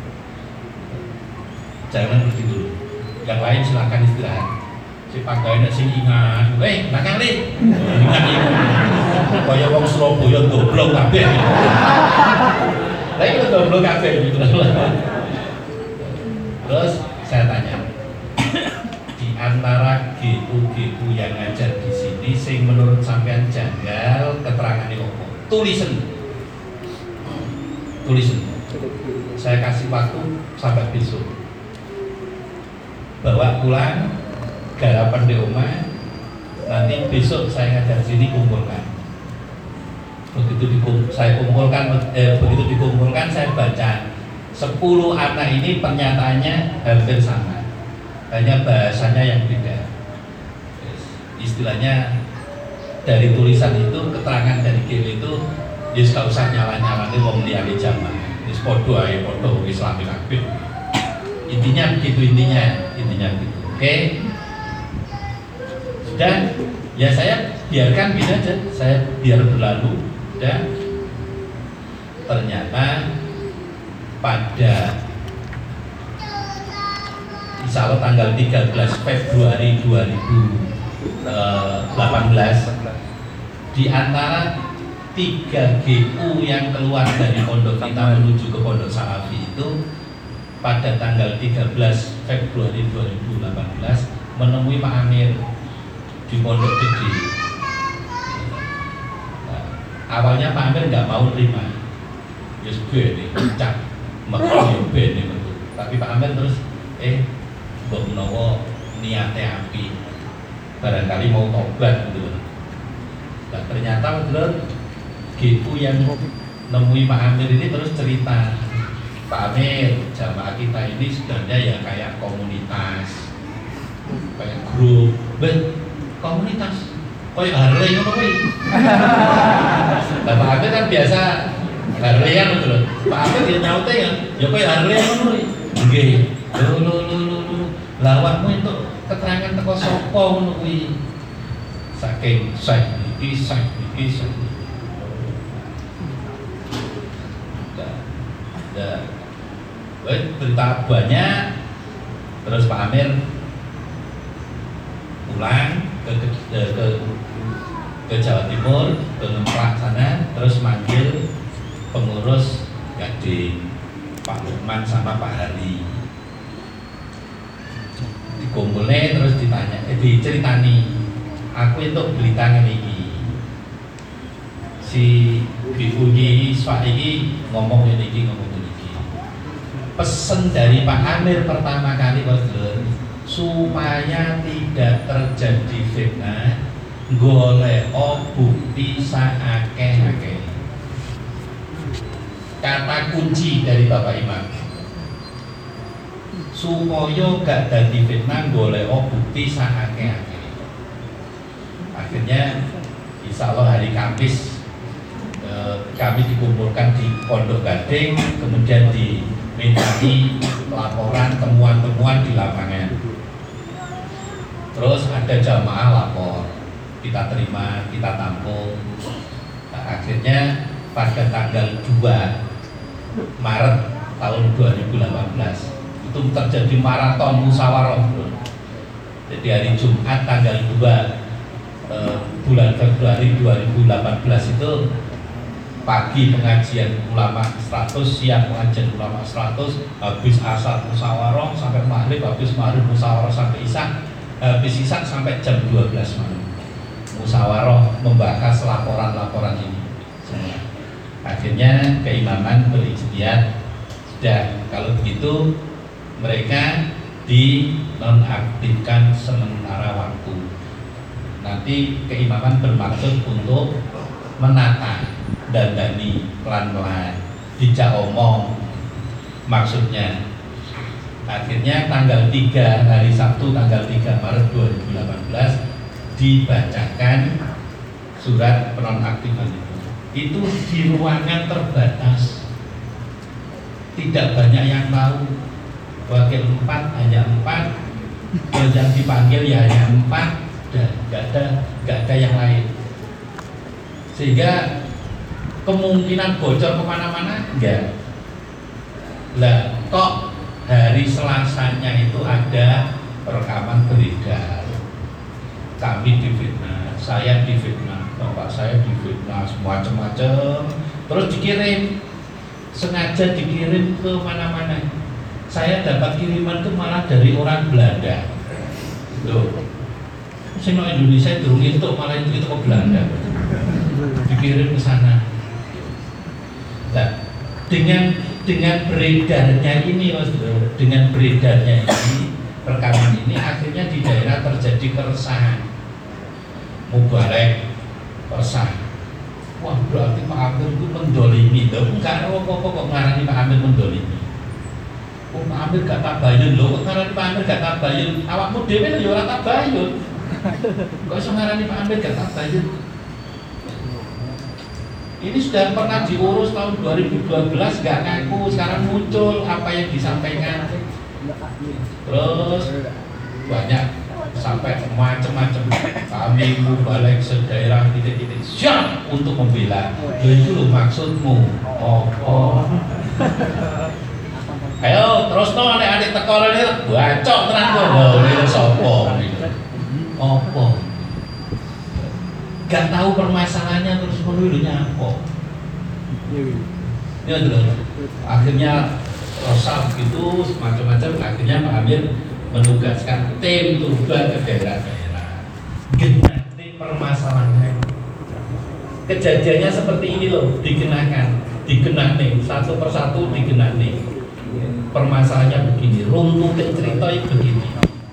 Jangan pergi dulu. Yang lain silakan istirahat. Si pagawai sing ingat, eh nakal li. Ingat iki. Kaya wong Surabaya goblok kabeh. Lah iki goblok kabeh gitu. Terus saya tanya, antara G U-G U yang ngajar di sini sing menurut sampean janggal keterangan opo? Tulisen. Tulisen. Saya kasih waktu sampai besok. Bawa pulang garapan di rumah. Nanti besok saya ngajar sini kumpulkan. Begitu dikum, saya kumpulkan, eh, begitu dikumpulkan saya baca sepuluh anak ini pernyataannya hampir sama, hanya bahasanya yang beda. Istilahnya dari tulisan itu, keterangan dari kiri itu, yes gak usah nyala-nyala nih wong liyane jamaah. Wis padha ae padha wong Islam kabeh. Intinya begitu intinya, intinya begitu. Oke. Okay? Dan ya saya biarkan bisa aja, saya biar berlalu. Dan ternyata pada insya Allah tanggal tiga belas Februari dua ribu delapan belas di antara tiga G U yang keluar dari pondok kita menuju ke pondok Salafi itu pada tanggal tiga belas Februari dua ribu delapan belas menemui Pak Amir di Pondok Gede. Nah, awalnya Pak Amir nggak mau terima, yes bene, cak, makanya bene betul. Tapi Pak Amir terus, eh, mbok menawa niatnya api, barangkali mau tobat gitu. Nah, ternyata betul G U yang nemui Pak Amir ini terus cerita, Pak Amir, jamaah kita ini sebenarnya ya kayak komunitas, kayak grup, ben komunitas, kayak Harley ngono kuwi. Lah Pak Amir kan biasa Harleyan gitu loh. Pak Amir dia nyaute ya, ya kayak Harley ngono kuwi. Nggih. Lho lho lho lho. Lawakmu itu keterangan teko sapa ngono kuwi? Saking syekh iki syekh iki syekh. Nah, berita banyak. Terus Pak Amir pulang ke ke, ke, ke Jawa Timur, ke Ngemplak sana, terus manggil pengurus Gading, Pak Lukman sama Pak Hari. Dikumpulnya terus ditanya, eh, diceritani, aku itu berita ini, si Ibu Nyi Iswa ini ngomong ini ngomong ini. Pesen dari Pak Amir pertama kali bergelar supaya tidak terjadi fitnah, golek bukti saakeh-akeh. Kata kunci dari Bapak Imam, supaya gak jadi fitnah, golek bukti saakeh-akeh. Akhirnya insya Allah hari Kamis eh, kami dikumpulkan di Pondok Gading, kemudian dimintai laporan temuan-temuan di lapangan. Terus ada jamaah lapor, kita terima, kita tampung. Nah, akhirnya pada tanggal dua Maret tahun dua ribu delapan belas itu terjadi maraton musyawarah. Jadi hari Jumat tanggal dua eh, bulan Februari dua ribu delapan belas itu pagi pengajian ulama seratus, siang pengajian ulama seratus, habis asar musyawarah sampai maghrib, habis maghrib musyawarah sampai isya, habis isya sampai jam dua belas malam. Musyawarah membahas laporan-laporan ini semua. Akhirnya keimaman berijtihad, dan kalau begitu mereka dinonaktifkan sementara waktu. Nanti keimaman bermaksud untuk menata dan dani pelan-pelan, dijak omong maksudnya. Akhirnya tanggal tiga hari Sabtu tanggal tiga Maret dua ribu delapan belas dibacakan surat penonaktifan itu. Itu di ruangan terbatas, tidak banyak yang tahu. Wakil empat hanya empat, yang dipanggil ya hanya empat, dan nggak ada nggak ada yang lain. Sehingga kemungkinan bocor kemana-mana enggak. Lah kok hari Selasanya itu ada rekaman beredar, kami difitnah, saya difitnah, bapak saya difitnah, macam-macam, terus dikirim, sengaja dikirim ke mana-mana. Saya dapat kiriman itu malah dari orang Belanda. Loh, sing nang Indonesia durung entuk, malah itu ke Belanda, dikirim ke sana. Nah, dengan dengan beredarnya ini Mas Bro, dengan beredarnya ini rekaman ini akhirnya di daerah terjadi keresahan. Mubarek resah. Wah berarti Pak Amir itu mendolimi. Loh enggak apa-apa kok ngarani Pak Amir mendolimi. Oh Pak Amir gak tabayun loh, kok ngarani Pak Amir gak tabayun. Awakmu dhewe lho ya ora tabayun. Kok iso ngarani Pak Amir gak tabayun. Ini sudah pernah diurus tahun dua ribu dua belas, gak ngaku, sekarang muncul apa yang disampaikan. Terus banyak sampai macam-macam. Kami balik sedaerah titik-titik siap untuk membela. Itu loh maksudmu. Oh, oh. Ayo terus no adik-adik tekor ini bacok terang kok. Ini sopo. Opo. Gak tahu permasalahannya terus menurutnya apa. Ya terus akhirnya rosal gitu macam-macam. Akhirnya Pak Amir menugaskan tim turba ke daerah-daerah. Genati permasalahan. Kejadiannya seperti ini loh, dikenakan, dikenani satu persatu dikenani. Permasalahannya begini, runtutin cerita begini.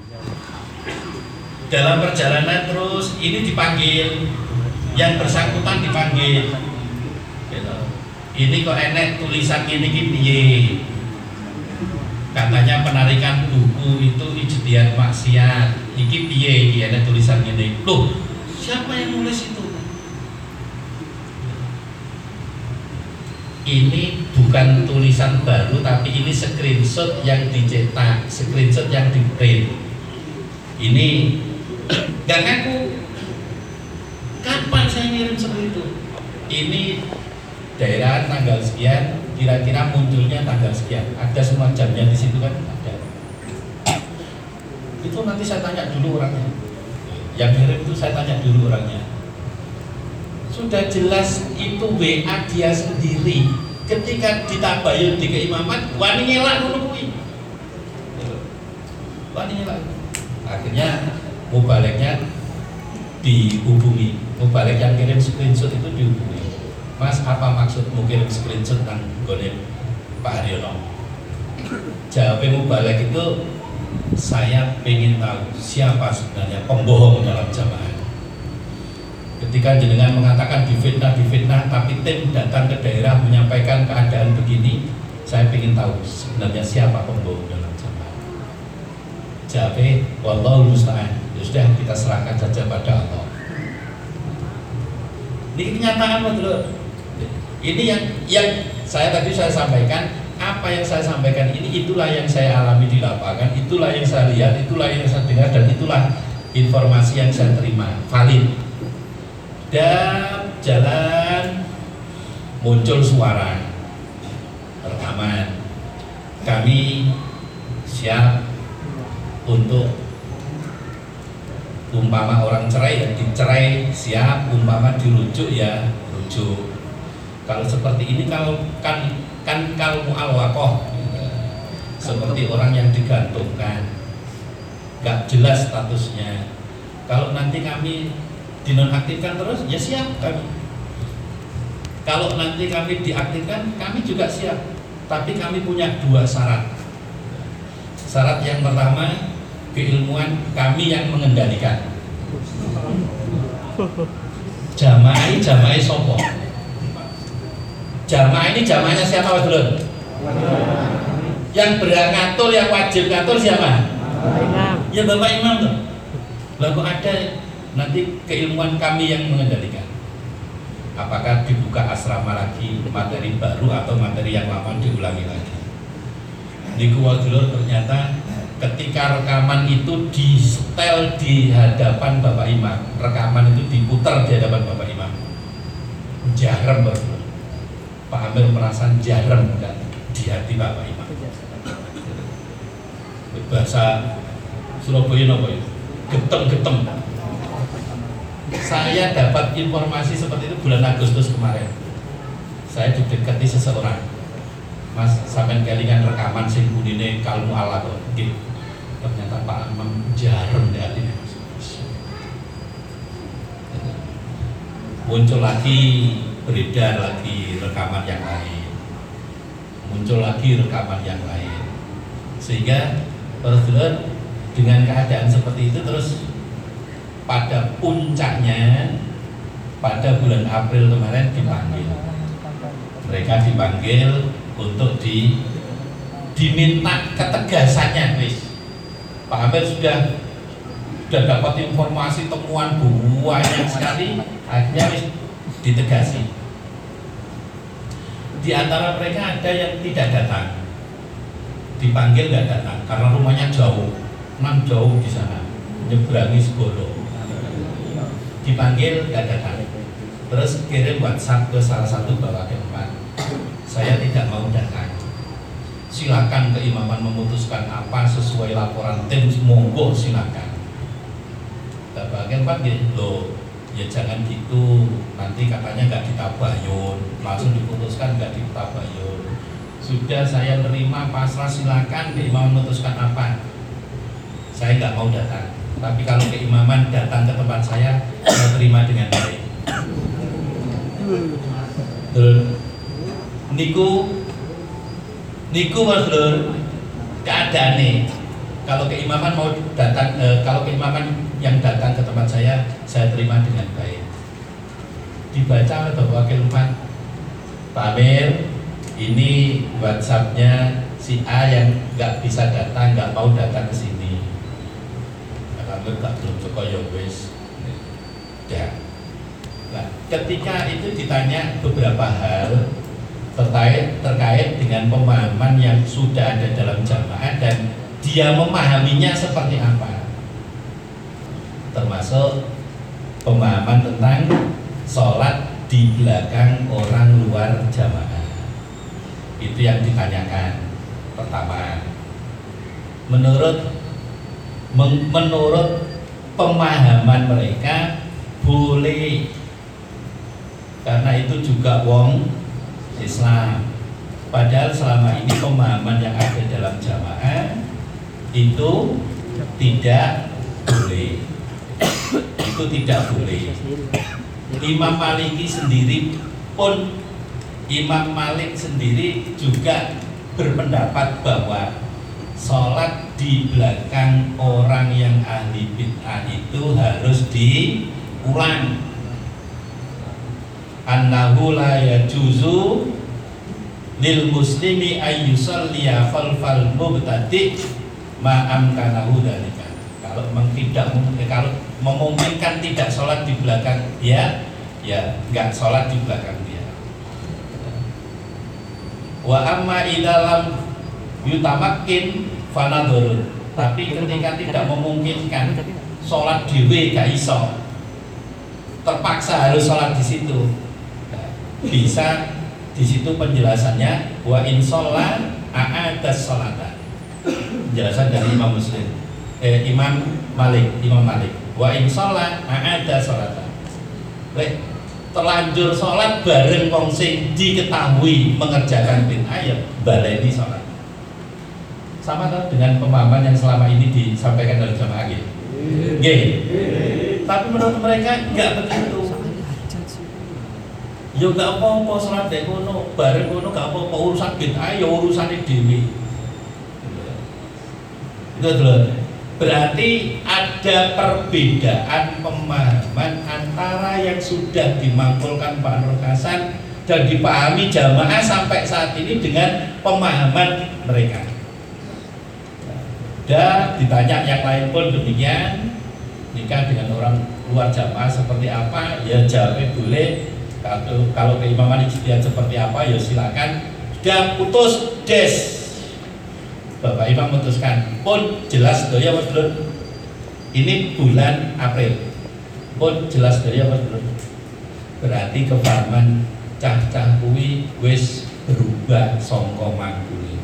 Dalam perjalanan terus ini dipanggil, yang bersangkutan dipanggil. Gitu. Ini kok enek tulisan ini piye? Katanya penarikan buku itu ijtihad maksiat. Iki piye iki enek tulisan ini? Loh, siapa yang nulis itu? Ini bukan tulisan baru tapi ini screenshot yang dicetak, screenshot yang di print. Ini gak ngaku. Kapan saya ngirim seperti itu? Ini daerah tanggal sekian, kira-kira munculnya tanggal sekian. Ada semua jamnya di situ kan? Ada. Itu nanti saya tanya dulu orangnya. Yang ngirim itu saya tanya dulu orangnya. Sudah jelas itu W A dia sendiri. Ketika ditabayun di keimaman, wani ngelak ngono kuwi. Wani ngelak. Akhirnya mubaliknya dihubungi, mubalik yang kirim screenshot itu dihubungi. Mas, apa maksudmu kirim screenshot nang gone Pak Haryono? Jawabnya mubalik itu, saya pengen tahu siapa sebenarnya pembohong dalam jamaah. Ketika jenengan mengatakan difitnah difitnah, tapi tim datang ke daerah menyampaikan keadaan begini, saya pengen tahu sebenarnya siapa pembohong dalam jamaah. Jawabnya, wallahu musta'an. Sudah kita serahkan saja pada Allah. Ini kenyataan betul. Ini yang yang saya tadi saya sampaikan, apa yang saya sampaikan ini itulah yang saya alami di lapangan, itulah yang saya lihat, itulah yang saya dengar, dan itulah informasi yang saya terima valid. Dan jalan muncul suara rekaman. Kami siap untuk umpama orang cerai ya dicerai siap, umpama dirujuk ya rujuk. Kalau seperti ini kalau kan kan kalau mu'allaqah seperti orang yang digantungkan, gak jelas statusnya. Kalau nanti kami dinonaktifkan terus ya siap kami. Kalau nanti kami diaktifkan kami juga siap. Tapi kami punya dua syarat. Syarat yang pertama, keilmuan kami yang mengendalikan. Jamaah ini jamaah sopo. Jamaah ini jamaahnya siapa Mas Bro? Yang berhak ngatur, yang wajib ngatur siapa? Imam. Ya Bapak Imam tuh. Lalu ada nanti keilmuan kami yang mengendalikan. Apakah dibuka asrama lagi, materi baru atau materi yang lama diulangi lagi. Di Kuwadulur ternyata ketika rekaman itu di setel di hadapan Bapak Imam, rekaman itu diputar di hadapan Bapak Imam, jarem betul. Pak Amir merasa jarem dan di hati Bapak Imam. Bahasa Surabaya apa ya? Getem-getem. Saya dapat informasi seperti itu bulan Agustus kemarin. Saya didekati seseorang. Mas, sampean kelingan rekaman sing bunine kalmu ala kok. Nggih. Ternyata Pak Imam jarem di hati. Muncul lagi, beredar lagi rekaman yang lain. muncul lagi rekaman yang lain, sehingga Rasulullah dengan keadaan seperti itu terus pada puncaknya pada bulan April kemarin dipanggil, mereka dipanggil untuk di diminta ketegasannya, wis Pak Amir sudah sudah dapat informasi temuan banyak sekali, akhirnya wis ditegasi. Di antara mereka ada yang tidak datang, dipanggil nggak datang karena rumahnya jauh, enam jauh di sana, menyeberangi Segoro. Dipanggil nggak datang, terus kirim WhatsApp ke salah satu bapak keempat, saya tidak mau datang. Silakan keimaman memutuskan apa sesuai laporan tim, monggo silakan. Bapak keempat gitu, loh ya jangan gitu, nanti katanya nggak ditabayun, langsung diputuskan nggak ditabayun. Sudah saya terima pasrah, silakan keimaman memutuskan apa, saya nggak mau datang. Tapi kalau keimaman datang ke tempat saya, saya terima dengan baik. Betul. Niku, niku Lur, keadaannya. Kalau keimaman mau datang, eh, kalau keimaman yang datang ke tempat saya, saya terima dengan baik. Dibaca oleh Bapak Wakil Umpan, Pak Amir, ini WhatsAppnya si A yang nggak bisa datang, nggak mau datang ke sini. Pak Amir tak belum cukup ya wis. Ya. Nah, ketika itu ditanya beberapa hal terkait terkait dengan pemahaman yang sudah ada dalam jamaah dan dia memahaminya seperti apa, termasuk pemahaman tentang sholat di belakang orang luar jamaah. Itu yang ditanyakan. Pertama, menurut men, menurut pemahaman mereka boleh, karena itu juga wong Islam. Padahal selama ini pemahaman yang ada dalam jamaah itu tidak boleh, itu tidak boleh. Imam Maliki sendiri pun, Imam Malik sendiri juga berpendapat bahwa sholat di belakang orang yang ahli bid'ah itu harus diulang. Annahu la yajuzu lil muslimi ayyusalliya khalfal mubtadi' ma'am kanahu dalika. Kalau memang tidak mungkin, kalau memungkinkan tidak sholat di belakang dia, ya nggak sholat di belakang dia. Wa amma idalam yutamakin fanadurun. Tapi ketika tidak memungkinkan sholat dewe gak iso, terpaksa harus sholat di situ, bisa di situ penjelasannya wa in sholat a'adas sholata. Penjelasan dari Imam Muslim, eh, Imam Malik, Imam Malik. Wa in sholat a'ada sholata. Lek terlanjur sholat bareng wong sing diketahui mengerjakan bid'ah, ya baleni sholat. Sama kan dengan pemahaman yang selama ini disampaikan dalam jamaah gitu. Nggih. Tapi menurut mereka enggak begitu. Ya enggak apa-apa sholat dek kono, bareng kono enggak apa-apa, urusan bid'ah ya urusane dhewe. Berarti ada perbedaan pemahaman antara yang sudah dimangkulkan Pak Nur Hasan dan dipahami jamaah sampai saat ini dengan pemahaman mereka. Dan ditanya yang lain pun demikian, nikah dengan orang luar jamaah seperti apa, ya jawabnya boleh. Kalau, kalau keimaman ijtihad seperti apa, ya silakan. Sudah putus des, Bapak Imam memutuskan pun jelas doya Mas Dulur. Ini bulan April pun jelas doya Mas Dulur. Berarti kepahaman cah-cah kuwi wis berubah sangka mangkule.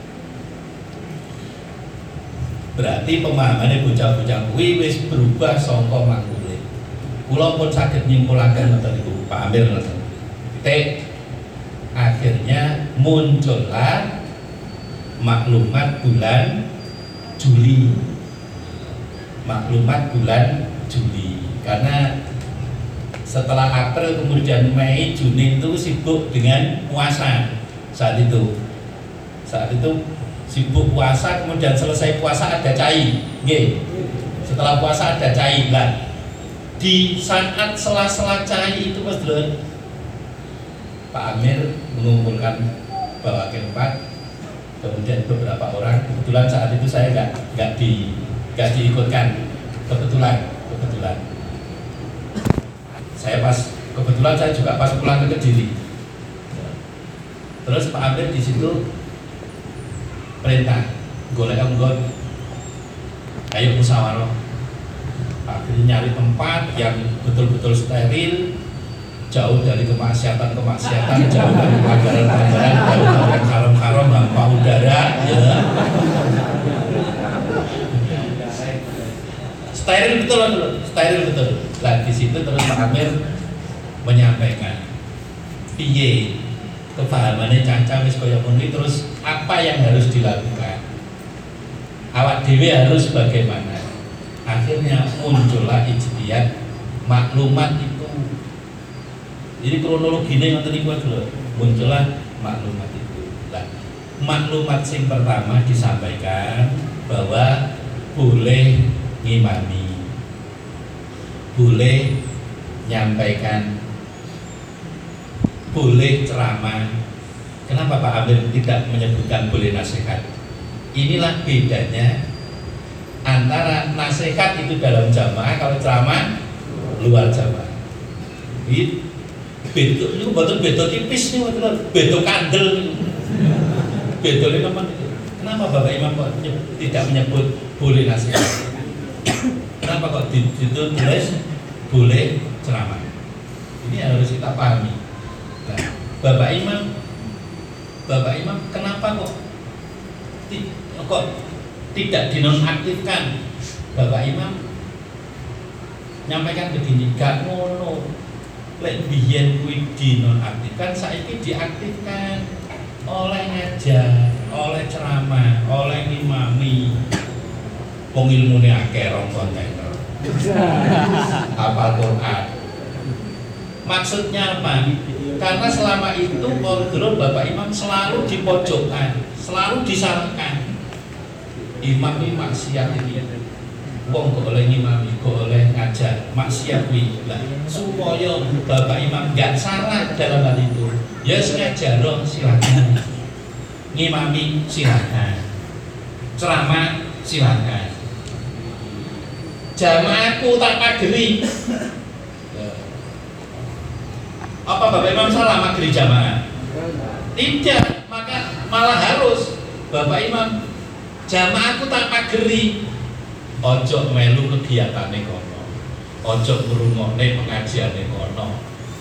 Berarti pemahamannya bocah-bocah kuwi wis berubah sangka mangkule. Kula pun saged nyimpulaken ngoten niku Pak Amir ngoten. T akhirnya muncullah maklumat bulan Juli, maklumat bulan Juli, karena setelah April kemudian Mei Juni itu sibuk dengan puasa saat itu. Saat itu sibuk puasa, kemudian selesai puasa ada cai, nggih. Setelah puasa ada cai lah. Di saat sela-sela cai itu Mas Dulur, Pak Amir mengumpulkan bawa keempat, kemudian beberapa orang. Kebetulan saat itu saya nggak nggak di nggak diikutkan, kebetulan kebetulan. Saya pas kebetulan saya juga pas pulang ke Kediri. Terus Pak Amir di situ perintah golek anggon, ayo musyawarah. Akhirnya nyari tempat yang betul-betul steril, jauh dari kemaksiatan-kemaksiatan, jauh dari pelanggaran-pelanggaran, jauh dari yang haram-haram, hampa udara, ya. Steril betul, steril betul. Nah di situ terus Pak Amir menyampaikan, piye kepahamannya Caca wis kaya ngono, terus apa yang harus dilakukan, awak dhewe harus bagaimana. Akhirnya muncullah ijtihad maklumat itu. Jadi kronologinya ngoten niku lho, muncullah maklumat itu. Nah, maklumat yang pertama disampaikan bahwa boleh ngimami, boleh nyampaikan, boleh ceramah. Kenapa Pak Amir tidak menyebutkan boleh nasihat? Inilah bedanya antara nasihat itu dalam jamaah, kalau ceramah luar jamaah. Ini bedo, ini betul bedo tipis nih, betul bedo kandel. Bedo ini apa? Kenapa Bapak Imam kok tidak menyebut boleh nasihat? Kenapa kok ditulis boleh ceramah? Ini harus kita pahami. Nah, Bapak Imam, Bapak Imam, kenapa kok kok tidak dinonaktifkan? Bapak Imam nyampaikan begini, gak ngono, lek biyen kuwi dinonaktifkan, saiki diaktifkan oleh ngajar, oleh ceramah, oleh ngimami. Wong ilmune akeh rong kontainer. Hafal Quran. Maksudnya apa? Karena selama itu Dulu Bapak Imam selalu dipojokkan, selalu disalahkan. Imam ini maksiat ini, wong kok oleh ngimami, kok oleh ngajar, maksiat kuwi. Lah supaya Bapak Imam enggak salah dalam hal itu, ya ngajar dong silakan, ngimami silakan, ceramah silakan. Jamaahku tak pageri. Apa Bapak Imam salah mageri jamaah? Tidak, maka malah harus Bapak Imam, jamaahku tak pageri. Ojo melu kegiatane kono, ojo ngrungokne pengajiane kono.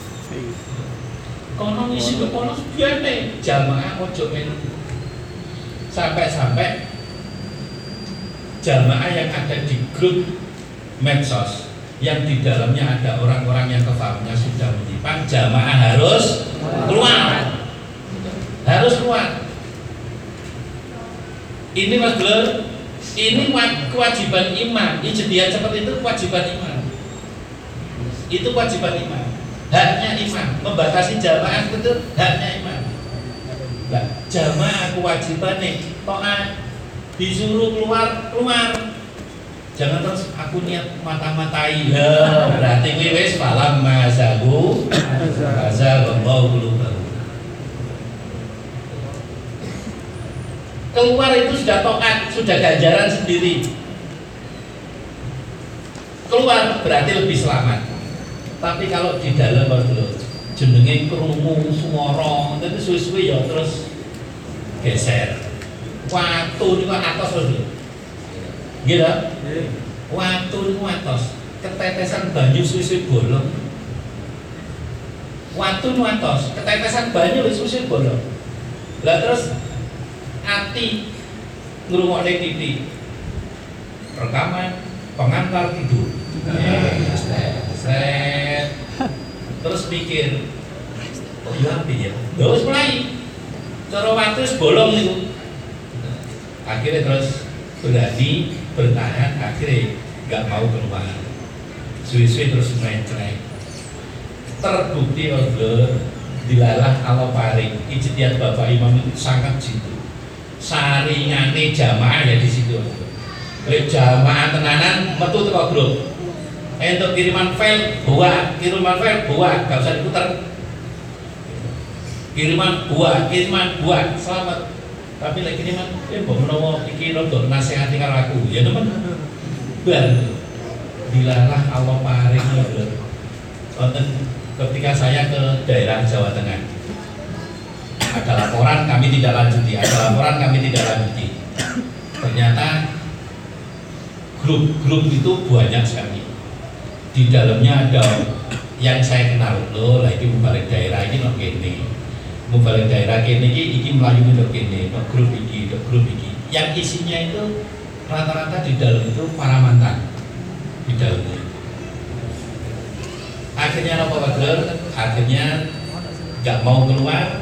Kono ngisi ke kono biane, jamaah ojo melu. Sampai-sampai jamaah yang ada di grup medsos yang di dalamnya ada orang-orang yang kefahamnya sudah menyimpang, jamaah harus keluar, harus keluar. Ini Mas Dulur, ini kewajiban imam. Ijtihad seperti itu kewajiban imam. Itu kewajiban imam. Haknya imam. Membatasi jamaah itu haknya imam. Nah, jamaah kewajibannya taat, disuruh keluar, keluar. Jangan terus aku niat mata-matai. Ya, berarti kuwi wis falam mazahu mazaghallahu qulubahum. Keluar itu sudah taat, sudah ganjaran sendiri. Keluar berarti lebih selamat. Tapi kalau di dalam dulu jenenge krungu swara, itu suwi-suwi ya terus geser. Watu niku atos lho. Nggih lho. Watu niku atos, ketetesan banyu suwi-suwi bolong. Watu niku atos, ketetesan banyu suwi-suwi bolong. Lah terus ati ngrungokne titik. Rekaman pengantar tidur. Eh, terus pikir, oh iya api ya. Terus mulai cara watu wis bolong niku. Akhirnya terus berani bertahan, akhirnya nggak mau keluar. Suwi-suwi terus mencret. Terbukti oleh dilalah Allah paring ijtihad Bapak Imam itu sangat jitu. saringane jamaah ya di situ. Lek jamaah tenanan metu teko grup. Entuk kiriman file buat, kiriman file buat, gak usah diputer. Kiriman buat, kiriman buat, selamat. Tapi lek kiriman, eh mbok menawa iki rada nasihati karo aku. Ya teman. Bar. Dilalah Allah paring lho. Wonten ketika saya ke daerah Jawa Tengah. Ada laporan kami tidak lanjuti, ada laporan kami tidak lanjuti. Ternyata grup-grup itu banyak sekali. Di dalamnya ada yang saya kenal loh, lagi mubalik daerah ini loh kene, mubalik daerah kene ini, ini Melayu itu kene, loh grup ini, loh grup ini. Yang isinya itu rata-rata di dalam itu para mantan di dalamnya. Akhirnya apa Pak? Akhirnya nggak mau keluar.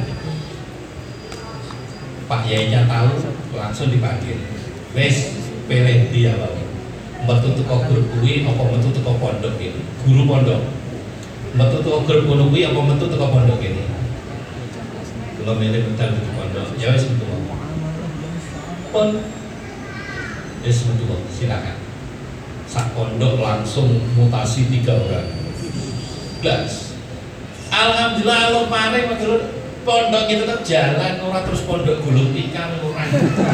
Pak Yainya tahu, langsung dipanggil. Wes, pilih dia Pak. Metu teko grup kuwi apa metu teko pondok ini? Guru pondok. Metu teko grup ngono kuwi apa metu teko pondok ini? Kalau milih betul di pondok, ya wes metu. Pon, wes metu silakan. Sak pondok langsung mutasi tiga orang. Gas. Alhamdulillah Allah paring Pak. Pondok itu tetap jalan, orang terus pondok gulung tikar orang.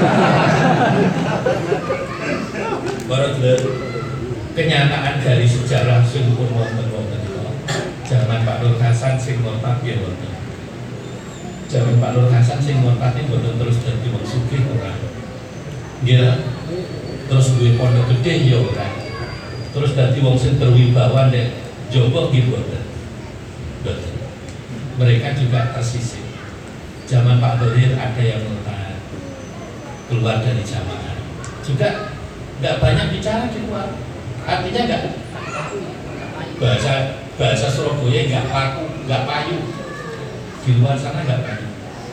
Baru kenyataan dari sejarah sing pun wonten-wonten itu. Zaman Pak Nur Hasan sing murtad ya wonten. Zaman Pak Nur Hasan sing murtad iki mboten terus dadi wong sugih ora. Nggih. Terus duwe pondok gede ya ora. Terus dadi wong sing berwibawa nek Jombang nggih mboten. Mboten. Mereka juga tersisih. Zaman Pak Dohir ada yang murtad keluar dari jamaah, juga nggak banyak bicara di luar. Artinya nggak bahasa bahasa Surabaya nggak laku, nggak payu di luar sana nggak payu.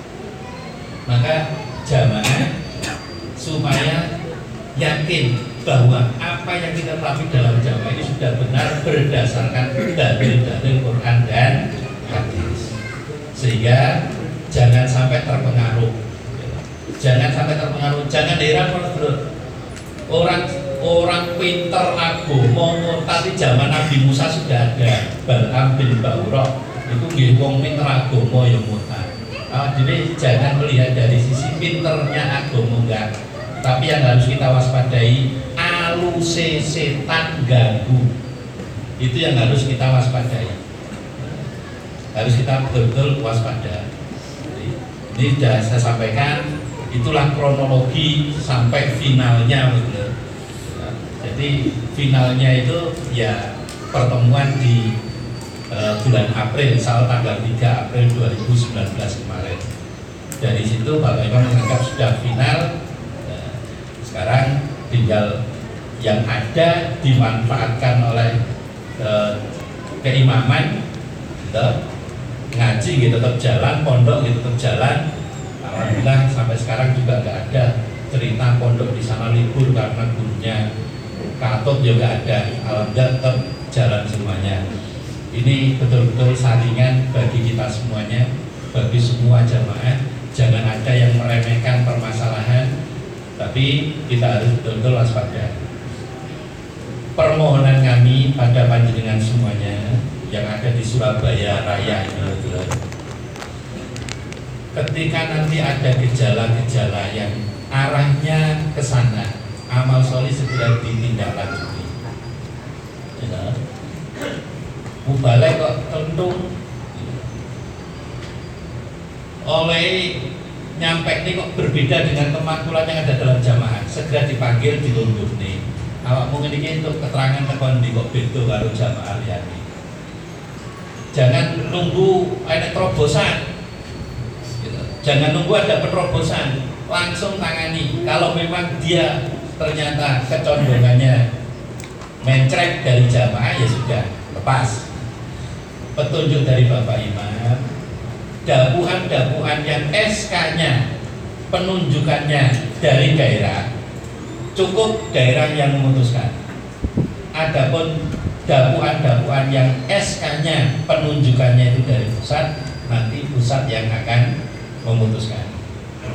Maka jamaah supaya yakin bahwa apa yang kita latih dalam jamaah ini sudah benar berdasarkan dalil-dalil Quran dan hadis. Sehingga jangan sampai terpengaruh, jangan sampai terpengaruh, jangan heran orang orang pinter agama murtad zaman Nabi Musa sudah ada. Bal'am bin Ba'urah itu nggih wong pinter agama yang murtad. Ah, jadi jangan melihat dari sisi pinternya agama enggak, tapi yang harus kita waspadai aluse setan ganggu. Itu yang harus kita waspadai. Harus kita betul-betul waspada. Ini sudah saya sampaikan, itulah kronologi sampai finalnya betul. Jadi finalnya itu ya pertemuan di uh, bulan April, misal tanggal tiga April dua ribu sembilan belas kemarin. Dari situ Bapak Imam menganggap sudah final. Nah, sekarang tinggal yang ada dimanfaatkan oleh uh, keimaman, gitu. Ngaji gitu tetap jalan, pondok gitu tetap jalan. Alhamdulillah sampai sekarang juga nggak ada cerita pondok di sana libur karena gurunya katut juga ada. Alhamdulillah tetap jalan semuanya. Ini betul-betul saringan bagi kita semuanya, bagi semua jamaah. Jangan ada yang meremehkan permasalahan, tapi kita harus betul-betul waspada. Permohonan kami pada panjenengan semuanya yang ada di Surabaya Raya ini, ketika nanti ada gejala-gejala yang arahnya ke sana, amal soleh segera ditindaklanjuti. Ya. Mubalek kok tentu oleh nyampe ini kok berbeda dengan kemakmuran yang ada dalam jamaah, segera dipanggil, dituntut nih. Awak mungkin ini untuk keterangan tekon di kok beda karo jamaah liyane. Jangan nunggu ada terobosan, gitu. Jangan nunggu ada penerobosan, langsung tangani. Kalau memang dia ternyata kecondongannya mencret dari jamaah, ya sudah, lepas. Petunjuk dari Bapak Imam, dapuan-dapuan yang S K-nya, penunjukannya dari daerah, cukup daerah yang memutuskan. Adapun dakwaan-dakwaan yang S K-nya penunjukannya itu dari pusat, nanti pusat yang akan memutuskan.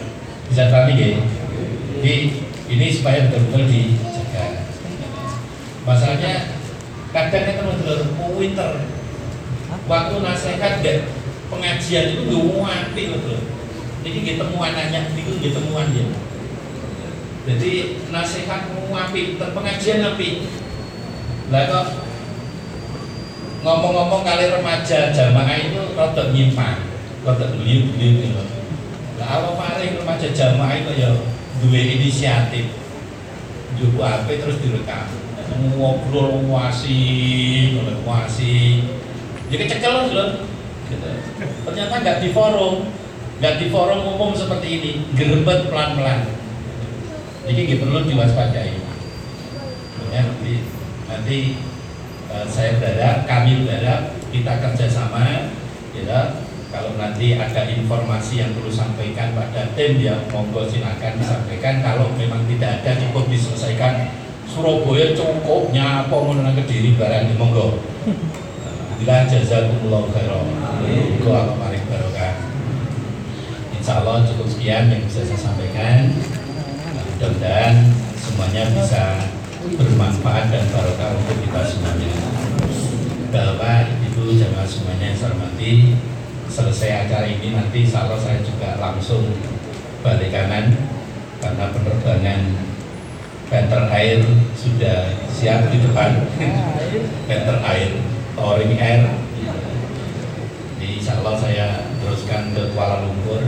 Bisa pahami ya? Jadi ini supaya betul-betul dijaga. Masalahnya kadang kan teman-teman winter waktu nasihat dan pengajian itu gak mau mati betul. Jadi kita temuan nanya, itu kita temuan ya. Jadi nasihat mau api, pengajian api. Lah kok ngomong-ngomong kali remaja jamaah itu rada nyimpang, rada beliau-beliau gitu. Lah apa paling remaja jamaah itu ya dua inisiatif. Jubu api terus direkam. Ngobrol wasi, wasi. Jadi kecekel loh. Gitu. Ternyata nggak di forum, nggak di forum umum seperti ini, gerebet pelan-pelan. Jadi gitu perlu diwaspadai. Ya, nanti, nanti uh, saya berharap, kami berharap kita kerjasama, ya. Kalau nanti ada informasi yang perlu sampaikan pada tim, ya monggo silakan disampaikan. Kalau memang tidak ada, cukup diselesaikan. Surabaya cukup nyapa mengenai Kediri barang monggo. Alhamdulillah jazakumullah khairan. Muga maring barokah. Insyaallah cukup sekian yang bisa saya sampaikan. Mudah-mudahan semuanya bisa bermanfaat dan barokah untuk kita semuanya. Bapak, Ibu, jamaah semuanya yang saya hormati, selesai acara ini nanti insya Allah saya juga langsung balik kanan karena penerbangan penter air sudah siap di depan. Penter air, touring air. Jadi insya Allah saya teruskan ke Kuala Lumpur.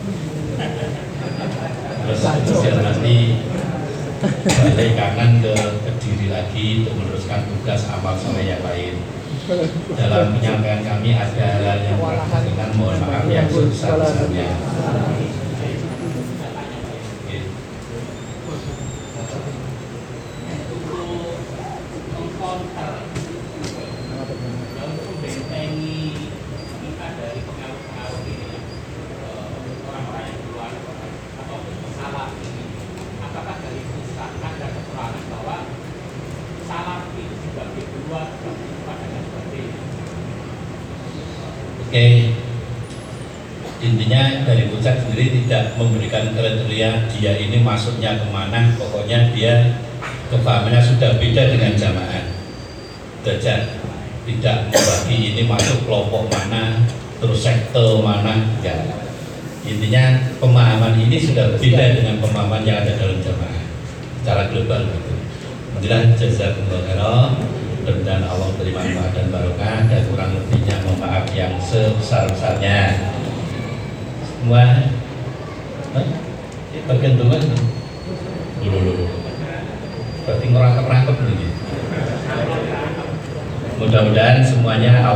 Terus kemudian nanti balik kanan ke Kediri lagi untuk meneruskan tugas amal soleh yang lain. Dalam penyampaian kami ada hal yang berkaitan, mohon maaf yang sebesar-besarnya. Oke, intinya dari Pusat sendiri tidak memberikan kriteria dia ini masuknya kemana, pokoknya dia kefahamannya sudah beda dengan jamaah. Tidak tidak membagi ini masuk kelompok mana, terus sektor mana, ya. Intinya pemahaman ini sudah beda dengan pemahaman yang ada dalam jamaah secara global. Alhamdulillah jazakumullah khairan. Mudah-mudahan Allah beri manfaat dan barokah, dan kurang lebihnya mohon maaf yang sebesar-besarnya. Semua bagian dua dulu, berarti ngerangkep-rangkep nih. Mudah-mudahan semuanya